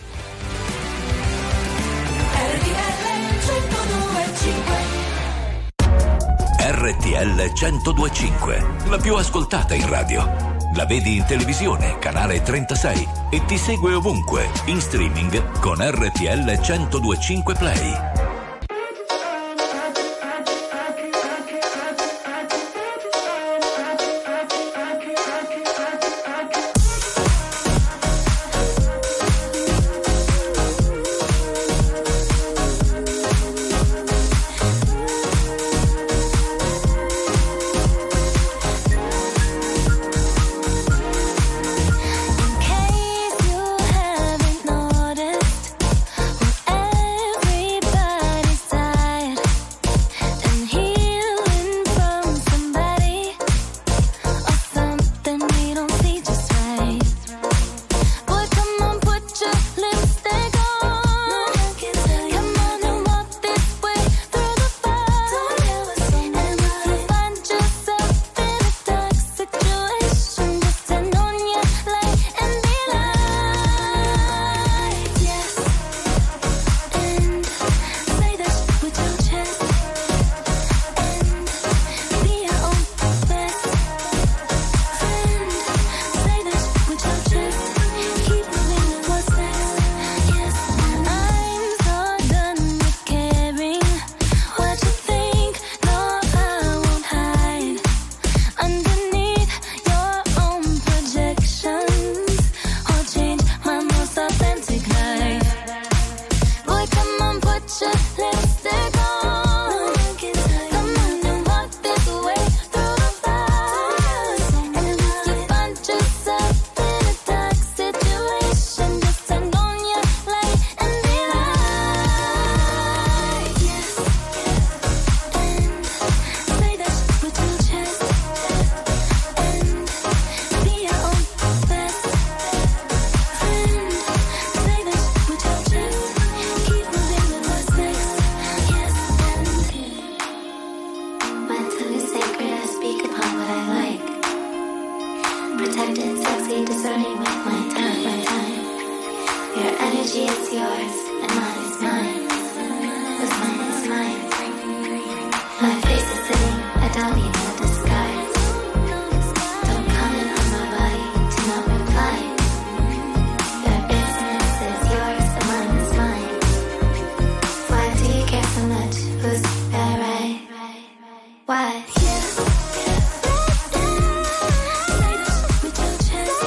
R T L centodue e cinque, la più ascoltata in radio. La vedi in televisione, canale trentasei, e ti segue ovunque, in streaming con R T L centodue e cinque Play.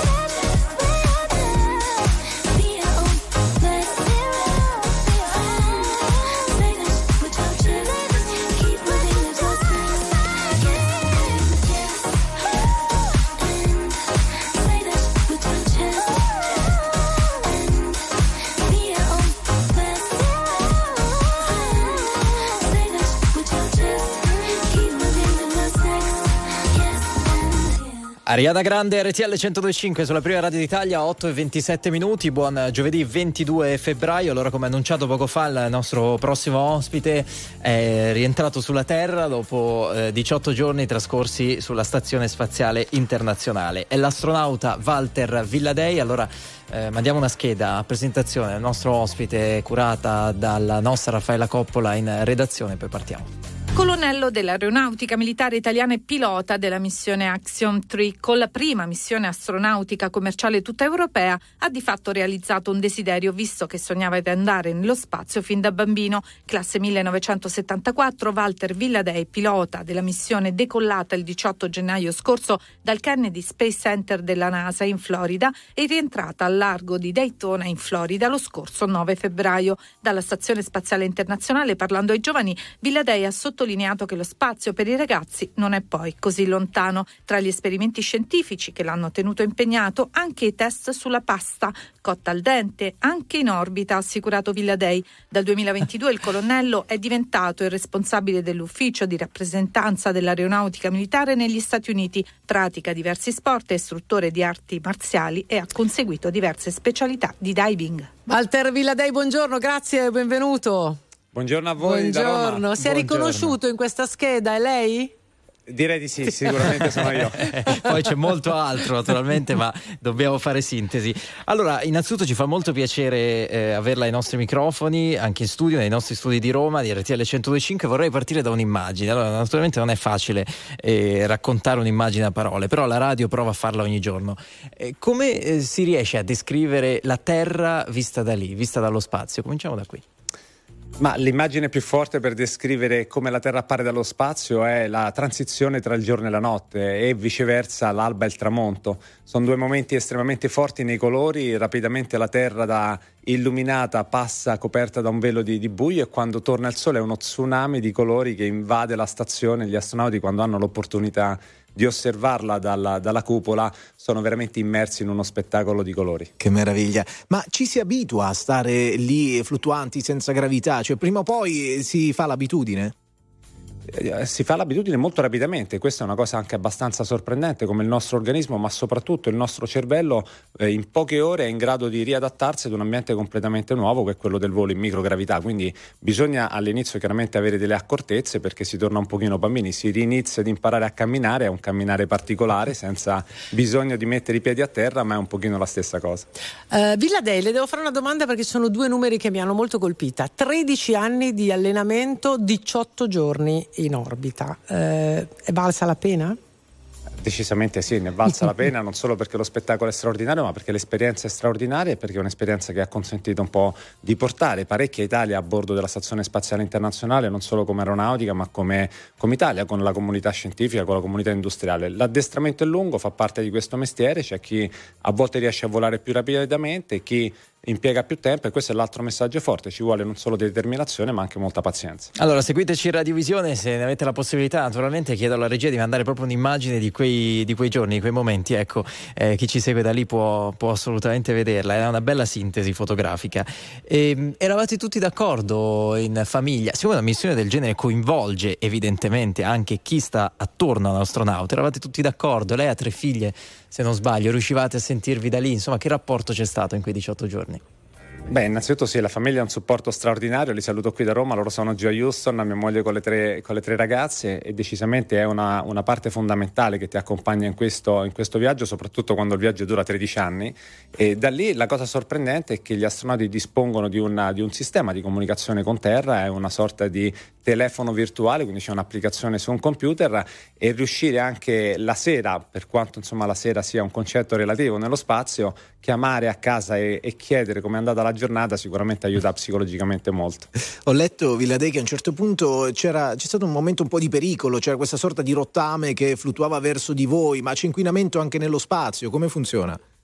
Be your own best. Ariana Grande, R T L centodue e cinque sulla prima radio d'Italia, otto e ventisette minuti, buon giovedì ventidue febbraio. Allora, come annunciato poco fa, il nostro prossimo ospite è rientrato sulla Terra dopo eh, diciotto giorni trascorsi sulla Stazione Spaziale Internazionale. È l'astronauta Walter Villadei. Allora eh, mandiamo una scheda a presentazione del nostro ospite curata dalla nostra Raffaella Coppola in redazione, poi partiamo. Colonnello dell'Aeronautica Militare Italiana e pilota della missione Axiom tre, con la prima missione astronautica commerciale tutta europea, ha di fatto realizzato un desiderio, visto che sognava di andare nello spazio fin da bambino. Classe millenovecentosettantaquattro, Walter Villadei, pilota della missione decollata il diciotto gennaio scorso dal Kennedy Space Center della NASA in Florida e rientrata al largo di Daytona in Florida lo scorso nove febbraio. Dalla Stazione Spaziale Internazionale, parlando ai giovani, Villadei ha sottolineato che lo spazio per i ragazzi non è poi così lontano. Tra gli esperimenti scientifici che l'hanno tenuto impegnato, anche i test sulla pasta cotta al dente, anche in orbita, ha assicurato Villadei. Dal duemilaventidue il colonnello è diventato il responsabile dell'ufficio di rappresentanza dell'Aeronautica Militare negli Stati Uniti, pratica diversi sport, è istruttore di arti marziali e ha conseguito diverse specialità di diving. Walter Villadei, buongiorno, grazie e benvenuto. Buongiorno a voi. Buongiorno, si è riconosciuto in questa scheda, è lei? Direi di sì, sicuramente sono io. Poi c'è molto altro naturalmente, ma dobbiamo fare sintesi. Allora, innanzitutto ci fa molto piacere eh, averla ai nostri microfoni, anche in studio, nei nostri studi di Roma, di R T L centodue e cinque. Vorrei partire da un'immagine. Allora, naturalmente non è facile eh, raccontare un'immagine a parole, però la radio prova a farla ogni giorno. Eh, come eh, si riesce a descrivere la Terra vista da lì, vista dallo spazio? Cominciamo da qui. Ma l'immagine più forte per descrivere come la Terra appare dallo spazio è la transizione tra il giorno e la notte e viceversa l'alba e il tramonto. Sono due momenti estremamente forti nei colori. Rapidamente la Terra da illuminata passa coperta da un velo di, di buio e quando torna il sole è uno tsunami di colori che invade la stazione. Gli astronauti, quando hanno l'opportunità di osservarla dalla, dalla cupola, sono veramente immersi in uno spettacolo di colori. Che meraviglia! Ma ci si abitua a stare lì fluttuanti senza gravità? Cioè prima o poi si fa l'abitudine? Si fa l'abitudine molto rapidamente. Questa è una cosa anche abbastanza sorprendente, come il nostro organismo, ma soprattutto il nostro cervello eh, in poche ore è in grado di riadattarsi ad un ambiente completamente nuovo, che è quello del volo in microgravità. Quindi bisogna all'inizio chiaramente avere delle accortezze, perché si torna un pochino bambini, si rinizia ad imparare a camminare, è un camminare particolare senza bisogno di mettere i piedi a terra, ma è un pochino la stessa cosa. uh, Villadei, le devo fare una domanda perché sono due numeri che mi hanno molto colpita. Tredici anni di allenamento, diciotto giorni in orbita, eh, è valsa la pena? Decisamente sì, ne è valsa la pena, non solo perché lo spettacolo è straordinario, ma perché l'esperienza è straordinaria e perché è un'esperienza che ha consentito un po' di portare parecchia Italia a bordo della Stazione Spaziale Internazionale, non solo come aeronautica, ma come, come Italia, con la comunità scientifica, con la comunità industriale. L'addestramento è lungo, fa parte di questo mestiere, c'è chi a volte riesce a volare più rapidamente, chi impiega più tempo, e questo è l'altro messaggio forte: ci vuole non solo determinazione ma anche molta pazienza. Allora, seguiteci in radiovisione, se ne avete la possibilità. Naturalmente chiedo alla regia di mandare proprio un'immagine di quei, di quei giorni, di quei momenti. Ecco, eh, chi ci segue da lì può, può assolutamente vederla, è una bella sintesi fotografica. E, eravate tutti d'accordo in famiglia? Siccome una missione del genere coinvolge evidentemente anche chi sta attorno a un astronauta, eravate tutti d'accordo? Lei ha tre figlie, se non sbaglio, riuscivate a sentirvi da lì? Insomma, che rapporto c'è stato in quei diciotto giorni? Beh, innanzitutto sì, la famiglia ha un supporto straordinario, li saluto qui da Roma, loro sono giù a Houston, mia moglie con le tre, con le tre ragazze, e decisamente è una, una parte fondamentale che ti accompagna in questo, in questo viaggio, soprattutto quando il viaggio dura tredici anni. E da lì la cosa sorprendente è che gli astronauti dispongono di, una, di un sistema di comunicazione con terra, è una sorta di telefono virtuale, quindi c'è un'applicazione su un computer, e riuscire anche la sera, per quanto insomma la sera sia un concetto relativo nello spazio, chiamare a casa e, e chiedere come è andata la giornata sicuramente aiuta psicologicamente molto. Ho letto, Villadei, che a un certo punto c'era c'è stato un momento un po' di pericolo, c'era questa sorta di rottame che fluttuava verso di voi, ma c'è inquinamento anche nello spazio, come funziona?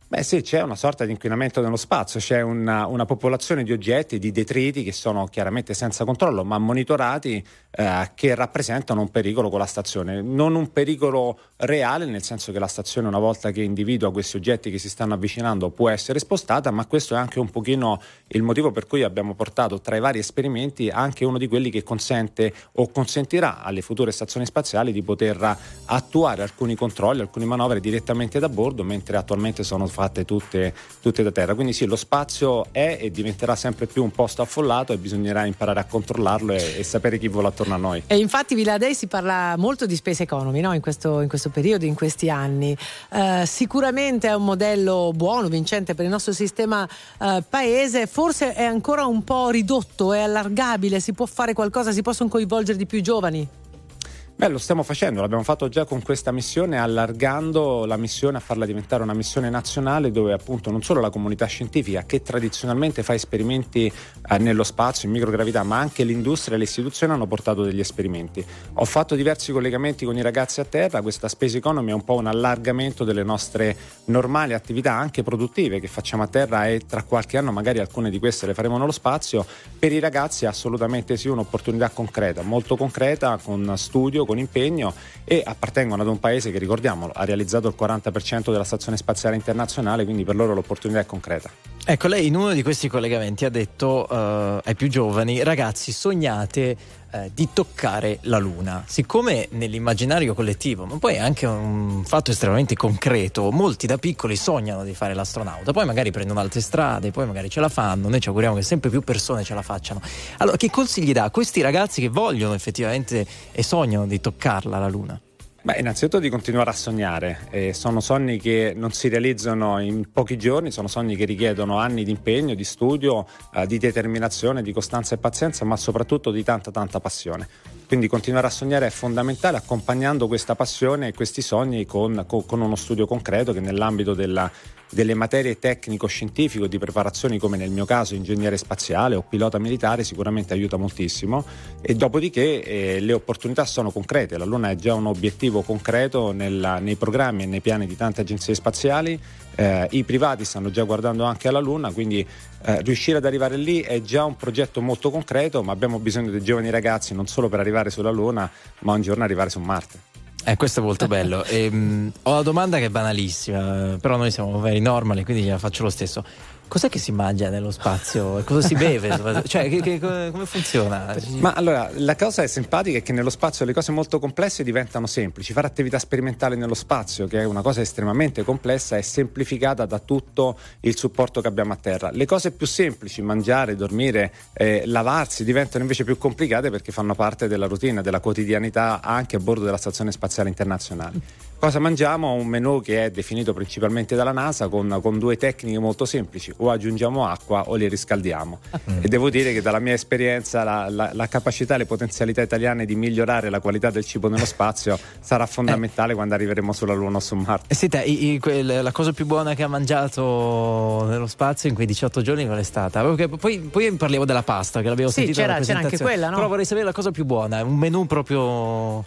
Beh sì, c'è una sorta di inquinamento nello spazio, c'è una, una popolazione di oggetti, di detriti che sono chiaramente senza controllo ma monitorati, eh, che rappresentano un pericolo con la stazione. Non un pericolo reale, nel senso che la stazione, una volta che individua questi oggetti che si stanno avvicinando, può essere spostata, ma questo è anche un pochino il motivo per cui abbiamo portato tra i vari esperimenti anche uno di quelli che consente o consentirà alle future stazioni spaziali di poter attuare alcuni controlli, alcune manovre direttamente da bordo, mentre attualmente sono fatte tutte, tutte da terra. Quindi sì, lo spazio è e diventerà sempre più un posto affollato e bisognerà imparare a controllarlo e, e sapere chi vola attorno a noi. E infatti Villa Dei si parla molto di space economy, no? in, questo, in questo periodo, in questi anni. Uh, sicuramente è un modello buono, vincente per il nostro sistema uh, paese, forse è ancora un po' ridotto, è allargabile, si può fare qualcosa, si possono coinvolgere di più i giovani? Beh, lo stiamo facendo, l'abbiamo fatto già con questa missione, allargando la missione a farla diventare una missione nazionale, dove appunto non solo la comunità scientifica, che tradizionalmente fa esperimenti eh, nello spazio, in microgravità, ma anche l'industria e le istituzioni hanno portato degli esperimenti. Ho fatto diversi collegamenti con i ragazzi a terra. Questa Space Economy è un po' un allargamento delle nostre normali attività, anche produttive, che facciamo a terra, e tra qualche anno magari alcune di queste le faremo nello spazio. Per i ragazzi assolutamente sì, un'opportunità concreta, molto concreta, con studio, con impegno, e appartengono ad un paese che, ricordiamolo, ha realizzato il quaranta per cento della stazione spaziale internazionale, quindi per loro l'opportunità è concreta. Ecco, lei in uno di questi collegamenti ha detto uh, ai più giovani: ragazzi, sognate uh, di toccare la Luna. Siccome nell'immaginario collettivo, ma poi è anche un fatto estremamente concreto, molti da piccoli sognano di fare l'astronauta, poi magari prendono altre strade, poi magari ce la fanno. Noi ci auguriamo che sempre più persone ce la facciano. Allora, che consigli dà a questi ragazzi che vogliono effettivamente e sognano di toccarla la Luna? Beh, innanzitutto di continuare a sognare. Eh, sono sogni che non si realizzano in pochi giorni, sono sogni che richiedono anni di impegno, di studio, eh, di determinazione, di costanza e pazienza, ma soprattutto di tanta tanta passione. Quindi continuare a sognare è fondamentale, accompagnando questa passione e questi sogni con, con, con uno studio concreto che nell'ambito della, delle materie tecnico-scientifico, di preparazioni come nel mio caso ingegnere spaziale o pilota militare, sicuramente aiuta moltissimo. E dopodiché eh, le opportunità sono concrete. La Luna è già un obiettivo concreto nella, nei programmi e nei piani di tante agenzie spaziali. Eh, i privati stanno già guardando anche alla Luna, quindi eh, riuscire ad arrivare lì è già un progetto molto concreto, ma abbiamo bisogno dei giovani ragazzi non solo per arrivare sulla Luna, ma un giorno arrivare su Marte. Eh, questo è molto bello. E, mh, ho una domanda che è banalissima, però noi siamo very normal, quindi gliela faccio lo stesso. Cos'è che si mangia nello spazio e cosa si beve? Cioè, che, che, come funziona? Ma allora, la cosa è simpatica è che nello spazio le cose molto complesse diventano semplici. Fare attività sperimentale nello spazio, che è una cosa estremamente complessa, è semplificata da tutto il supporto che abbiamo a terra. Le cose più semplici, mangiare, dormire, eh, lavarsi, diventano invece più complicate perché fanno parte della routine, della quotidianità anche a bordo della Stazione Spaziale Internazionale. Cosa mangiamo? Un menù che è definito principalmente dalla NASA con, con due tecniche molto semplici: o aggiungiamo acqua o li riscaldiamo. Mm. E devo dire che dalla mia esperienza la, la, la capacità e le potenzialità italiane di migliorare la qualità del cibo nello spazio sarà fondamentale eh. quando arriveremo sulla Luna o su Marte. E senta, i, i, quel, la cosa più buona che ha mangiato nello spazio in quei diciotto giorni qual è stata? Poi, poi parliamo della pasta, che l'avevo sì, sentita c'era, c'era anche quella, no? Però vorrei sapere la cosa più buona, un menù proprio...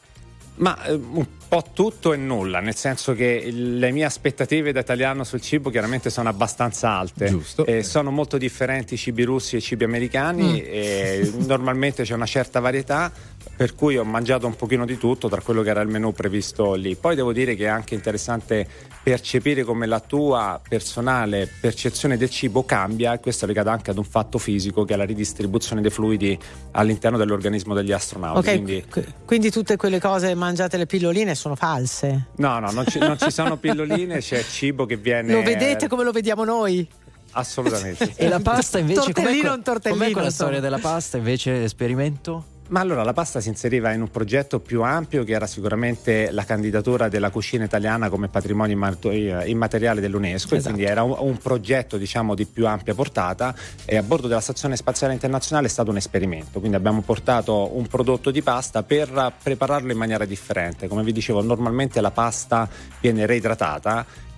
Ma eh, un po' tutto e nulla, nel senso che il, le mie aspettative da italiano sul cibo chiaramente sono abbastanza alte. Giusto. Eh, sono molto differenti i cibi russi e i cibi americani, mm. e normalmente c'è una certa varietà, per cui ho mangiato un pochino di tutto tra quello che era il menù previsto lì. Poi devo dire che è anche interessante percepire come la tua personale percezione del cibo cambia, e questo è legato anche ad un fatto fisico, che è la ridistribuzione dei fluidi all'interno dell'organismo degli astronauti. Ok, quindi, quindi tutte quelle cose, mangiate le pilloline, sono false? No, no, non ci, non ci sono pilloline, c'è cibo che viene... Lo vedete come lo vediamo noi? Assolutamente. E la pasta invece, tortellino, com'è, un tortellino, com'è quella insomma. storia della pasta invece, esperimento? Ma allora la pasta si inseriva in un progetto più ampio, che era sicuramente la candidatura della cucina italiana come patrimonio immateriale dell'UNESCO. Esatto. E quindi era un, un progetto, diciamo, di più ampia portata, e a bordo della Stazione Spaziale Internazionale è stato un esperimento. Quindi abbiamo portato un prodotto di pasta per prepararlo in maniera differente. Come vi dicevo, normalmente la pasta viene reidratata,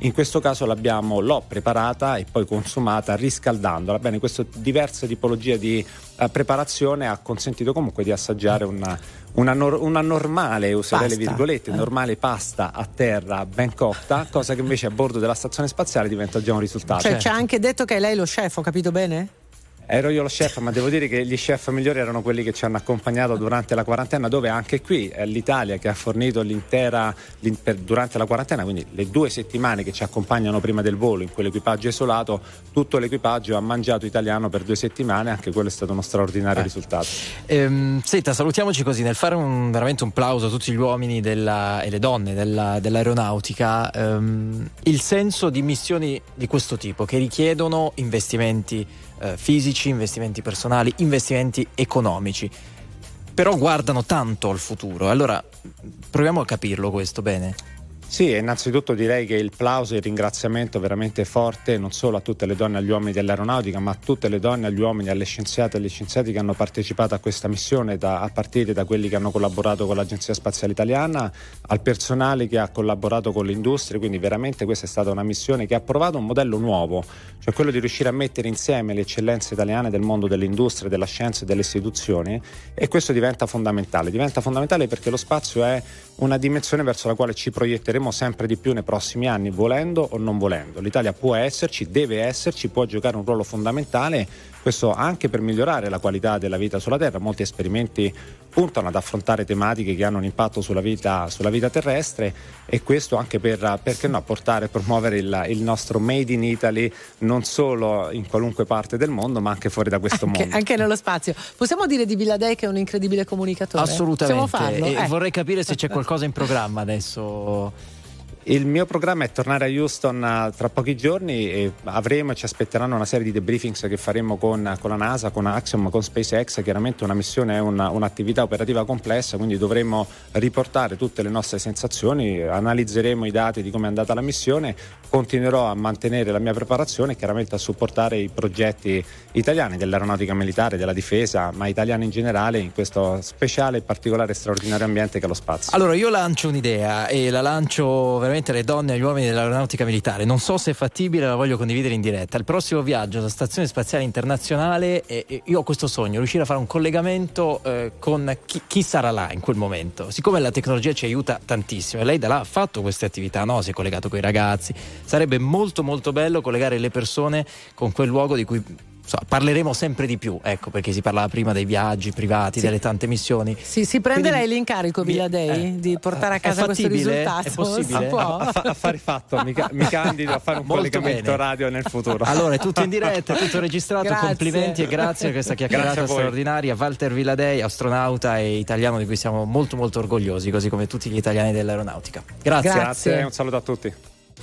In questo caso l'abbiamo, l'ho preparata e poi consumata riscaldandola. Bene, questa diversa tipologia di uh, preparazione ha consentito comunque di assaggiare una, una, nor- una normale, userei le virgolette, eh. normale pasta a terra ben cotta, cosa che invece a bordo della stazione spaziale diventa già un risultato. Cioè ci ha anche detto che è lei lo chef, ho capito bene? Ero io lo chef, ma devo dire che gli chef migliori erano quelli che ci hanno accompagnato durante la quarantena, dove anche qui è l'Italia che ha fornito l'intera per, durante la quarantena, quindi le due settimane che ci accompagnano prima del volo in quell'equipaggio isolato, tutto l'equipaggio ha mangiato italiano per due settimane, anche quello è stato uno straordinario eh. risultato. Ehm, senta, salutiamoci così, nel fare un, veramente un plauso a tutti gli uomini della, e le donne della, dell'aeronautica, ehm, il senso di missioni di questo tipo che richiedono investimenti eh, fisici, investimenti personali, investimenti economici, però guardano tanto al futuro. Allora proviamo a capirlo questo bene. Sì, innanzitutto direi che il plauso e il ringraziamento veramente forte non solo a tutte le donne e agli uomini dell'aeronautica, ma a tutte le donne, agli uomini, alle scienziate e agli scienziati che hanno partecipato a questa missione, da, a partire da quelli che hanno collaborato con l'Agenzia Spaziale Italiana, al personale che ha collaborato con le industrie. Quindi veramente questa è stata una missione che ha provato un modello nuovo, cioè quello di riuscire a mettere insieme le eccellenze italiane del mondo dell'industria, della scienza e delle istituzioni, e questo diventa fondamentale. Diventa fondamentale perché lo spazio è una dimensione verso la quale ci proietteremo sempre di più nei prossimi anni, volendo o non volendo. L'Italia può esserci, deve esserci, può giocare un ruolo fondamentale, questo anche per migliorare la qualità della vita sulla Terra. Molti esperimenti puntano ad affrontare tematiche che hanno un impatto sulla vita, sulla vita terrestre, e questo anche per, perché no, portare e promuovere il, il nostro Made in Italy non solo in qualunque parte del mondo, ma anche fuori da questo anche, mondo. Anche nello spazio. Possiamo dire di Villadei che è un incredibile comunicatore? Assolutamente. Possiamo farlo? E eh. vorrei capire se c'è qualcosa in programma adesso. Il mio programma è tornare a Houston tra pochi giorni e avremo e ci aspetteranno una serie di debriefings che faremo con, con la NASA, con Axiom, con SpaceX. Chiaramente una missione è una, un'attività operativa complessa, quindi dovremo riportare tutte le nostre sensazioni, analizzeremo i dati di come è andata la missione, continuerò a mantenere la mia preparazione e chiaramente a supportare i progetti italiani dell'aeronautica militare, della difesa, ma italiani in generale, in questo speciale, particolare e straordinario ambiente che è lo spazio. Allora io lancio un'idea e la lancio veramente le donne e gli uomini dell'aeronautica militare. Non so se è fattibile, la voglio condividere in diretta. Il prossimo viaggio alla Stazione Spaziale Internazionale, e, e io ho questo sogno, riuscire a fare un collegamento eh, con chi, chi sarà là in quel momento. Siccome la tecnologia ci aiuta tantissimo e lei da là ha fatto queste attività, no? Si è collegato con i ragazzi, sarebbe molto molto bello collegare le persone con quel luogo di cui so, parleremo sempre di più, ecco, perché si parlava prima dei viaggi privati, sì, delle tante missioni. Sì, si prende lei l'incarico, Villadei, eh, di portare a casa questo risultato? È possibile? Si può? A, a, a fare fatto, mi, mi candido a fare un molto collegamento bene. Radio nel futuro. Allora è tutto in diretta, è tutto registrato. Grazie. Complimenti e grazie per questa chiacchierata straordinaria. Walter Villadei, astronauta e italiano di cui siamo molto molto orgogliosi, così come tutti gli italiani dell'aeronautica. Grazie. Grazie, grazie, un saluto a tutti.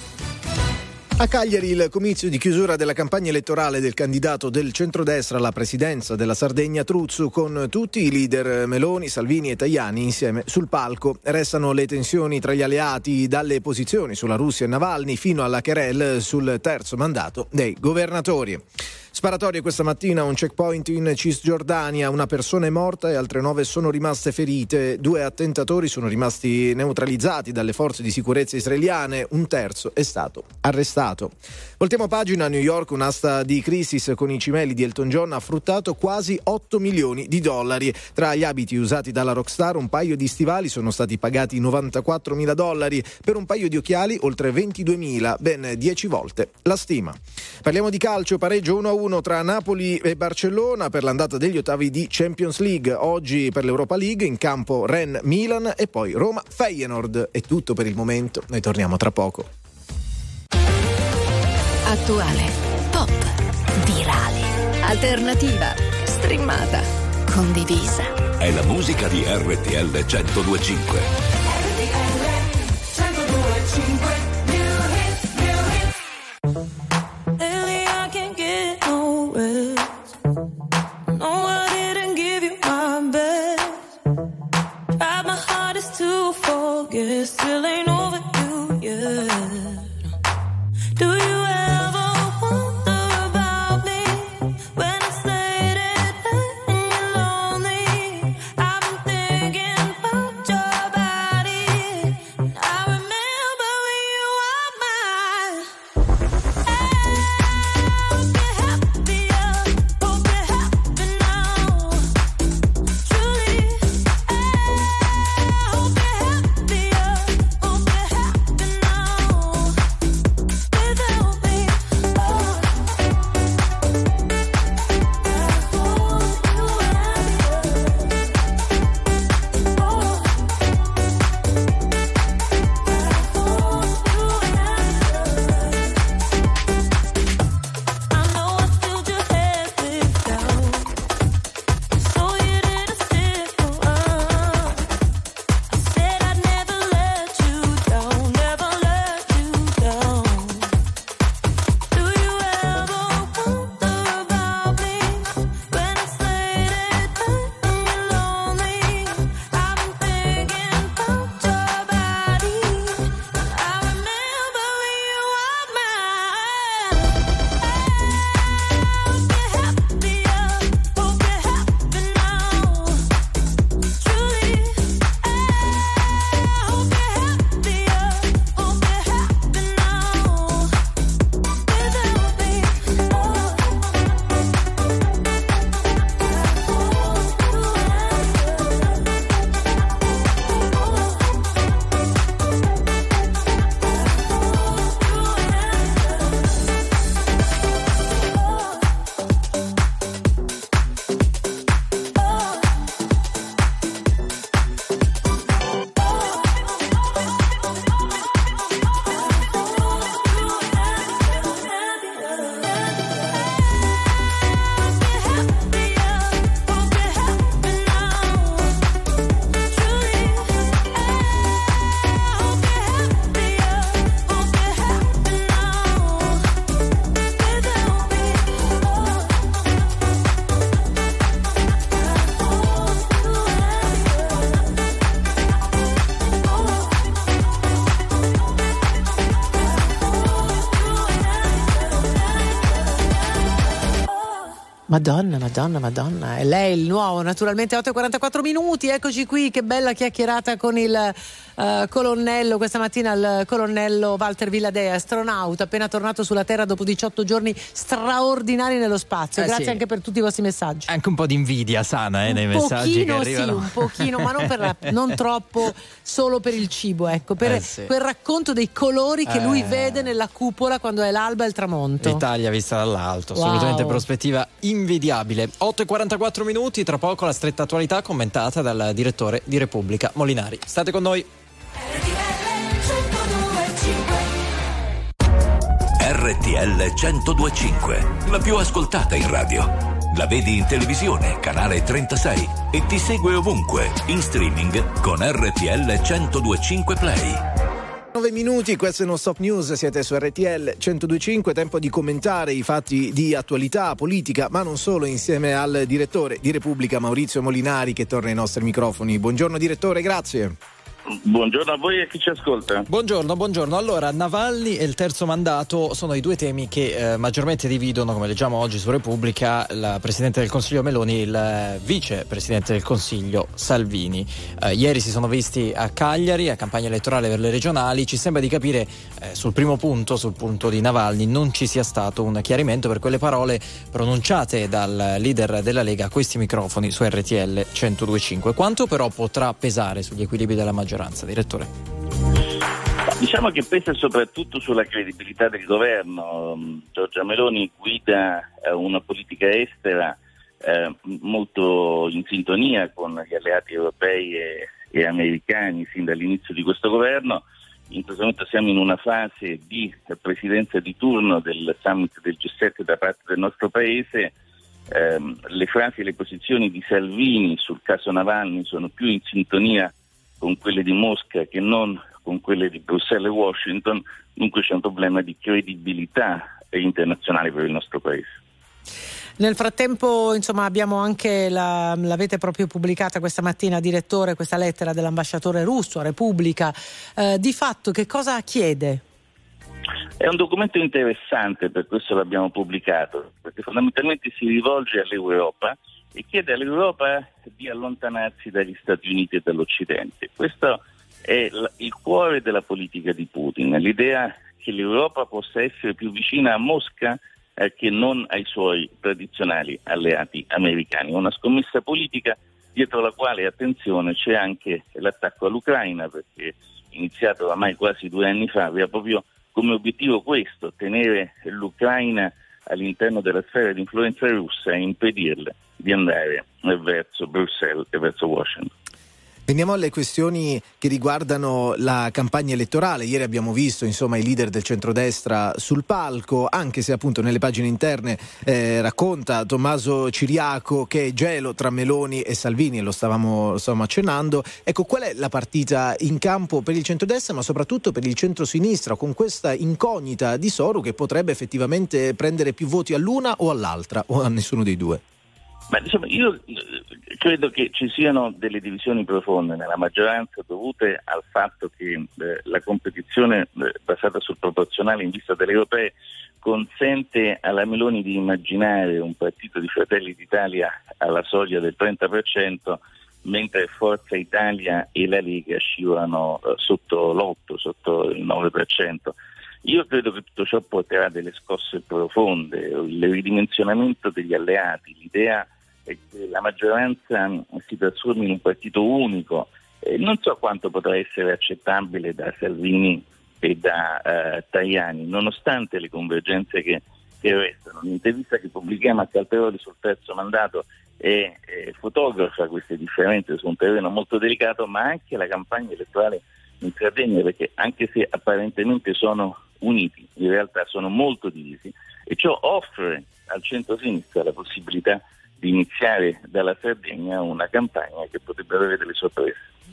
A Cagliari il comizio di chiusura della campagna elettorale del candidato del centrodestra alla presidenza della Sardegna Truzzu, con tutti i leader Meloni, Salvini e Tajani insieme sul palco. Restano le tensioni tra gli alleati, dalle posizioni sulla Russia e Navalny fino alla querelle sul terzo mandato dei governatori. Sparatorie questa mattina a un checkpoint in Cisgiordania, una persona è morta e altre nove sono rimaste ferite. Due attentatori sono rimasti neutralizzati dalle forze di sicurezza israeliane, un terzo è stato arrestato. Voltiamo pagina. A New York un'asta di Christie's con i cimeli di Elton John ha fruttato quasi otto milioni di dollari. Tra gli abiti usati dalla rockstar, un paio di stivali sono stati pagati novantaquattromila dollari, per un paio di occhiali oltre ventiduemila, ben dieci volte la stima. Parliamo di calcio, pareggio uno a uno tra Napoli e Barcellona per l'andata degli ottavi di Champions League. Oggi per l'Europa League in campo Rennes-Milan e poi Roma-Feyenoord. È tutto per il momento, noi torniamo tra poco. Attuale, pop, virale, alternativa, streamata, condivisa. È la musica di R T L centodue e cinque. R T L centodue e cinque. Lately I can't get no rest. No, I didn't give you my best. Tried my hardest to forget, still ain't over you yet. Do you ever wonder about me when it's late at night and you're lonely? I've been thinking about your body. Madonna, madonna, madonna. E lei il nuovo, naturalmente otto e quarantaquattro minuti, eccoci qui, che bella chiacchierata con il uh, colonnello, questa mattina il colonnello Walter Villadei, astronauta, appena tornato sulla Terra dopo diciotto giorni straordinari nello spazio. Eh Grazie sì. anche per tutti i vostri messaggi. Anche un po' di invidia sana eh, nei Un messaggi che pochino, arrivano. sì, un pochino, ma non, per la, non troppo solo per il cibo, ecco, per Eh sì. quel racconto dei colori che Eh. lui vede nella cupola quando è l'alba e il tramonto. L'Italia vista dall'alto, Wow. assolutamente prospettiva invidiabile. otto e quarantaquattro minuti, tra poco la stretta attualità commentata dal direttore di Repubblica Molinari. State con noi. R T L centodue e cinque, la più ascoltata in radio. La vedi in televisione, canale trentasei, e ti segue ovunque, in streaming con R T L centodue e cinque Play. nove minuti, questo è Non Stop News, siete su R T L centodue e cinque, tempo di commentare i fatti di attualità politica, ma non solo, insieme al direttore di Repubblica Maurizio Molinari che torna ai nostri microfoni. Buongiorno direttore, grazie. Buongiorno a voi e a chi ci ascolta. Buongiorno, buongiorno. Allora, Navalny e il terzo mandato sono i due temi che eh, maggiormente dividono, come leggiamo oggi su Repubblica, la Presidente del Consiglio Meloni e il eh, Vice Presidente del Consiglio Salvini. Eh, ieri si sono visti a Cagliari, a campagna elettorale per le regionali. Ci sembra di capire eh, sul primo punto, sul punto di Navalny, non ci sia stato un chiarimento per quelle parole pronunciate dal leader della Lega a questi microfoni su R T L centodue e cinque. Quanto però potrà pesare sugli equilibri della maggioranza? Direttore. Diciamo che pesa soprattutto sulla credibilità del governo. Giorgia Meloni guida una politica estera eh, molto in sintonia con gli alleati europei e, e americani sin dall'inizio di questo governo. In questo momento siamo in una fase di presidenza di turno del summit del G sette da parte del nostro paese. Eh, le frasi e le posizioni di Salvini sul caso Navalny sono più in sintonia con quelle di Mosca che non con quelle di Bruxelles e Washington, dunque c'è un problema di credibilità internazionale per il nostro paese. Nel frattempo, insomma, abbiamo anche la, l'avete proprio pubblicata questa mattina, direttore, questa lettera dell'ambasciatore russo a Repubblica. Eh, di fatto che cosa chiede? È un documento interessante, per questo l'abbiamo pubblicato, perché fondamentalmente si rivolge all'Europa e chiede all'Europa di allontanarsi dagli Stati Uniti e dall'Occidente. Questo è il cuore della politica di Putin, l'idea che l'Europa possa essere più vicina a Mosca eh, che non ai suoi tradizionali alleati americani. Una scommessa politica dietro la quale, attenzione, c'è anche l'attacco all'Ucraina, perché iniziato ormai quasi due anni fa aveva proprio come obiettivo questo, tenere l'Ucraina all'interno della sfera di influenza russa e impedirle di andare verso Bruxelles e verso Washington. Veniamo alle questioni che riguardano la campagna elettorale. Ieri abbiamo visto insomma i leader del centrodestra sul palco, anche se appunto nelle pagine interne eh, racconta Tommaso Ciriaco che è gelo tra Meloni e Salvini, e lo stavamo, lo stavamo accennando. Ecco, qual è la partita in campo per il centrodestra, ma soprattutto per il centrosinistra, con questa incognita di Soru che potrebbe effettivamente prendere più voti all'una o all'altra, o a nessuno dei due? Ma insomma, io credo che ci siano delle divisioni profonde nella maggioranza dovute al fatto che eh, la competizione eh, basata sul proporzionale in vista delle europee consente alla Meloni di immaginare un partito di Fratelli d'Italia alla soglia del trenta per cento, mentre Forza Italia e la Lega scivolano eh, sotto l'otto, sotto il nove per cento. Io credo che tutto ciò porterà delle scosse profonde, il ridimensionamento degli alleati, l'idea è che la maggioranza si trasformi in un partito unico. Eh, non so quanto potrà essere accettabile da Salvini e da eh, Tajani, nonostante le convergenze che, che restano. L'intervista che pubblichiamo a Calderoli sul terzo mandato è, è fotografa queste differenze su un terreno molto delicato, ma anche la campagna elettorale in Sardegna, perché anche se apparentemente sono uniti, in realtà sono molto divisi, e ciò offre al centro-sinistra la possibilità di iniziare dalla Sardegna una campagna che potrebbe avere delle sorprese.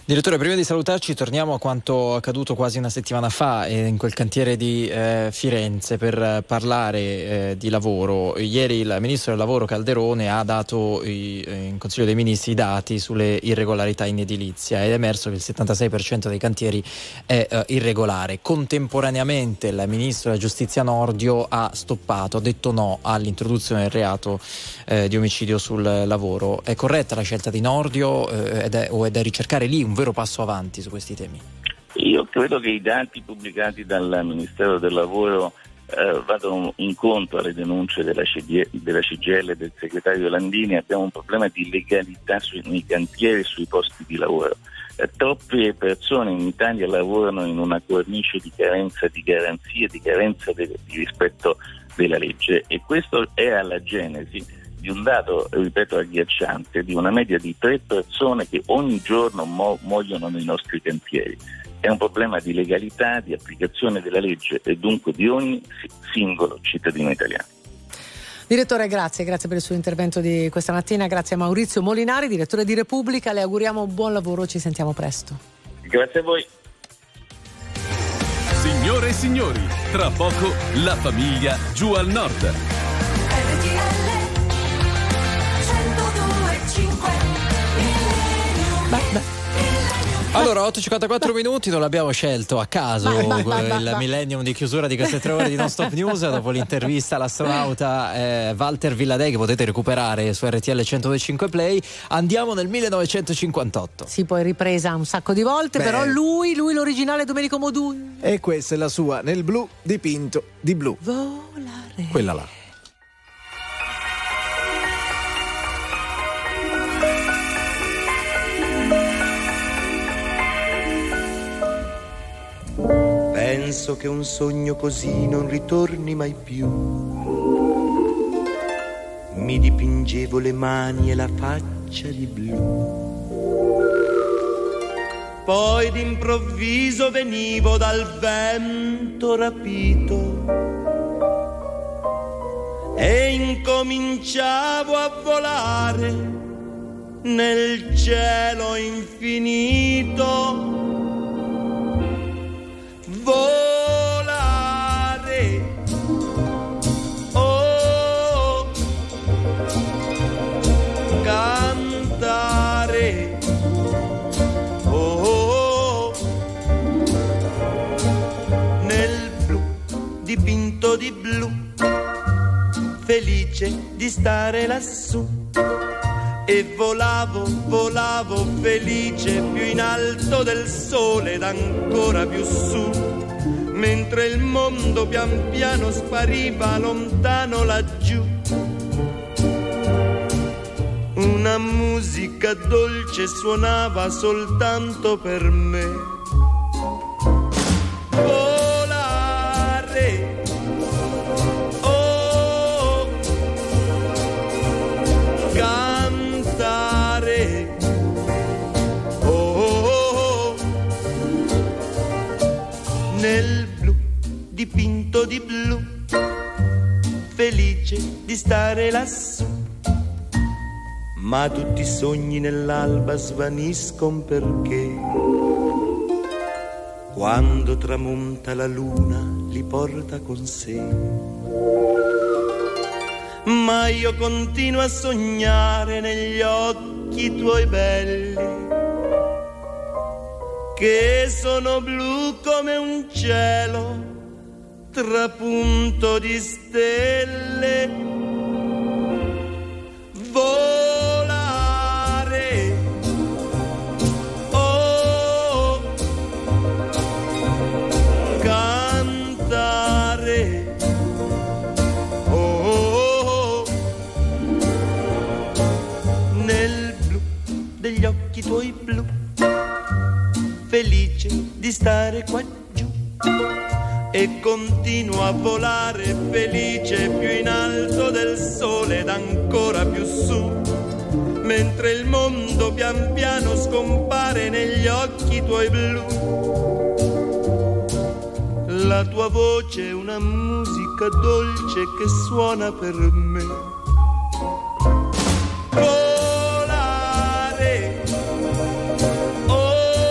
Direttore, prima di salutarci torniamo a quanto accaduto quasi una settimana fa eh, in quel cantiere di eh, Firenze per eh, parlare eh, di lavoro. Ieri il Ministro del Lavoro Calderone ha dato i, eh, in Consiglio dei Ministri i dati sulle irregolarità in edilizia ed è emerso che il settantasei per cento dei cantieri è eh, irregolare. Contemporaneamente il Ministro della Giustizia Nordio ha stoppato, ha detto no all'introduzione del reato eh, di omicidio sul lavoro. È corretta la scelta di Nordio eh, ed è, o è da ricercare lì un vero passo avanti su questi temi? Io credo che i dati pubblicati dal Ministero del Lavoro eh, vadano incontro alle denunce della, C D, della C G I L e del segretario Landini. Abbiamo un problema di legalità sui, nei cantieri e sui posti di lavoro. Eh, troppe persone in Italia lavorano in una cornice di carenza di garanzie, di carenza de, di rispetto della legge, e questo è alla genesi di un dato, ripeto, agghiacciante, di una media di tre persone che ogni giorno mu- muoiono nei nostri cantieri. È un problema di legalità, di applicazione della legge e dunque di ogni singolo cittadino italiano. Direttore, grazie, grazie per il suo intervento di questa mattina, grazie a Maurizio Molinari, direttore di Repubblica, le auguriamo buon lavoro, ci sentiamo presto. Grazie a voi. Signore e signori, tra poco la famiglia giù al nord. Allora, otto e cinquantaquattro minuti, non l'abbiamo scelto a caso vai, vai, vai, il vai. millennium di chiusura di queste tre ore di Non Stop News dopo l'intervista all'astronauta eh, Walter Villadei, che potete recuperare su R T L centodue e cinque Play. Andiamo nel millenovecentocinquantotto. Sì, poi ripresa un sacco di volte. Beh, però lui, lui l'originale Domenico Modugno. E questa è la sua, Nel blu dipinto di blu. Volare. Quella là. Penso che un sogno così non ritorni mai più. Mi dipingevo le mani e la faccia di blu. Poi d'improvviso venivo dal vento rapito e incominciavo a volare nel cielo infinito. Volare, oh, cantare, oh, nel blu dipinto di blu, felice di stare lassù. E volavo, volavo felice più in alto del sole ed ancora più su, mentre il mondo pian piano spariva lontano laggiù. Una musica dolce suonava soltanto per me. Volare, oh, cantare, oh, nel blu dipinto di blu, felice di stare lassù. Ma tutti i sogni nell'alba svaniscono perché quando tramonta la luna li porta con sé. Ma io continuo a sognare negli occhi tuoi belli, che sono blu come un cielo trapunto di stelle. Volare, oh, cantare, oh, nel blu degli occhi tuoi blu, felice di stare qua giù. E continuo a volare felice più in alto del sole ed ancora più su, mentre il mondo pian piano scompare negli occhi tuoi blu. La tua voce è una musica dolce che suona per me. Volare, oh,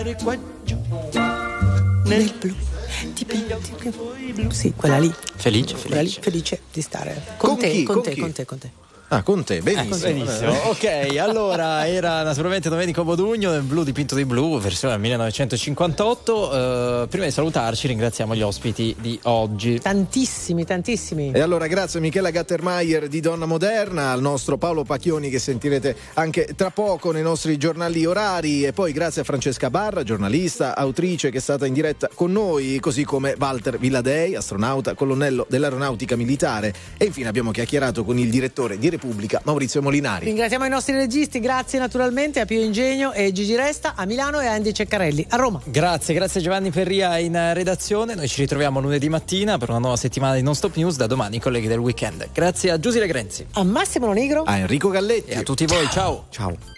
stare qua giù nel blu. Ti blu. Sì, quella lì. Felice, Quella lì, felice. felice di stare con, Con te, chi? con, Con te chi? con te, con te. Ah, con te, benissimo. Eh, benissimo. Ok, allora era naturalmente Domenico Modugno nel blu dipinto di blu, versione del millenovecentocinquantotto. Eh, prima di salutarci ringraziamo gli ospiti di oggi. Tantissimi, tantissimi. E allora grazie a Michela Gattermeier di Donna Moderna, al nostro Paolo Pacchioni che sentirete anche tra poco nei nostri giornali orari, e poi grazie a Francesca Barra, giornalista, autrice, che è stata in diretta con noi, così come Walter Villadei, astronauta, colonnello dell'aeronautica militare, e infine abbiamo chiacchierato con il direttore di Repubblica, Maurizio Molinari. Ringraziamo i nostri registi, grazie naturalmente a Pio Ingegno e Gigi Resta a Milano e a Andy Ceccarelli a Roma. Grazie, grazie Giovanni Perria in redazione. Noi ci ritroviamo lunedì mattina per una nuova settimana di Non Stop News, da domani colleghi del weekend. Grazie a Giusile Grenzi, a Massimo Nigro, a Enrico Galletti e a tutti voi. Ciao. Ciao.